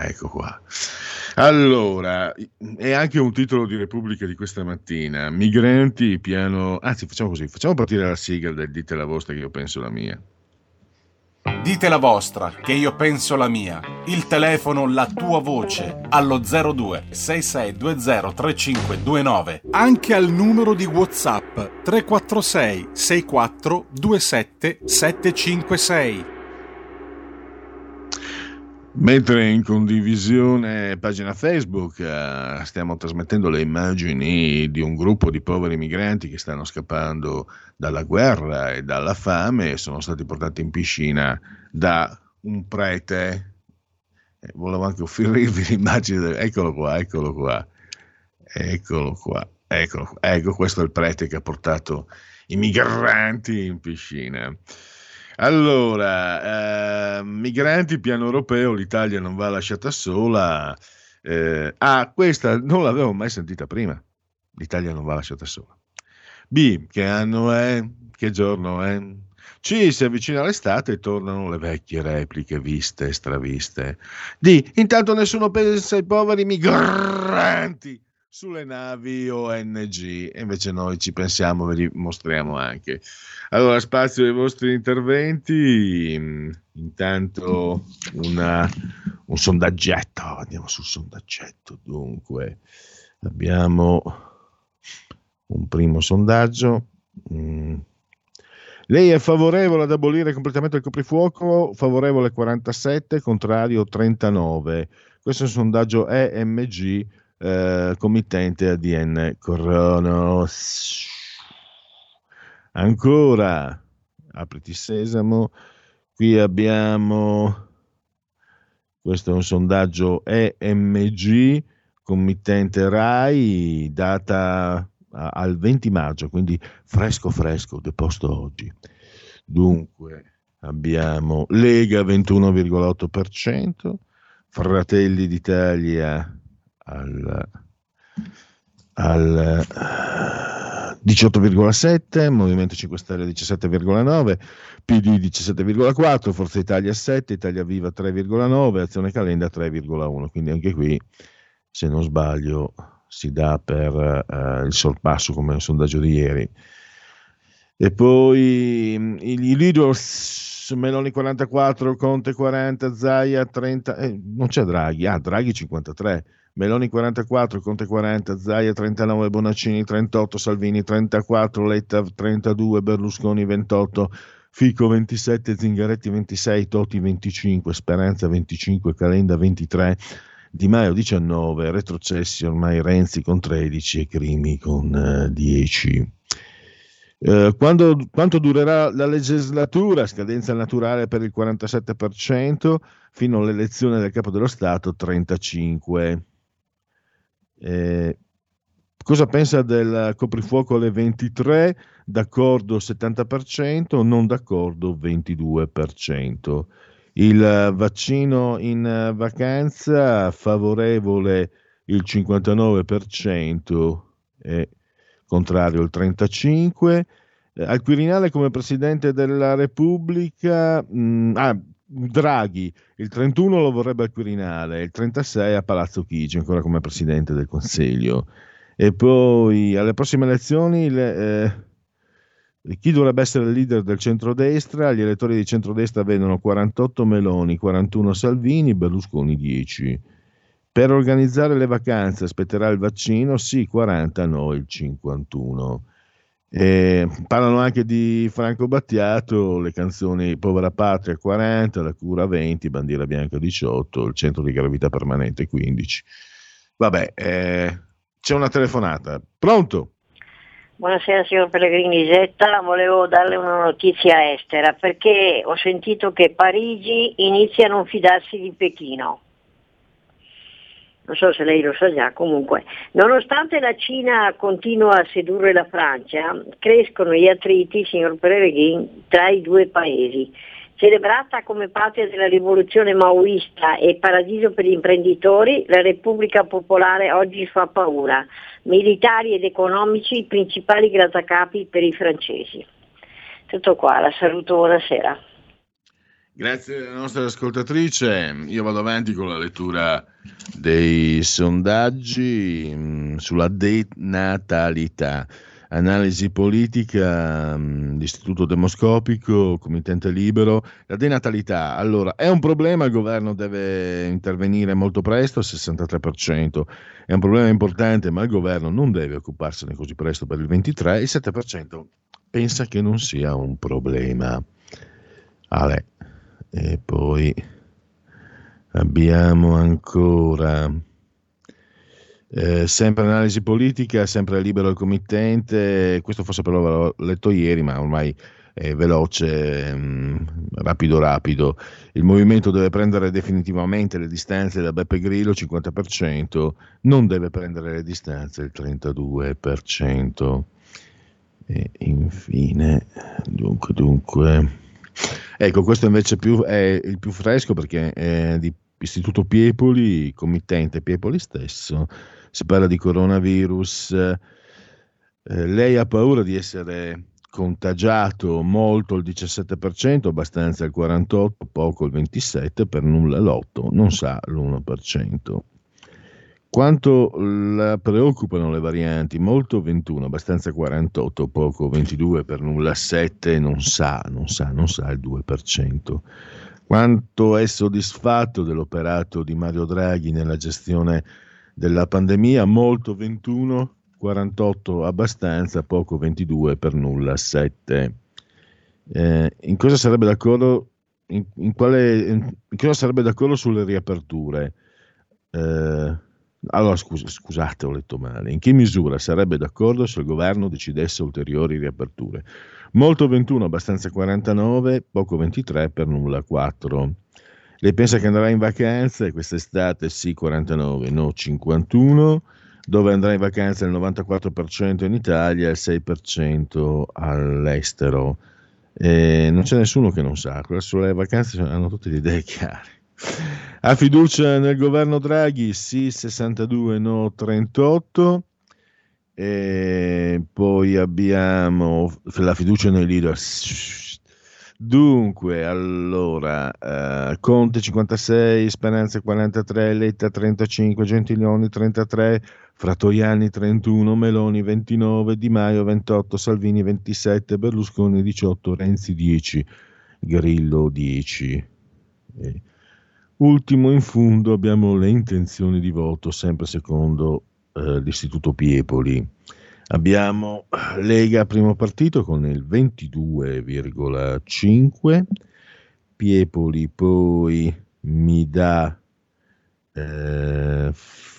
Allora, è anche un titolo di Repubblica di questa mattina: migranti piano, anzi facciamo così, facciamo partire la sigla del Dite la vostra che io penso la mia. Dite la vostra, che io penso la mia. Il telefono, la tua voce, allo 02 6620 3529. Anche al numero di WhatsApp 346 64 27 756. Mentre in condivisione pagina Facebook stiamo trasmettendo le immagini di un gruppo di poveri migranti che stanno scappando dalla guerra e dalla fame, sono stati portati in piscina da un prete. Volevo anche offrirvi l'immagine eccolo qua. Ecco, questo è il prete che ha portato i migranti in piscina. Allora, migranti, piano europeo, l'Italia non va lasciata sola. Questa non l'avevo mai sentita prima. L'Italia non va lasciata sola. B, che anno è? Che giorno è? C, si avvicina l'estate e tornano le vecchie repliche viste e straviste. D, intanto nessuno pensa ai poveri migranti sulle navi ONG, e invece noi ci pensiamo, ve li mostriamo anche. Allora, spazio ai vostri interventi. Intanto un sondaggetto, andiamo sul sondaggetto. Dunque, abbiamo un primo sondaggio. Lei è favorevole ad abolire completamente il coprifuoco? Favorevole 47, contrario 39. Questo è un sondaggio EMG, committente ADN Cronos. Ancora, apriti sesamo, qui abbiamo, questo è un sondaggio EMG, committente RAI, data al 20 maggio, quindi fresco, deposto oggi. Dunque, abbiamo Lega 21,8%, Fratelli d'Italia al 18,7%, Movimento 5 Stelle 17,9%, PD 17,4%, Forza Italia 7%, Italia Viva 3,9%, Azione Calenda 3,1%, quindi anche qui, se non sbaglio, si dà per il sorpasso come nel sondaggio di ieri. E poi i leaders: Meloni 44, Conte 40, Zaia 30, non c'è Draghi, Draghi 53, Meloni 44, Conte 40, Zaia 39, Bonaccini 38, Salvini 34, Letta 32, Berlusconi 28, Fico 27, Zingaretti 26, Toti 25, Speranza 25, Calenda 23, Di Maio 19, retrocessi ormai Renzi con 13 e Crimi con 10. Quanto durerà la legislatura? Scadenza naturale per il 47%, fino all'elezione del capo dello Stato 35%. Cosa pensa del coprifuoco alle 23? D'accordo 70%, non d'accordo 22%. Il vaccino in vacanza, favorevole il 59% e contrario il 35%. Al Quirinale come Presidente della Repubblica, Draghi, il 31 lo vorrebbe al Quirinale, il 36 a Palazzo Chigi, ancora come Presidente del Consiglio. E poi alle prossime elezioni chi dovrebbe essere il leader del centrodestra? Gli elettori di centrodestra vedono 48 Meloni, 41 Salvini, Berlusconi 10. Per organizzare le vacanze aspetterà il vaccino? Sì, 40, no, il 51. Parlano anche di Franco Battiato, le canzoni Povera Patria 40, La Cura 20, Bandiera Bianca 18, il centro di gravità permanente 15. Vabbè, c'è una telefonata. Pronto? Buonasera signor Pellegrini Zetta, volevo darle una notizia estera perché ho sentito che Parigi inizia a non fidarsi di Pechino. Non so se lei lo sa già, comunque. Nonostante la Cina continua a sedurre la Francia, crescono gli attriti, signor Pellegrini, tra i due paesi. Celebrata come patria della rivoluzione maoista e paradiso per gli imprenditori, la Repubblica Popolare oggi fa paura. Militari ed economici, i principali grattacapi per i francesi. Tutto qua, la saluto, buonasera. Grazie alla nostra ascoltatrice. Io vado avanti con la lettura dei sondaggi sulla denatalità. Analisi politica, l'Istituto Demoscopico, Committente Libero. La denatalità, allora, è un problema, il governo deve intervenire molto presto, al 63%. È un problema importante, ma il governo non deve occuparsene così presto per il 23%. Il 7% pensa che non sia un problema. E poi abbiamo ancora sempre analisi politica, sempre Libero il committente. Questo forse però l'ho letto ieri, ma ormai è veloce, rapido. Il movimento deve prendere definitivamente le distanze da Beppe Grillo, 50%, non deve prendere le distanze il 32%. E infine dunque ecco, questo invece è il più fresco perché è di Istituto Piepoli, committente Piepoli stesso. Si parla di coronavirus. Lei ha paura di essere contagiato? Molto il 17%, abbastanza il 48%, poco il 27%, per nulla l'8%, non sa l'1%. Quanto la preoccupano le varianti? Molto 21%, abbastanza 48%, poco 22%, per nulla 7%, non sa il 2%. Quanto è soddisfatto dell'operato di Mario Draghi nella gestione della pandemia? Molto 21%, 48% abbastanza, poco 22%, per nulla 7%. In cosa sarebbe d'accordo? In cosa sarebbe d'accordo sulle riaperture? Allora scusate, ho letto male. In che misura sarebbe d'accordo se il governo decidesse ulteriori riaperture? Molto 21%, abbastanza 49%, poco 23%, per nulla 4%. Lei pensa che andrà in vacanza quest'estate? Sì, 49%, no 51%. Dove andrà in vacanza il 94% in Italia e il 6% all'estero. Non c'è nessuno che non sa. Sulle vacanze hanno tutte le idee chiare. Ha fiducia nel governo Draghi? Sì, 62%, no 38%. E poi abbiamo la fiducia nei leader. Dunque, allora, Conte 56, Speranza 43, Letta 35, Gentiloni 33, Fratoianni 31, Meloni 29, Di Maio 28, Salvini 27, Berlusconi 18, Renzi 10, Grillo 10. Ultimo in fondo abbiamo le intenzioni di voto, sempre secondo l'Istituto Piepoli. Abbiamo Lega primo partito con il 22,5%, Piepoli poi mi dà il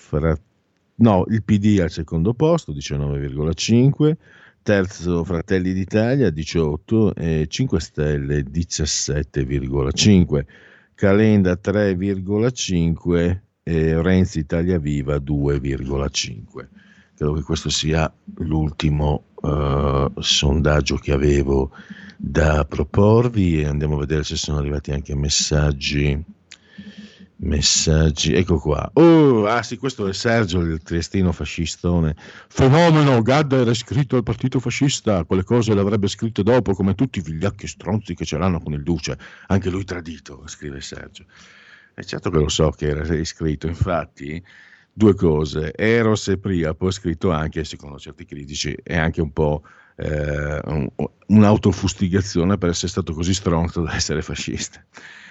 PD al secondo posto, 19,5%, terzo Fratelli d'Italia 18% e 5 Stelle 17,5%, Calenda 3,5% e Renzi Italia Viva 2,5%. Credo che questo sia l'ultimo sondaggio che avevo da proporvi e andiamo a vedere se sono arrivati anche messaggi Messaggi, ecco qua. Sì, questo è Sergio, il triestino fascistone. Fenomeno, Gadda era iscritto al partito fascista, quelle cose le avrebbe scritte dopo, come tutti i vigliacchi stronzi che ce l'hanno con il Duce. Anche lui tradito, scrive Sergio. E certo che lo so che era iscritto, infatti, due cose. Eros e Priapo è scritto anche, secondo certi critici, è anche un po' un'autofustigazione per essere stato così stronzo da essere fascista.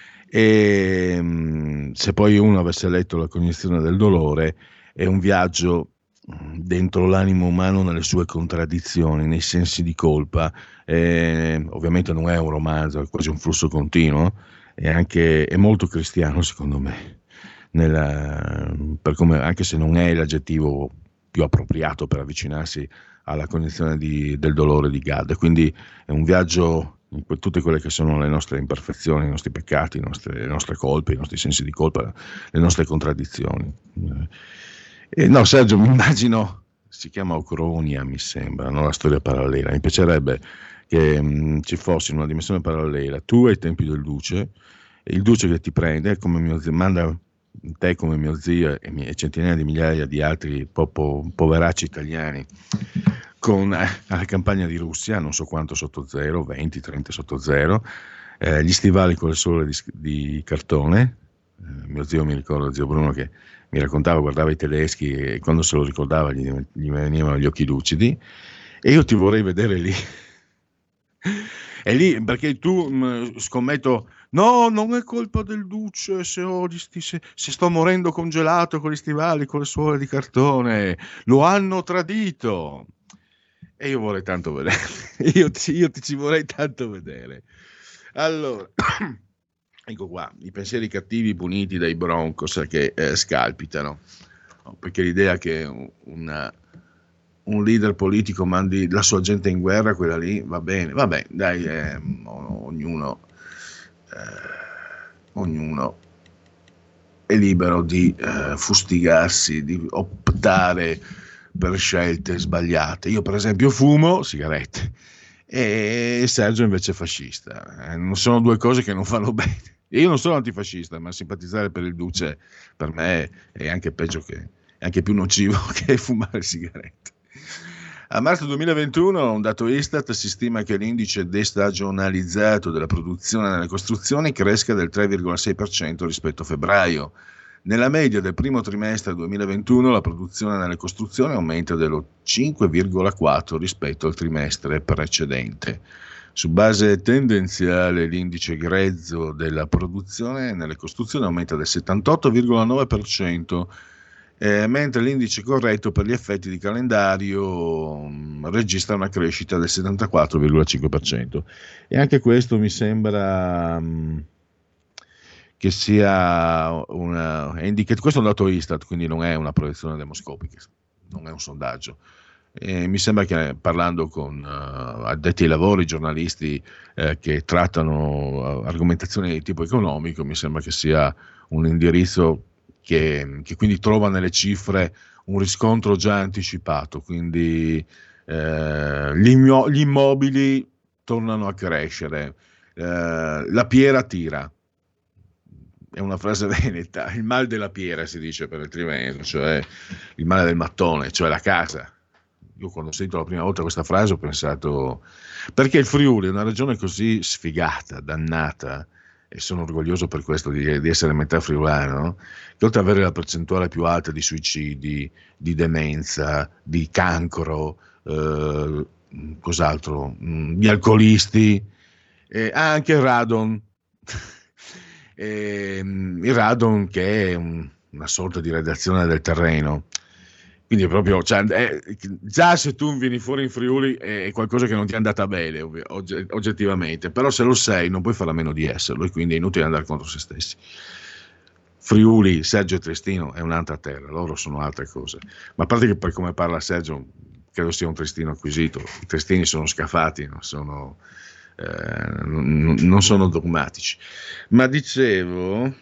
E se poi uno avesse letto La cognizione del dolore, è un viaggio dentro l'animo umano nelle sue contraddizioni, nei sensi di colpa. Ovviamente non è un romanzo, è quasi un flusso continuo, è molto cristiano secondo me, anche se non è l'aggettivo più appropriato per avvicinarsi alla cognizione del dolore di Gadda. Quindi è un viaggio in tutte quelle che sono le nostre imperfezioni, i nostri peccati, le nostre colpe, i nostri sensi di colpa, le nostre contraddizioni. No, Sergio, mi immagino, si chiama Ocronia, mi sembra, no? La storia parallela. Mi piacerebbe che ci fosse in una dimensione parallela tu ai tempi del Duce, e il Duce che ti prende, come mio zio, manda te come mio zio e centinaia di migliaia di altri poveracci italiani alla campagna di Russia, non so quanto sotto zero, 20, 30 sotto zero, gli stivali con le sole di cartone. Mio zio, mi ricordo, zio Bruno, che mi raccontava, guardava i tedeschi e quando se lo ricordava gli venivano gli occhi lucidi, e io ti vorrei vedere lì. E lì, perché tu, scommetto, no, non è colpa del Duce se sto morendo congelato con gli stivali, con le suole di cartone, lo hanno tradito. E io vorrei tanto vedere, io ci vorrei tanto vedere. Allora, ecco qua, i pensieri cattivi puniti dai Broncos che scalpitano, perché l'idea che un leader politico mandi la sua gente in guerra, quella lì, va bene, vabbè, dai, ognuno è libero di fustigarsi, di optare per scelte sbagliate. Io per esempio fumo sigarette e Sergio invece è fascista. Non sono due cose che non fanno bene. Io non sono antifascista, ma simpatizzare per il Duce per me è anche peggio, è anche più nocivo che fumare sigarette. A marzo 2021, un dato Istat, si stima che l'indice destagionalizzato della produzione nelle costruzioni cresca del 3,6% rispetto a febbraio. Nella media del primo trimestre 2021 la produzione nelle costruzioni aumenta dello 5,4% rispetto al trimestre precedente. Su base tendenziale l'indice grezzo della produzione nelle costruzioni aumenta del 78,9%, mentre l'indice corretto per gli effetti di calendario registra una crescita del 74,5%. E anche questo mi sembra che sia questo è un dato Istat, quindi non è una proiezione demoscopica, non è un sondaggio. Mi sembra che, parlando con addetti ai lavori, giornalisti che trattano argomentazioni di tipo economico, mi sembra che sia un indirizzo che quindi trova nelle cifre un riscontro già anticipato, quindi gli immobili tornano a crescere, la piera tira. È una frase veneta, il mal della piera si dice per il triveneto, cioè il male del mattone, cioè la casa. Io quando ho sentito la prima volta questa frase ho pensato, perché il Friuli è una regione così sfigata, dannata, e sono orgoglioso per questo di essere metà friulano, che oltre ad avere la percentuale più alta di suicidi, di demenza, di cancro, cos'altro, di alcolisti, ha anche il radon. Il radon, che è una sorta di radiazione del terreno, quindi è proprio, già se tu vieni fuori in Friuli è qualcosa che non ti è andata bene oggettivamente, però se lo sei non puoi fare a meno di esserlo, e quindi è inutile andare contro se stessi. Friuli, Sergio e Triestino è un'altra terra, loro sono altre cose, ma a parte che per come parla Sergio credo sia un triestino acquisito. I triestini sono scafati, non sono dogmatici. Ma dicevo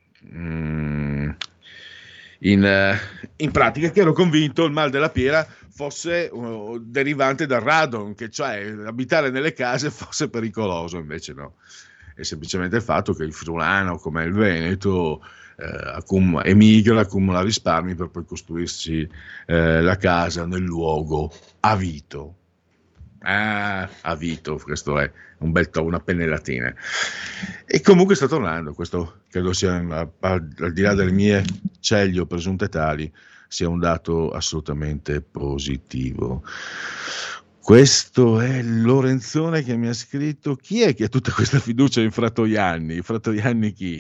in pratica che ero convinto il mal della piera fosse derivante dal radon, che cioè abitare nelle case fosse pericoloso, invece no. è semplicemente il fatto che il friulano, come il Veneto, emigra, accumula risparmi per poi costruirsi la casa nel luogo avito. Avito, questo è un bel una pennellatina. E comunque sta tornando, questo credo sia, al di là delle mie ceglio presunte tali, sia un dato assolutamente positivo. Questo è Lorenzone che mi ha scritto: chi è che ha tutta questa fiducia in Fratoianni? Fratoianni chi?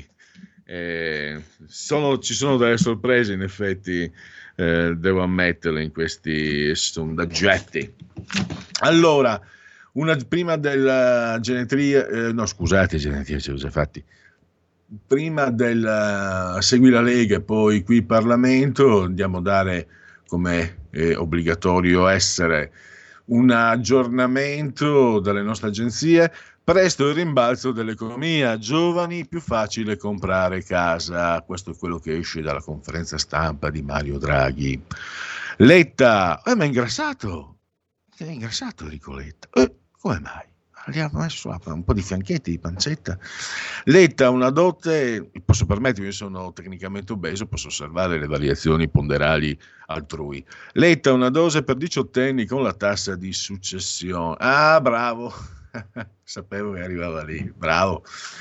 Ci sono delle sorprese, in effetti, devo ammetterle, in questi sondaggetti. Allora, prima della genetria, no scusate, genetria ci ho già fatti. Prima del Segui la Lega e poi qui Parlamento, andiamo a dare, come è obbligatorio essere, un aggiornamento dalle nostre agenzie. Presto il rimbalzo dell'economia, giovani, più facile comprare casa. Questo è quello che esce dalla conferenza stampa di Mario Draghi. Letta, ma è ingrassato Enrico Letta. Come mai? Gli ha messo un po' di fianchetti, di pancetta. Letta, una dote, posso permettermi, sono tecnicamente obeso, posso osservare le variazioni ponderali altrui. Letta, una dose per 18enni con la tassa di successione. Ah, bravo. Sapevo che arrivava lì, bravo.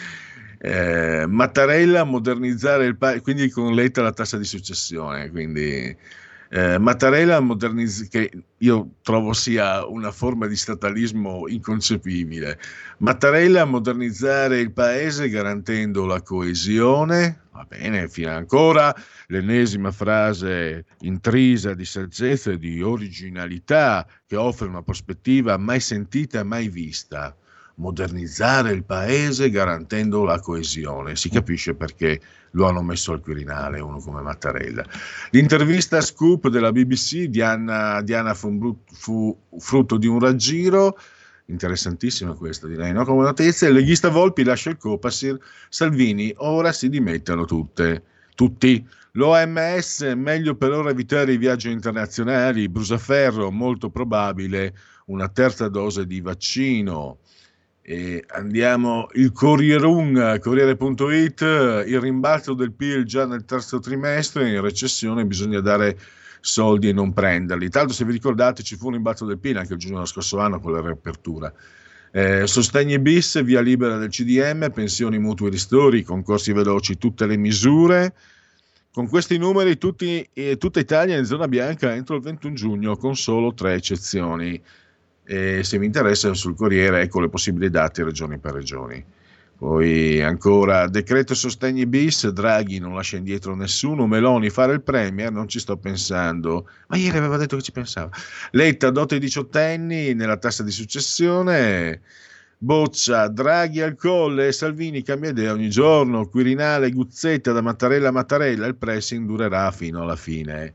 Mattarella, modernizzare il paese, quindi con Letta la tassa di successione, quindi Mattarella che io trovo sia una forma di statalismo inconcepibile. Mattarella, modernizzare il paese garantendo la coesione. Va bene, fino ancora l'ennesima frase intrisa di saggezza e di originalità che offre una prospettiva mai sentita e mai vista. Modernizzare il paese garantendo la coesione. Si capisce perché lo hanno messo al Quirinale uno come Mattarella. L'intervista scoop della BBC di Anna fu frutto di un raggiro. Interessantissima questa, direi, no? Come notizia, il leghista Volpi lascia il Copasir, Salvini, ora si dimettano tutti. L'OMS, meglio per ora evitare i viaggi internazionali. Brusaferro, molto probabile una terza dose di vaccino. E andiamo, il Corriere.it, il rimbalzo del PIL già nel terzo trimestre, in recessione bisogna dare soldi e non prenderli. Tanto, se vi ricordate, ci fu un rimbalzo del PIL anche il giugno dello scorso anno con la riapertura. Sostegni bis, via libera del CDM, pensioni, mutui, ristori, concorsi veloci, tutte le misure. Con questi numeri tutta Italia in zona bianca entro il 21 giugno, con solo 3 eccezioni. E se vi interessa, sul Corriere ecco le possibili date regione per regioni. Poi ancora decreto sostegni bis, Draghi non lascia indietro nessuno, Meloni fare il premier, non ci sto pensando, ma ieri aveva detto che ci pensava. Letta, dote ai 18enni nella tassa di successione. Boccia, Draghi al colle, Salvini cambia idea ogni giorno, Quirinale, Guzzetta da Mattarella a Mattarella, il pressing durerà fino alla fine.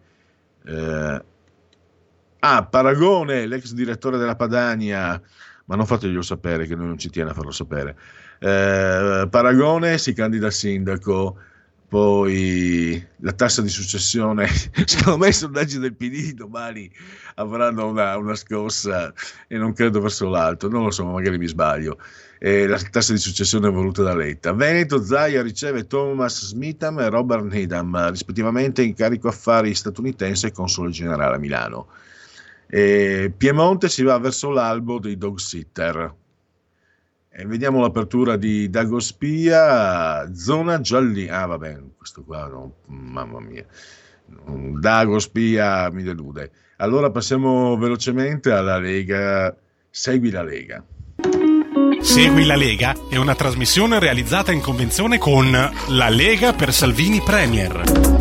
Paragone, l'ex direttore della Padania, ma non fateglielo sapere che noi non ci tiene a farlo sapere. Paragone si candida a sindaco, poi la tassa di successione, secondo me i sondaggi del PD domani avranno una scossa e non credo verso l'alto, non lo so, magari mi sbaglio. La tassa di successione è voluta da Letta. Veneto, Zaia riceve Thomas Smitham e Robert Needham, rispettivamente incarico affari statunitense e console generale a Milano. Piemonte si va verso l'albo dei dog sitter. Vediamo l'apertura di Dagospia, zona giallina. Vabbè, questo qua no, mamma mia. Dagospia mi delude. Allora passiamo velocemente alla Lega. Segui la Lega. Segui la Lega è una trasmissione realizzata in convenzione con La Lega per Salvini Premier.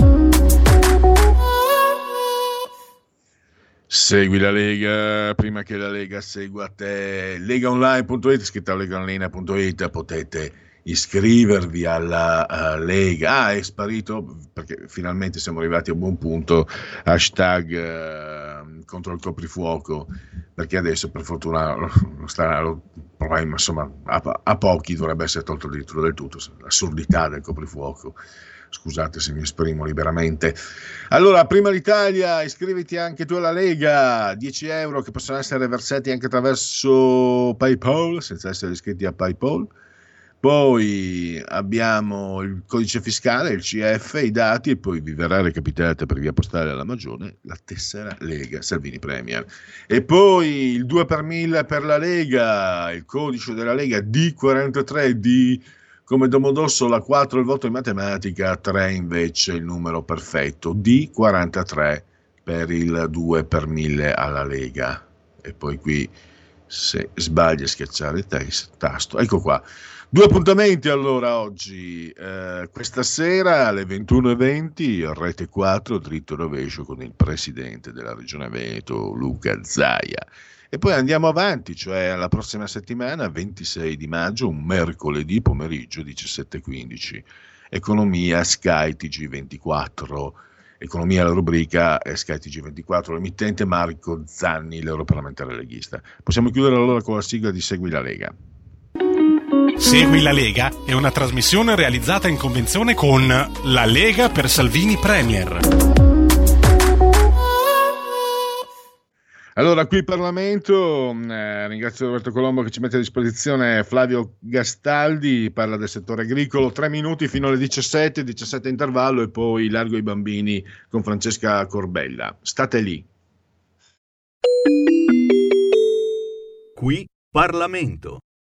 Segui la Lega prima che la Lega segua te. Legaonline.it, scritto legaonline.it, potete iscrivervi alla Lega. È sparito perché finalmente siamo arrivati a un buon punto. Hashtag contro il coprifuoco, perché adesso per fortuna insomma a pochi dovrebbe essere tolto addirittura del tutto. L'assurdità del coprifuoco. Scusate se mi esprimo liberamente. Allora, prima l'Italia, iscriviti anche tu alla Lega, 10 euro che possono essere versati anche attraverso PayPal, senza essere iscritti a PayPal. Poi abbiamo il codice fiscale, il CF, i dati, e poi vi verrà recapitata per via postale alla Magione la tessera Lega Salvini Premier. E poi il 2 per 1000 per la Lega, il codice della Lega D43, D come Domodossola, la 4 il voto in matematica, 3 invece il numero perfetto, D43 per il 2 per 1000 alla Lega. E poi qui se sbagli a schiacciare il tasto, ecco qua. 2 appuntamenti allora oggi, questa sera alle 21:20, Rete 4, dritto rovescio con il presidente della Regione Veneto, Luca Zaia. E poi andiamo avanti, cioè la prossima settimana, 26 di maggio, un mercoledì pomeriggio, 17:15, Economia Sky TG24. Economia, la rubrica Sky TG24, l'emittente Marco Zanni, l'europarlamentare leghista. Possiamo chiudere allora con la sigla di Segui la Lega. Segui la Lega è una trasmissione realizzata in convenzione con La Lega per Salvini Premier. Allora, qui in Parlamento, ringrazio Roberto Colombo che ci mette a disposizione Flavio Gastaldi, parla del settore agricolo, 3 minuti fino alle 17 intervallo, e poi Largo ai bambini con Francesca Corbella. State lì. Qui Parlamento.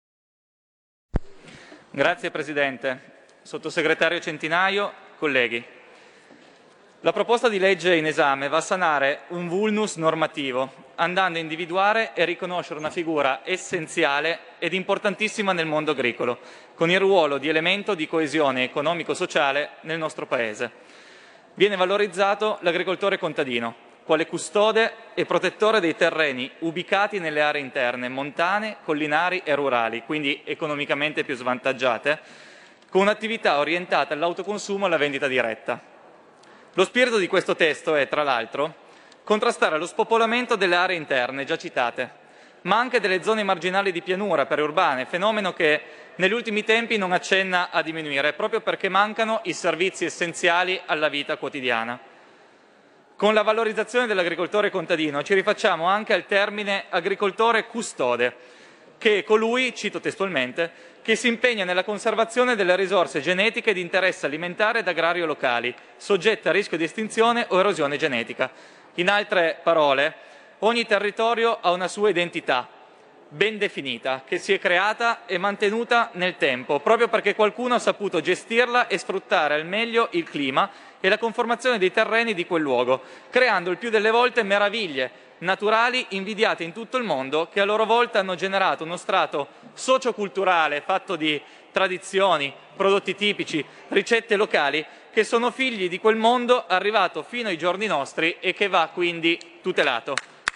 Grazie Presidente, Sottosegretario Centinaio, colleghi. La proposta di legge in esame va a sanare un vulnus normativo, andando a individuare e riconoscere una figura essenziale ed importantissima nel mondo agricolo, con il ruolo di elemento di coesione economico-sociale nel nostro Paese. Viene valorizzato l'agricoltore contadino, quale custode e protettore dei terreni ubicati nelle aree interne, montane, collinari e rurali, quindi economicamente più svantaggiate, con un'attività orientata all'autoconsumo e alla vendita diretta. Lo spirito di questo testo è, tra l'altro, contrastare lo spopolamento delle aree interne già citate, ma anche delle zone marginali di pianura periurbane, fenomeno che negli ultimi tempi non accenna a diminuire, proprio perché mancano i servizi essenziali alla vita quotidiana. Con la valorizzazione dell'agricoltore contadino ci rifacciamo anche al termine agricoltore custode, che è colui, cito testualmente, che si impegna nella conservazione delle risorse genetiche di interesse alimentare ed agrario locali, soggette a rischio di estinzione o erosione genetica. In altre parole, ogni territorio ha una sua identità ben definita, che si è creata e mantenuta nel tempo, proprio perché qualcuno ha saputo gestirla e sfruttare al meglio il clima e la conformazione dei terreni di quel luogo, creando il più delle volte meraviglie naturali invidiate in tutto il mondo, che a loro volta hanno generato uno strato socioculturale fatto di tradizioni, prodotti tipici, ricette locali, che sono figli di quel mondo arrivato fino ai giorni nostri e che va quindi tutelato.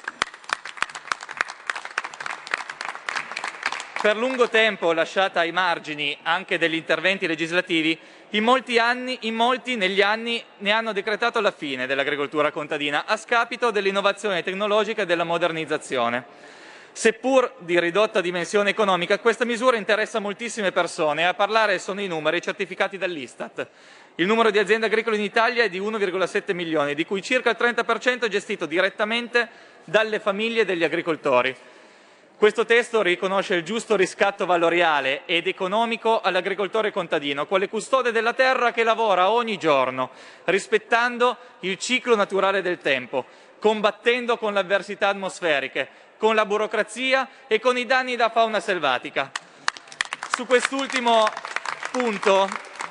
Per lungo tempo lasciata ai margini anche degli interventi legislativi, in molti negli anni ne hanno decretato la fine dell'agricoltura contadina a scapito dell'innovazione tecnologica e della modernizzazione. Seppur di ridotta dimensione economica, questa misura interessa moltissime persone e a parlare sono i numeri certificati dall'Istat. Il numero di aziende agricole in Italia è di 1,7 milioni, di cui circa il 30% è gestito direttamente dalle famiglie degli agricoltori. Questo testo riconosce il giusto riscatto valoriale ed economico all'agricoltore contadino, quale custode della terra che lavora ogni giorno, rispettando il ciclo naturale del tempo, combattendo con le avversità atmosferiche, con la burocrazia e con i danni da fauna selvatica. Su quest'ultimo punto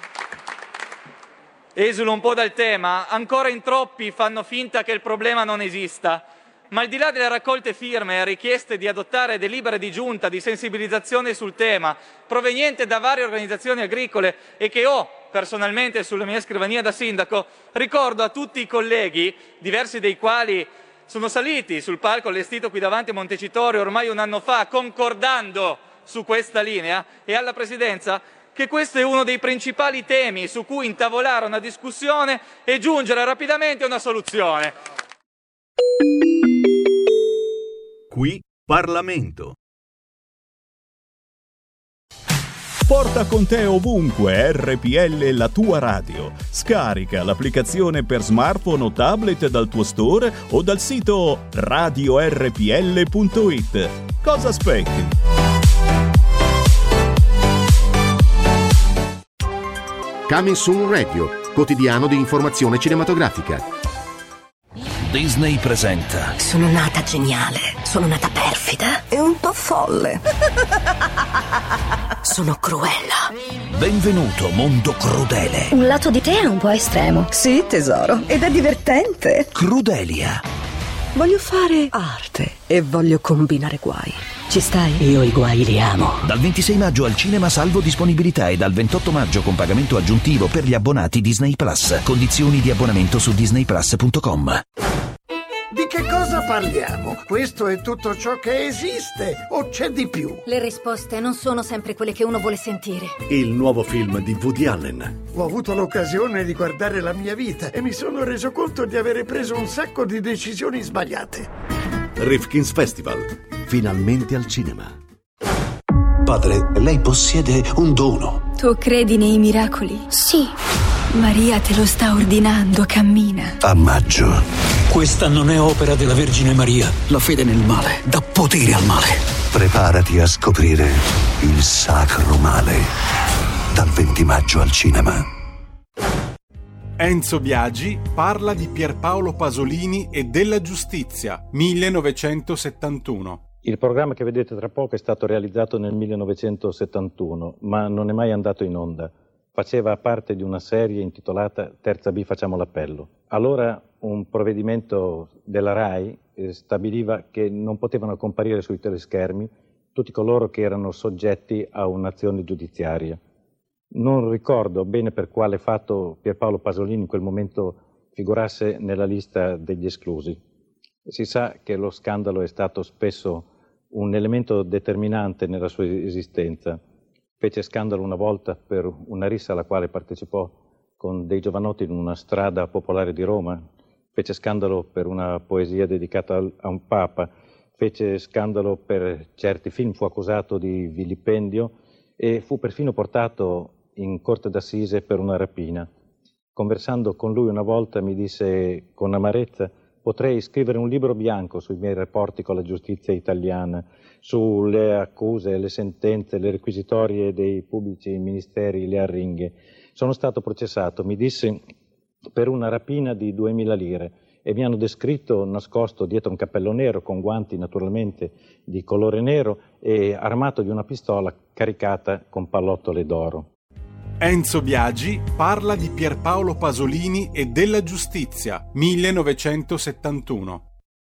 esulo un po' dal tema, ancora in troppi fanno finta che il problema non esista. Ma al di là delle raccolte firme e richieste di adottare delibere di giunta di sensibilizzazione sul tema, proveniente da varie organizzazioni agricole e che ho personalmente sulla mia scrivania da sindaco, ricordo a tutti i colleghi, diversi dei quali sono saliti sul palco allestito qui davanti a Montecitorio ormai un anno fa, concordando su questa linea, e alla Presidenza, che questo è uno dei principali temi su cui intavolare una discussione e giungere rapidamente a una soluzione. Qui Parlamento. Porta con te ovunque RPL, la tua radio. Scarica l'applicazione per smartphone o tablet dal tuo store o dal sito radiorpl.it. Cosa aspetti? Coming Soon Radio, quotidiano di informazione cinematografica. Disney presenta. Sono nata geniale, sono nata perfida e un po' folle. Sono Cruella. Benvenuto, mondo crudele. Un lato di te è un po' estremo. Sì, tesoro, ed è divertente. Crudelia. Voglio fare arte e voglio combinare guai. Ci stai? Io i guai li amo. Dal 26 maggio al cinema salvo disponibilità e dal 28 maggio con pagamento aggiuntivo per gli abbonati Disney Plus. Condizioni di abbonamento su disneyplus.com. Di che cosa parliamo? Questo è tutto ciò che esiste o c'è di più? Le risposte non sono sempre quelle che uno vuole sentire. Il nuovo film di Woody Allen. Ho avuto l'occasione di guardare la mia vita e mi sono reso conto di avere preso un sacco di decisioni sbagliate. Rifkin's Festival, finalmente al cinema. Padre, lei possiede un dono. Tu credi nei miracoli? Sì. Maria te lo sta ordinando, cammina. A maggio. Questa non è opera della Vergine Maria. La fede nel male dà potere al male. Preparati a scoprire il sacro male. Dal 20 maggio al cinema. Enzo Biagi parla di Pierpaolo Pasolini e della giustizia, 1971. Il programma che vedete tra poco è stato realizzato nel 1971, ma non è mai andato in onda. Faceva parte di una serie intitolata Terza B facciamo l'appello. Allora un provvedimento della RAI stabiliva che non potevano comparire sui teleschermi tutti coloro che erano soggetti a un'azione giudiziaria. Non ricordo bene per quale fatto Pierpaolo Pasolini in quel momento figurasse nella lista degli esclusi. Si sa che lo scandalo è stato spesso un elemento determinante nella sua esistenza. Fece scandalo una volta per una rissa alla quale partecipò con dei giovanotti in una strada popolare di Roma, fece scandalo per una poesia dedicata a un papa, fece scandalo per certi film, fu accusato di vilipendio e fu perfino portato in corte d'assise per una rapina. Conversando con lui una volta mi disse con amarezza: potrei scrivere un libro bianco sui miei rapporti con la giustizia italiana, sulle accuse, le sentenze, le requisitorie dei pubblici ministeri, le arringhe. Sono stato processato, mi disse, per una rapina di 2.000 lire e mi hanno descritto nascosto dietro un cappello nero, con guanti naturalmente di colore nero e armato di una pistola caricata con pallottole d'oro. Enzo Biagi parla di Pierpaolo Pasolini e della giustizia, 1971.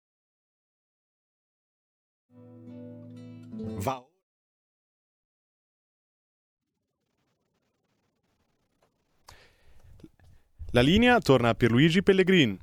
La linea torna a Pierluigi Pellegrin.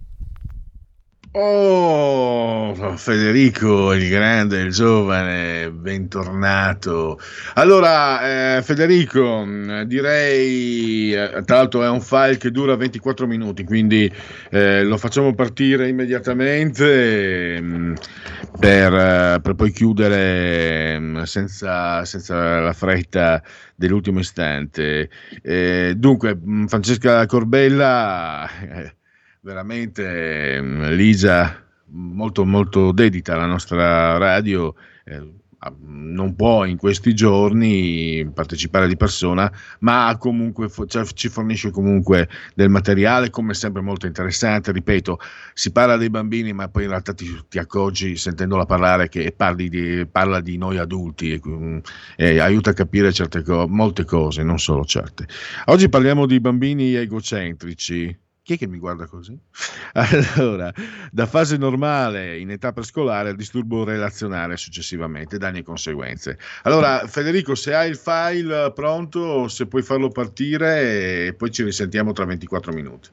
Oh, Federico, il grande, il giovane, bentornato. Allora, Federico, direi, tra l'altro è un file che dura 24 minuti, quindi lo facciamo partire immediatamente per poi chiudere senza la fretta dell'ultimo istante. Dunque, Francesca Corbella... veramente Lisa molto molto dedita alla nostra radio, non può in questi giorni partecipare di persona, ma comunque ci fornisce comunque del materiale come sempre molto interessante. Ripeto, si parla dei bambini, ma poi in realtà ti accorgi sentendola parlare che parla di noi adulti e aiuta a capire molte cose, non solo certe. Oggi parliamo di bambini egocentrici. Chi è che mi guarda così? Allora, da fase normale in età prescolare al disturbo relazionale successivamente, danni e conseguenze. Allora, Federico, se hai il file pronto, se puoi farlo partire e poi ci risentiamo tra 24 minuti.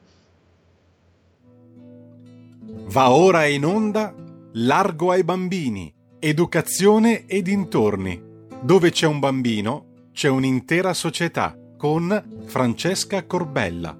Va ora in onda Largo ai bambini, educazione e dintorni. Dove c'è un bambino, c'è un'intera società, con Francesca Corbella.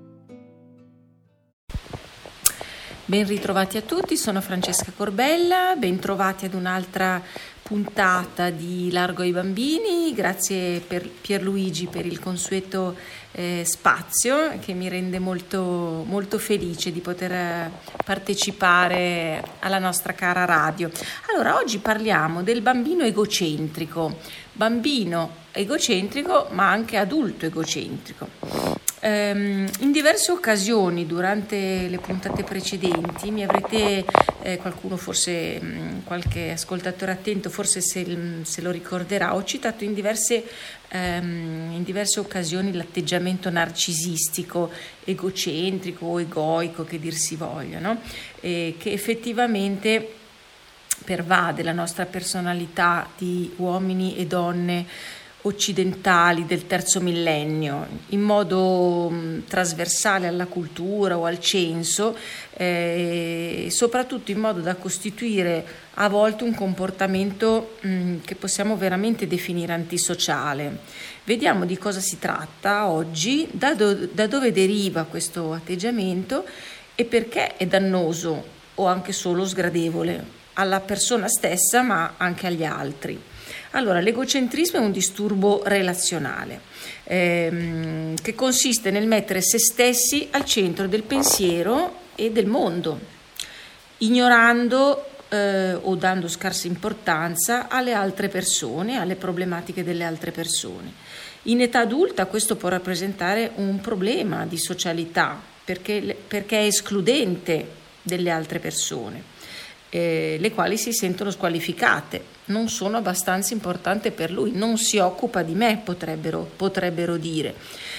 Ben ritrovati a tutti, sono Francesca Corbella, ben trovati ad un'altra puntata di Largo ai bambini. Grazie per Pierluigi per il consueto spazio che mi rende molto, molto felice di poter partecipare alla nostra cara radio. Allora, oggi parliamo del bambino egocentrico ma anche adulto egocentrico. In diverse occasioni durante le puntate precedenti mi avrete, qualcuno forse, qualche ascoltatore attento forse se lo ricorderà, ho citato in diverse occasioni l'atteggiamento narcisistico, egocentrico o egoico, che dir si voglia, no? Che effettivamente pervade la nostra personalità di uomini e donne occidentali del terzo millennio in modo trasversale alla cultura o al censo, e soprattutto in modo da costituire a volte un comportamento che possiamo veramente definire antisociale. Vediamo di cosa si tratta oggi, da dove deriva questo atteggiamento e perché è dannoso o anche solo sgradevole alla persona stessa ma anche agli altri. Allora, l'egocentrismo è un disturbo relazionale che consiste nel mettere se stessi al centro del pensiero e del mondo, ignorando o dando scarsa importanza alle altre persone, alle problematiche delle altre persone. In età adulta questo può rappresentare un problema di socialità perché è escludente delle altre persone. Le quali si sentono squalificate, non sono abbastanza importante per lui, non si occupa di me, potrebbero dire.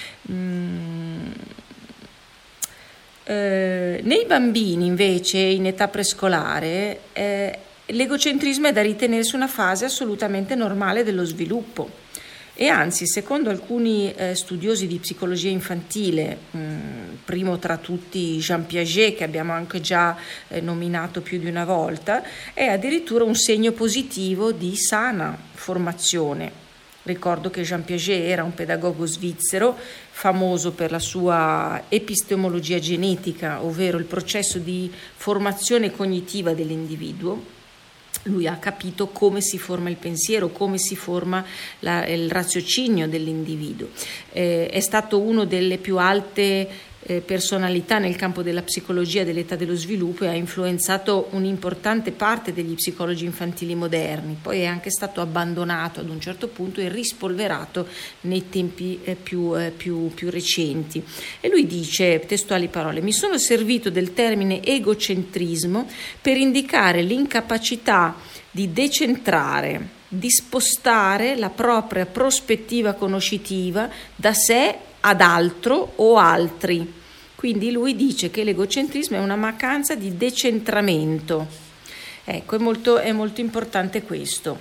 Nei bambini invece in età prescolare l'egocentrismo è da ritenersi una fase assolutamente normale dello sviluppo. E anzi, secondo alcuni studiosi di psicologia infantile, primo tra tutti Jean Piaget, che abbiamo anche già nominato più di una volta, è addirittura un segno positivo di sana formazione. Ricordo che Jean Piaget era un pedagogo svizzero famoso per la sua epistemologia genetica, ovvero il processo di formazione cognitiva dell'individuo. Lui ha capito come si forma il pensiero, come si forma il raziocinio dell'individuo. È stato uno delle più alte personalità nel campo della psicologia dell'età dello sviluppo e ha influenzato un'importante parte degli psicologi infantili moderni. Poi è anche stato abbandonato ad un certo punto e rispolverato nei tempi più recenti. E lui dice, testuali parole: mi sono servito del termine egocentrismo per indicare l'incapacità di decentrare, di spostare la propria prospettiva conoscitiva da sé ad altro o altri. Quindi lui dice che l'egocentrismo è una mancanza di decentramento. Ecco, è molto importante questo.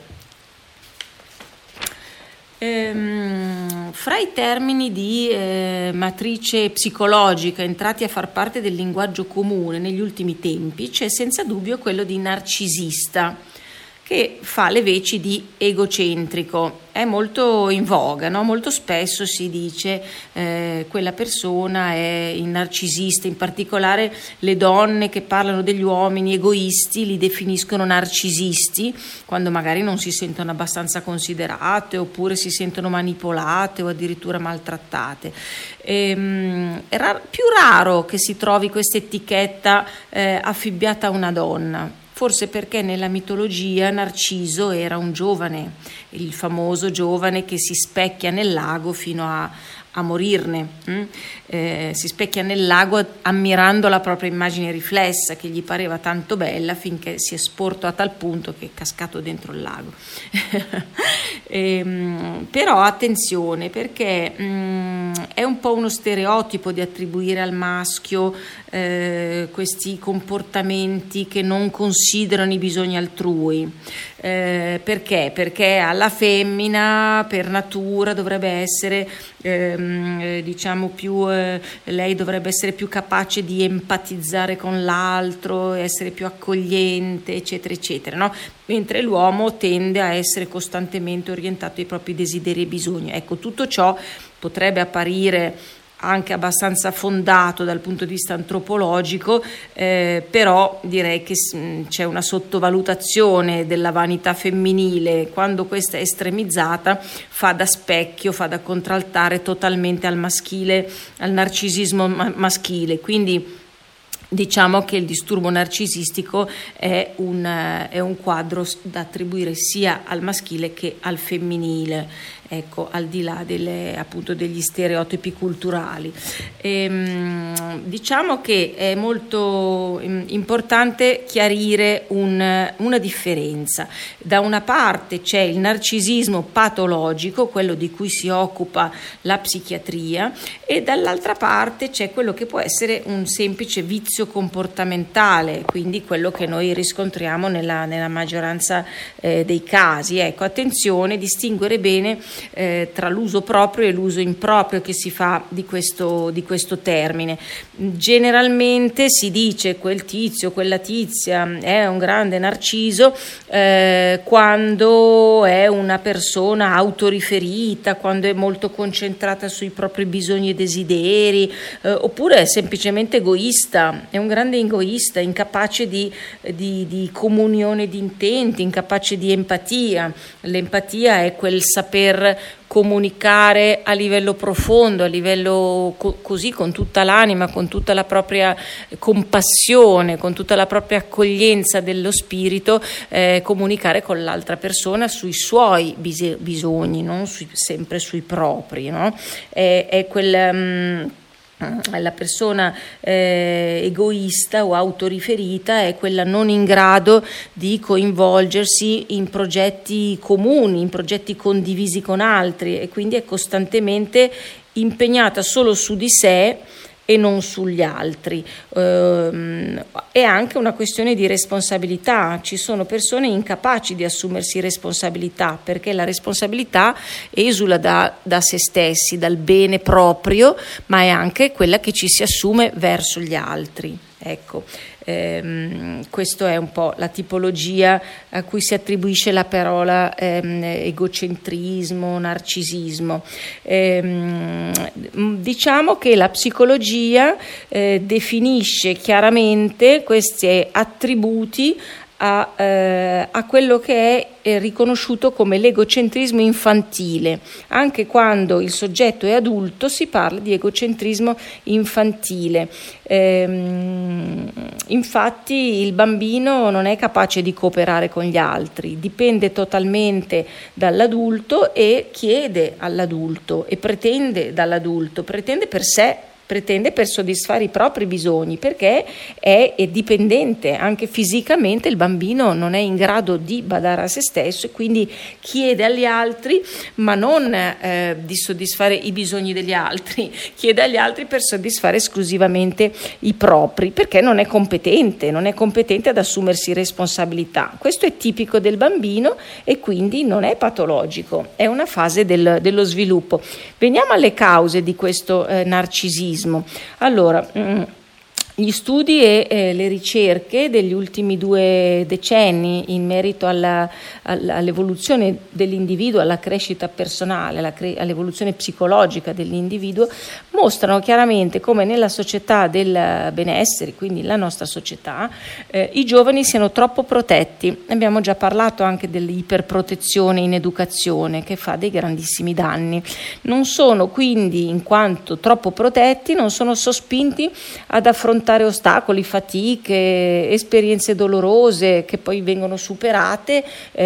Fra i termini di matrice psicologica entrati a far parte del linguaggio comune negli ultimi tempi c'è senza dubbio quello di narcisista, che fa le veci di egocentrico. È molto in voga, no? Molto spesso si dice quella persona è il narcisista, in particolare le donne che parlano degli uomini egoisti li definiscono narcisisti quando magari non si sentono abbastanza considerate oppure si sentono manipolate o addirittura maltrattate. È più raro che si trovi questa etichetta affibbiata a una donna. Forse perché nella mitologia Narciso era un giovane, il famoso giovane che si specchia nel lago fino a morirne, si specchia nel lago ammirando la propria immagine riflessa che gli pareva tanto bella finché si è sporto a tal punto che è cascato dentro il lago. Però attenzione, perché è un po' uno stereotipo di attribuire al maschio questi comportamenti che non considerano i bisogni altrui. Perché? Perché alla femmina per natura dovrebbe essere lei dovrebbe essere più capace di empatizzare con l'altro, essere più accogliente, eccetera eccetera, no? Mentre l'uomo tende a essere costantemente orientato ai propri desideri e bisogni. Ecco, tutto ciò potrebbe apparire anche abbastanza fondato dal punto di vista antropologico, però direi che c'è una sottovalutazione della vanità femminile. Quando questa è estremizzata fa da specchio, fa da contraltare totalmente al maschile, al narcisismo maschile. Quindi diciamo che il disturbo narcisistico è un quadro da attribuire sia al maschile che al femminile. ecco, al di là appunto degli stereotipi culturali. Diciamo che è molto importante chiarire una differenza. Da una parte c'è il narcisismo patologico, quello di cui si occupa la psichiatria, e dall'altra parte c'è quello che può essere un semplice vizio comportamentale, quindi quello che noi riscontriamo nella maggioranza dei casi. Ecco, attenzione, distinguere bene tra l'uso proprio e l'uso improprio che si fa di questo termine. Generalmente si dice quel tizio, quella tizia è un grande narciso quando è una persona autoriferita, quando è molto concentrata sui propri bisogni e desideri, oppure è semplicemente egoista, è un grande egoista, incapace di comunione di intenti, incapace di empatia. L'empatia è quel saper comunicare a livello profondo, a livello così, con tutta l'anima, con tutta la propria compassione, con tutta la propria accoglienza dello spirito, comunicare con l'altra persona sui suoi bisogni, non sempre sui propri, no? È quel... La persona egoista o autoriferita è quella non in grado di coinvolgersi in progetti comuni, in progetti condivisi con altri, e quindi è costantemente impegnata solo su di sé e non sugli altri. È anche una questione di responsabilità. Ci sono persone incapaci di assumersi responsabilità, perché la responsabilità esula da se stessi, dal bene proprio, ma è anche quella che ci si assume verso gli altri. Ecco, questo è un po' la tipologia a cui si attribuisce la parola egocentrismo, narcisismo. Diciamo che la psicologia definisce chiaramente questi attributi a quello che è riconosciuto come l'egocentrismo infantile. Anche quando il soggetto è adulto si parla di egocentrismo infantile. Infatti il bambino non è capace di cooperare con gli altri, dipende totalmente dall'adulto e chiede all'adulto e pretende dall'adulto, pretende per sé, pretende per soddisfare i propri bisogni, perché è dipendente. Anche fisicamente il bambino non è in grado di badare a se stesso e quindi chiede agli altri, ma non di soddisfare i bisogni degli altri, chiede agli altri per soddisfare esclusivamente i propri, perché non è competente ad assumersi responsabilità. Questo è tipico del bambino e quindi non è patologico, è una fase dello sviluppo. Veniamo alle cause di questo narcisismo. Allora, gli studi e le ricerche degli ultimi 2 decenni in merito all'evoluzione dell'individuo, alla crescita personale, all'evoluzione psicologica dell'individuo, mostrano chiaramente come nella società del benessere, quindi la nostra società, i giovani siano troppo protetti. Abbiamo già parlato anche dell'iperprotezione in educazione, che fa dei grandissimi danni. Non sono quindi, in quanto troppo protetti, non sono sospinti ad affrontare ostacoli, fatiche, esperienze dolorose che poi vengono superate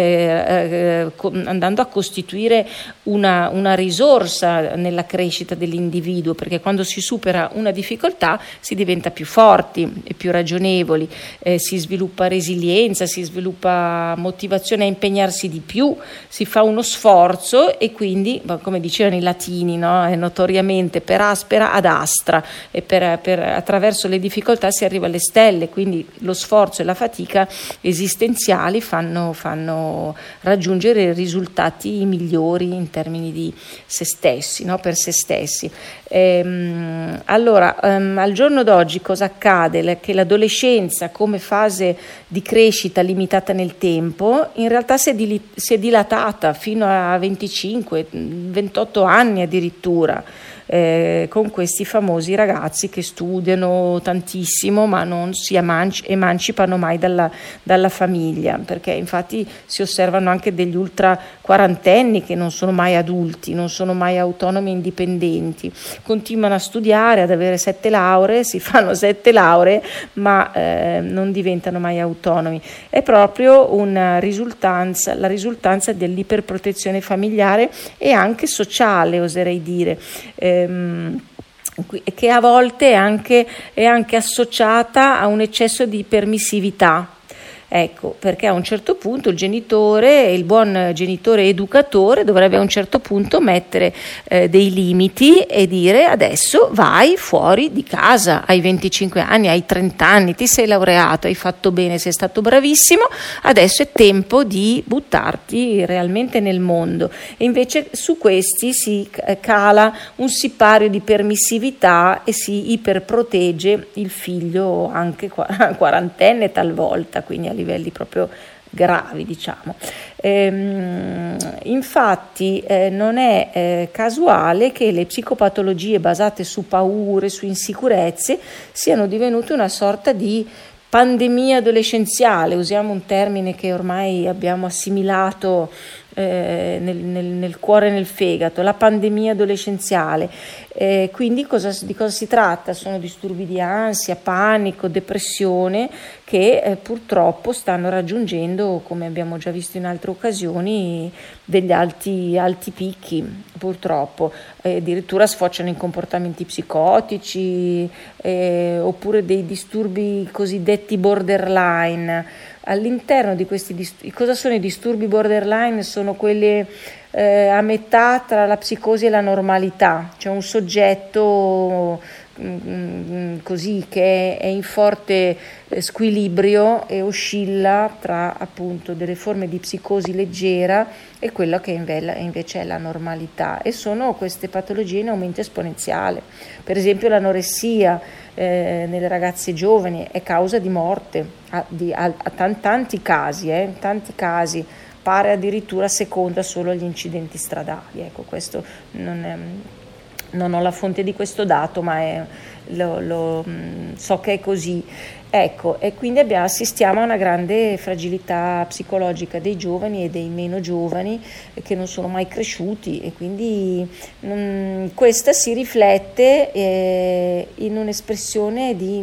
andando a costituire una risorsa nella crescita dell'individuo, perché quando si supera una difficoltà si diventa più forti e più ragionevoli, si sviluppa resilienza, si sviluppa motivazione a impegnarsi di più, si fa uno sforzo e quindi, come dicevano i latini, no? Notoriamente per aspera ad astra, e attraverso le difficoltà si arriva alle stelle, quindi lo sforzo e la fatica esistenziali fanno raggiungere risultati migliori in termini di se stessi, no? Per se stessi. Allora, al giorno d'oggi cosa accade? Che l'adolescenza, come fase di crescita limitata nel tempo, in realtà si è dilatata fino a 25-28 anni addirittura. con questi famosi ragazzi che studiano tantissimo ma non si emancipano mai dalla famiglia, perché infatti si osservano anche degli ultra quarantenni che non sono mai adulti, non sono mai autonomi e indipendenti, continuano a studiare, ad avere 7 lauree, si fanno 7 lauree ma non diventano mai autonomi. È proprio la risultanza dell'iperprotezione familiare e anche sociale, oserei dire, che a volte è anche associata a un eccesso di permissività. Ecco, perché a un certo punto il buon genitore educatore dovrebbe a un certo punto mettere dei limiti e dire: adesso vai fuori di casa, hai 25 anni, hai 30 anni, ti sei laureato, hai fatto bene, sei stato bravissimo, adesso è tempo di buttarti realmente nel mondo. E invece su questi si cala un sipario di permissività e si iperprotegge il figlio anche quarantenne talvolta, quindi a livelli proprio gravi, diciamo. Infatti non è casuale che le psicopatologie basate su paure, su insicurezze siano divenute una sorta di pandemia adolescenziale, usiamo un termine che ormai abbiamo assimilato nel cuore e nel fegato, la pandemia adolescenziale. Quindi di cosa si tratta? Sono disturbi di ansia, panico, depressione che purtroppo stanno raggiungendo, come abbiamo già visto in altre occasioni, degli alti picchi, purtroppo. Addirittura sfociano in comportamenti psicotici oppure dei disturbi cosiddetti borderline. All'interno di questi cosa sono i disturbi borderline? Sono quelli a metà tra la psicosi e la normalità, cioè un soggetto così che è in forte squilibrio e oscilla tra appunto delle forme di psicosi leggera e quella che invece è la normalità, e sono queste patologie in aumento esponenziale. Per esempio l'anoressia nelle ragazze giovani è causa di morte, tanti casi, pare addirittura seconda solo agli incidenti stradali. Ecco, questo non ho la fonte di questo dato, ma so che è così. Ecco, e quindi assistiamo a una grande fragilità psicologica dei giovani e dei meno giovani che non sono mai cresciuti, e quindi questa si riflette in un'espressione di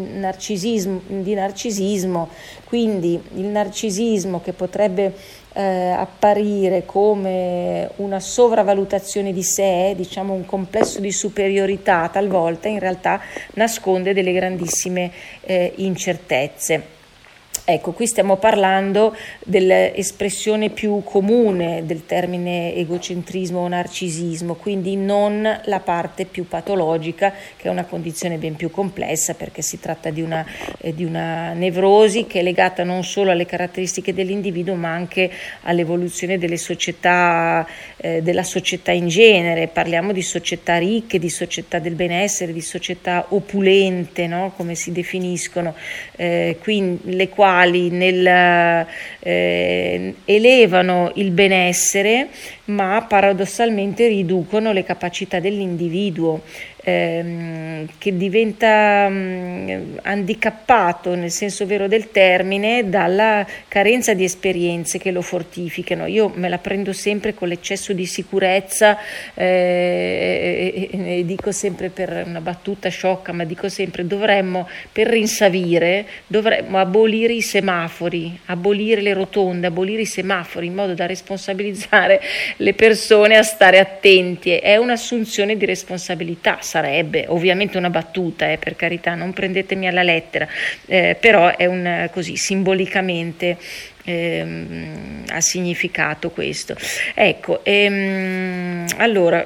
narcisismo. Quindi il narcisismo, che potrebbe apparire come una sovravalutazione di sé, diciamo un complesso di superiorità, talvolta in realtà nasconde delle grandissime incertezze. Ecco, qui stiamo parlando dell'espressione più comune del termine egocentrismo o narcisismo, quindi non la parte più patologica, che è una condizione ben più complessa, perché si tratta di una nevrosi che è legata non solo alle caratteristiche dell'individuo, ma anche all'evoluzione delle società, della società in genere. Parliamo di società ricche, di società del benessere, di società opulente, no? Come si definiscono, quindi le quali elevano il benessere, ma paradossalmente riducono le capacità dell'individuo, che diventa handicappato nel senso vero del termine dalla carenza di esperienze che lo fortificano. Io me la prendo sempre con l'eccesso di sicurezza, e dico sempre, per una battuta sciocca, ma dico sempre: per rinsavire dovremmo abolire i semafori, abolire le rotonde, abolire i semafori, in modo da responsabilizzare le persone a stare attenti. È un'assunzione di responsabilità. Sarebbe ovviamente una battuta, per carità, non prendetemi alla lettera, però è così simbolicamente ha significato questo. Ecco, allora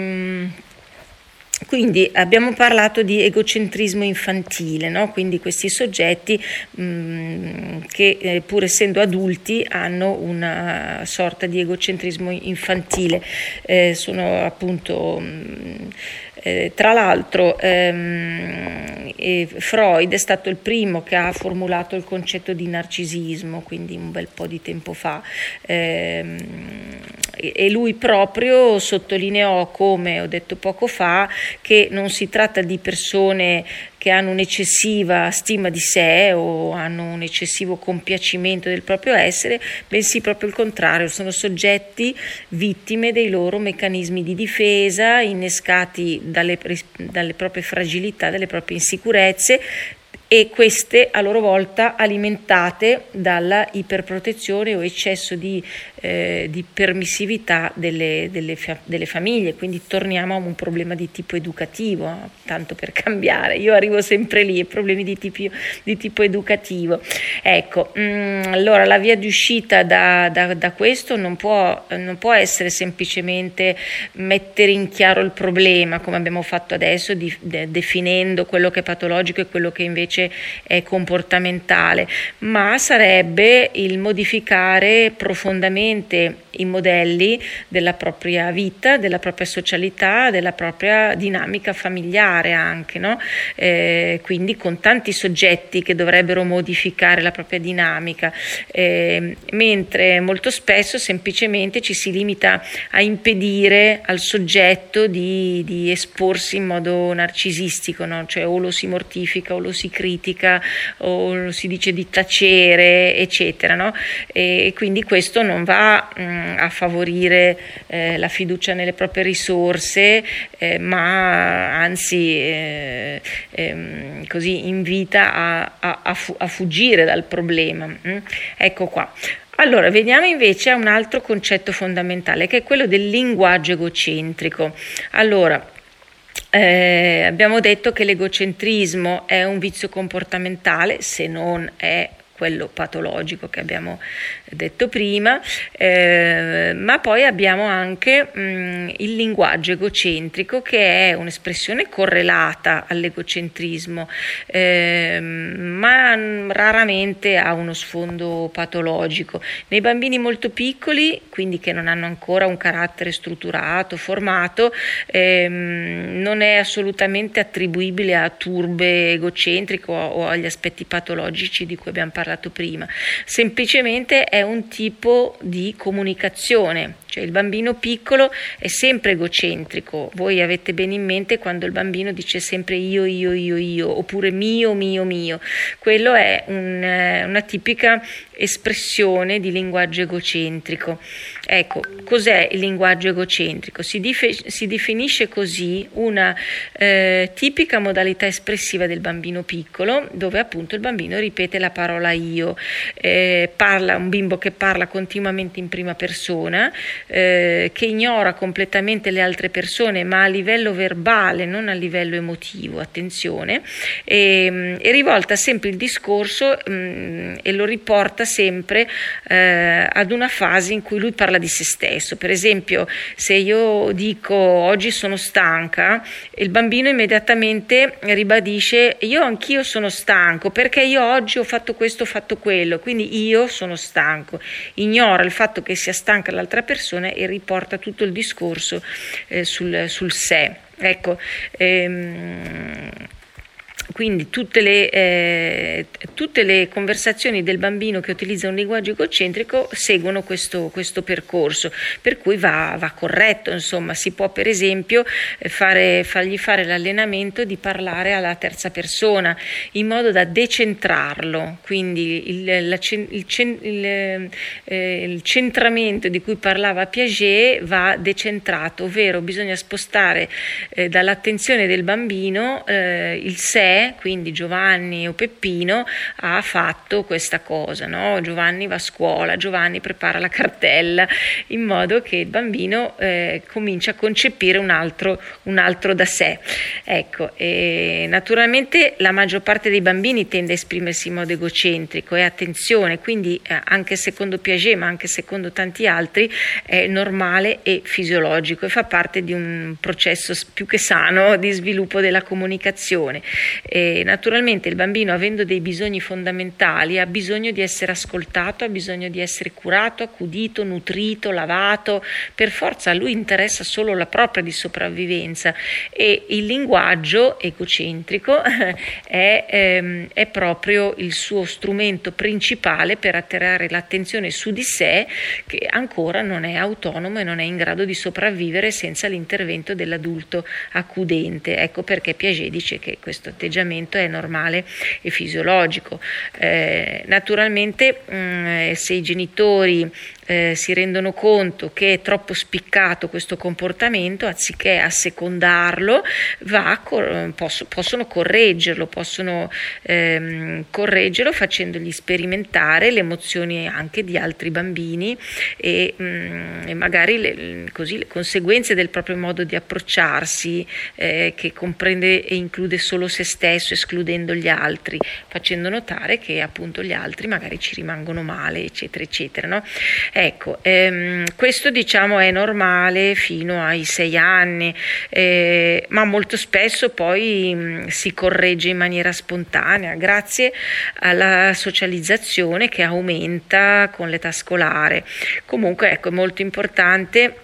quindi abbiamo parlato di egocentrismo infantile, no? Quindi questi soggetti che pur essendo adulti hanno una sorta di egocentrismo infantile, sono appunto tra l'altro Freud è stato il primo che ha formulato il concetto di narcisismo, quindi un bel po' di tempo fa, e lui proprio sottolineò, come ho detto poco fa, che non si tratta di persone che hanno un'eccessiva stima di sé o hanno un eccessivo compiacimento del proprio essere, bensì proprio il contrario, sono soggetti vittime dei loro meccanismi di difesa, innescati dalle proprie fragilità, dalle proprie insicurezze, e queste a loro volta alimentate dalla iperprotezione o eccesso di permissività delle famiglie. Quindi torniamo a un problema di tipo educativo, tanto per cambiare, io arrivo sempre lì, ai problemi di tipo educativo. Ecco, allora la via di uscita da questo non può essere semplicemente mettere in chiaro il problema, come abbiamo fatto adesso, definendo quello che è patologico e quello che invece è comportamentale, ma sarebbe il modificare profondamente i modelli della propria vita, della propria socialità, della propria dinamica familiare anche, no? Quindi con tanti soggetti che dovrebbero modificare la propria dinamica, mentre molto spesso semplicemente ci si limita a impedire al soggetto di esporsi in modo narcisistico, no? Cioè o lo si mortifica o lo si critica o lo si dice di tacere, eccetera, no? E quindi questo non va a favorire la fiducia nelle proprie risorse, ma anzi così invita a fuggire dal problema. Ecco qua. Allora, veniamo invece a un altro concetto fondamentale, che è quello del linguaggio egocentrico. Allora, abbiamo detto che l'egocentrismo è un vizio comportamentale, se non è quello patologico che abbiamo detto prima, ma poi abbiamo anche il linguaggio egocentrico, che è un'espressione correlata all'egocentrismo, ma raramente ha uno sfondo patologico. Nei bambini molto piccoli, quindi che non hanno ancora un carattere strutturato, formato, non è assolutamente attribuibile a turbe egocentrico o agli aspetti patologici di cui abbiamo parlato prima. Semplicemente è un tipo di comunicazione, cioè il bambino piccolo è sempre egocentrico. Voi avete bene in mente quando il bambino dice sempre io, oppure mio. Quello è una tipica espressione di linguaggio egocentrico. Ecco, cos'è il linguaggio egocentrico? Si definisce così una tipica modalità espressiva del bambino piccolo, dove appunto il bambino ripete la parola io, un bimbo che parla continuamente in prima persona, che ignora completamente le altre persone, ma a livello verbale, non a livello emotivo, attenzione, e rivolta sempre il discorso e lo riporta sempre ad una fase in cui lui parla di se stesso. Per esempio, se io dico oggi sono stanca, il bambino immediatamente ribadisce anch'io sono stanco, perché io oggi ho fatto questo, ho fatto quello, quindi io sono stanco. Ignora il fatto che sia stanca l'altra persona e riporta tutto il discorso sul sé. Ecco, quindi tutte le conversazioni del bambino che utilizza un linguaggio egocentrico seguono questo percorso, per cui va corretto. Insomma, si può per esempio fargli fare l'allenamento di parlare alla terza persona in modo da decentrarlo, quindi il centramento di cui parlava Piaget va decentrato, ovvero bisogna spostare dall'attenzione del bambino il sé. Quindi Giovanni o Peppino ha fatto questa cosa, no? Giovanni va a scuola, Giovanni prepara la cartella, in modo che il bambino comincia a concepire un altro da sé. Ecco, e naturalmente la maggior parte dei bambini tende a esprimersi in modo egocentrico, e attenzione, quindi anche secondo Piaget, ma anche secondo tanti altri, è normale e fisiologico e fa parte di un processo più che sano di sviluppo della comunicazione. E naturalmente il bambino, avendo dei bisogni fondamentali, ha bisogno di essere ascoltato, ha bisogno di essere curato, accudito, nutrito, lavato. Per forza a lui interessa solo la propria di sopravvivenza, e il linguaggio egocentrico è proprio il suo strumento principale per attirare l'attenzione su di sé, che ancora non è autonomo e non è in grado di sopravvivere senza l'intervento dell'adulto accudente. Ecco perché Piaget dice che questo atteggiamento è normale e fisiologico. Naturalmente se i genitori si rendono conto che è troppo spiccato questo comportamento, anziché assecondarlo, possono correggerlo, facendogli sperimentare le emozioni anche di altri bambini e magari così le conseguenze del proprio modo di approcciarsi, che comprende e include solo se stesso, escludendo gli altri, facendo notare che appunto gli altri magari ci rimangono male, eccetera eccetera, no? Ecco, questo diciamo è normale fino ai 6 anni, ma molto spesso poi si corregge in maniera spontanea grazie alla socializzazione che aumenta con l'età scolare. Comunque ecco, è molto importante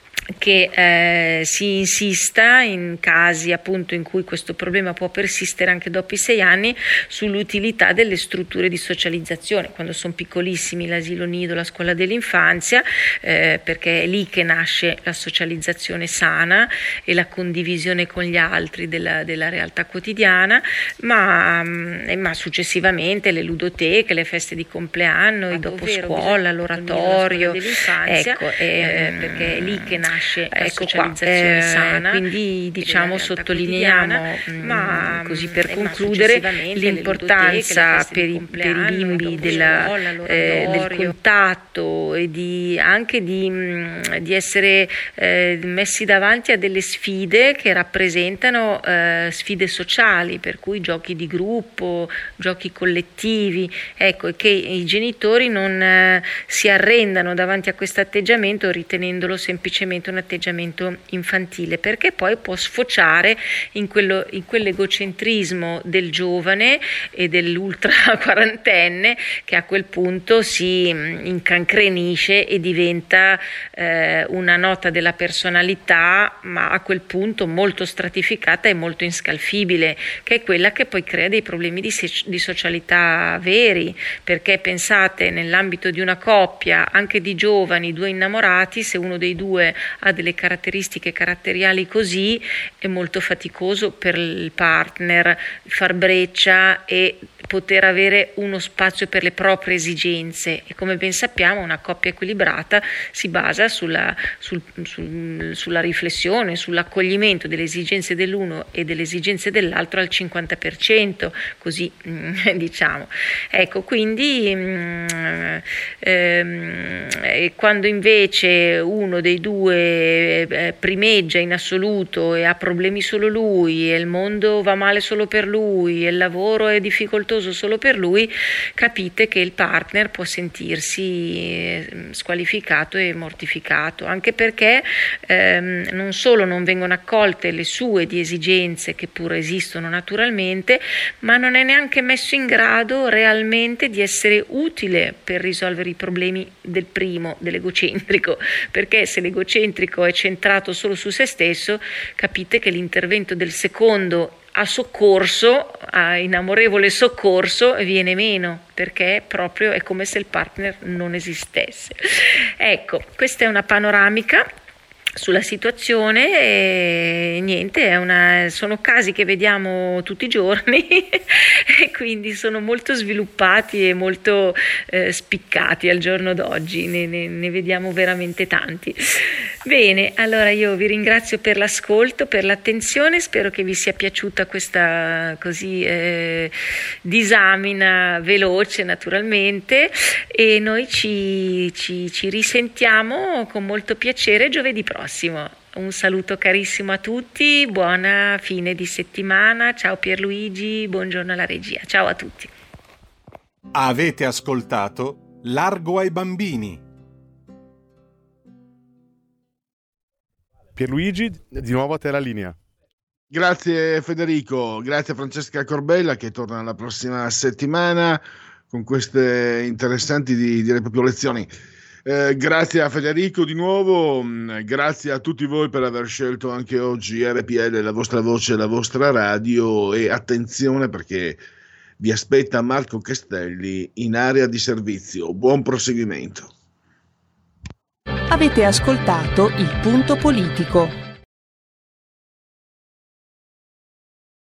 che si insista, in casi appunto in cui questo problema può persistere anche dopo i 6 anni, sull'utilità delle strutture di socializzazione quando sono piccolissimi, l'asilo nido, la scuola dell'infanzia, perché è lì che nasce la socializzazione sana e la condivisione con gli altri della realtà quotidiana, ma successivamente le ludoteche, le feste di compleanno, il dopo scuola, l'oratorio, ecco, perché è lì che nasce la socializzazione sana, quindi diciamo sottolineiamo, così per concludere, l'importanza per i bimbi del contatto e anche di essere messi davanti a delle sfide che rappresentano sfide sociali, per cui giochi di gruppo, giochi collettivi, ecco, e che i genitori non si arrendano davanti a questo atteggiamento ritenendolo semplicemente un atteggiamento infantile, perché poi può sfociare in quell'egocentrismo del giovane e dell'ultra quarantenne, che a quel punto si incancrenisce e diventa una nota della personalità, ma a quel punto molto stratificata e molto inscalfibile, che è quella che poi crea dei problemi di socialità veri, perché pensate, nell'ambito di una coppia, anche di giovani, 2 innamorati, se uno dei due ha delle caratteristiche caratteriali così, è molto faticoso per il partner far breccia e poter avere uno spazio per le proprie esigenze, e come ben sappiamo una coppia equilibrata si basa sulla riflessione, sull'accoglimento delle esigenze dell'uno e delle esigenze dell'altro al 50%, così diciamo. Ecco, quindi quando invece uno dei due primeggia in assoluto e ha problemi solo lui, e il mondo va male solo per lui, e il lavoro è difficoltoso solo per lui, capite che il partner può sentirsi squalificato e mortificato, anche perché non solo non vengono accolte le sue di esigenze, che pure esistono naturalmente, ma non è neanche messo in grado realmente di essere utile per risolvere i problemi del primo, dell'egocentrico, perché se l'egocentrico è centrato solo su se stesso, capite che l'intervento del secondo a soccorso, in amorevole soccorso, viene meno, perché proprio è come se il partner non esistesse. Ecco, questa è una panoramica sulla situazione e niente, sono casi che vediamo tutti i giorni e quindi sono molto sviluppati e molto spiccati al giorno d'oggi, ne vediamo veramente tanti. Bene, allora io vi ringrazio per l'ascolto, per l'attenzione, spero che vi sia piaciuta questa così disamina veloce naturalmente, e noi ci risentiamo con molto piacere giovedì prossimo. Un saluto carissimo a tutti, buona fine di settimana, ciao Pierluigi, buongiorno alla regia, ciao a tutti. Avete ascoltato Largo ai bambini. Pierluigi, di nuovo a te la linea. Grazie Federico, grazie a Francesca Corbella che torna la prossima settimana con queste interessanti direi proprio lezioni. Grazie a Federico di nuovo, grazie a tutti voi per aver scelto anche oggi RPL, la vostra voce, la vostra radio, e attenzione perché vi aspetta Marco Castelli in area di servizio. Buon proseguimento. Avete ascoltato Il Punto Politico.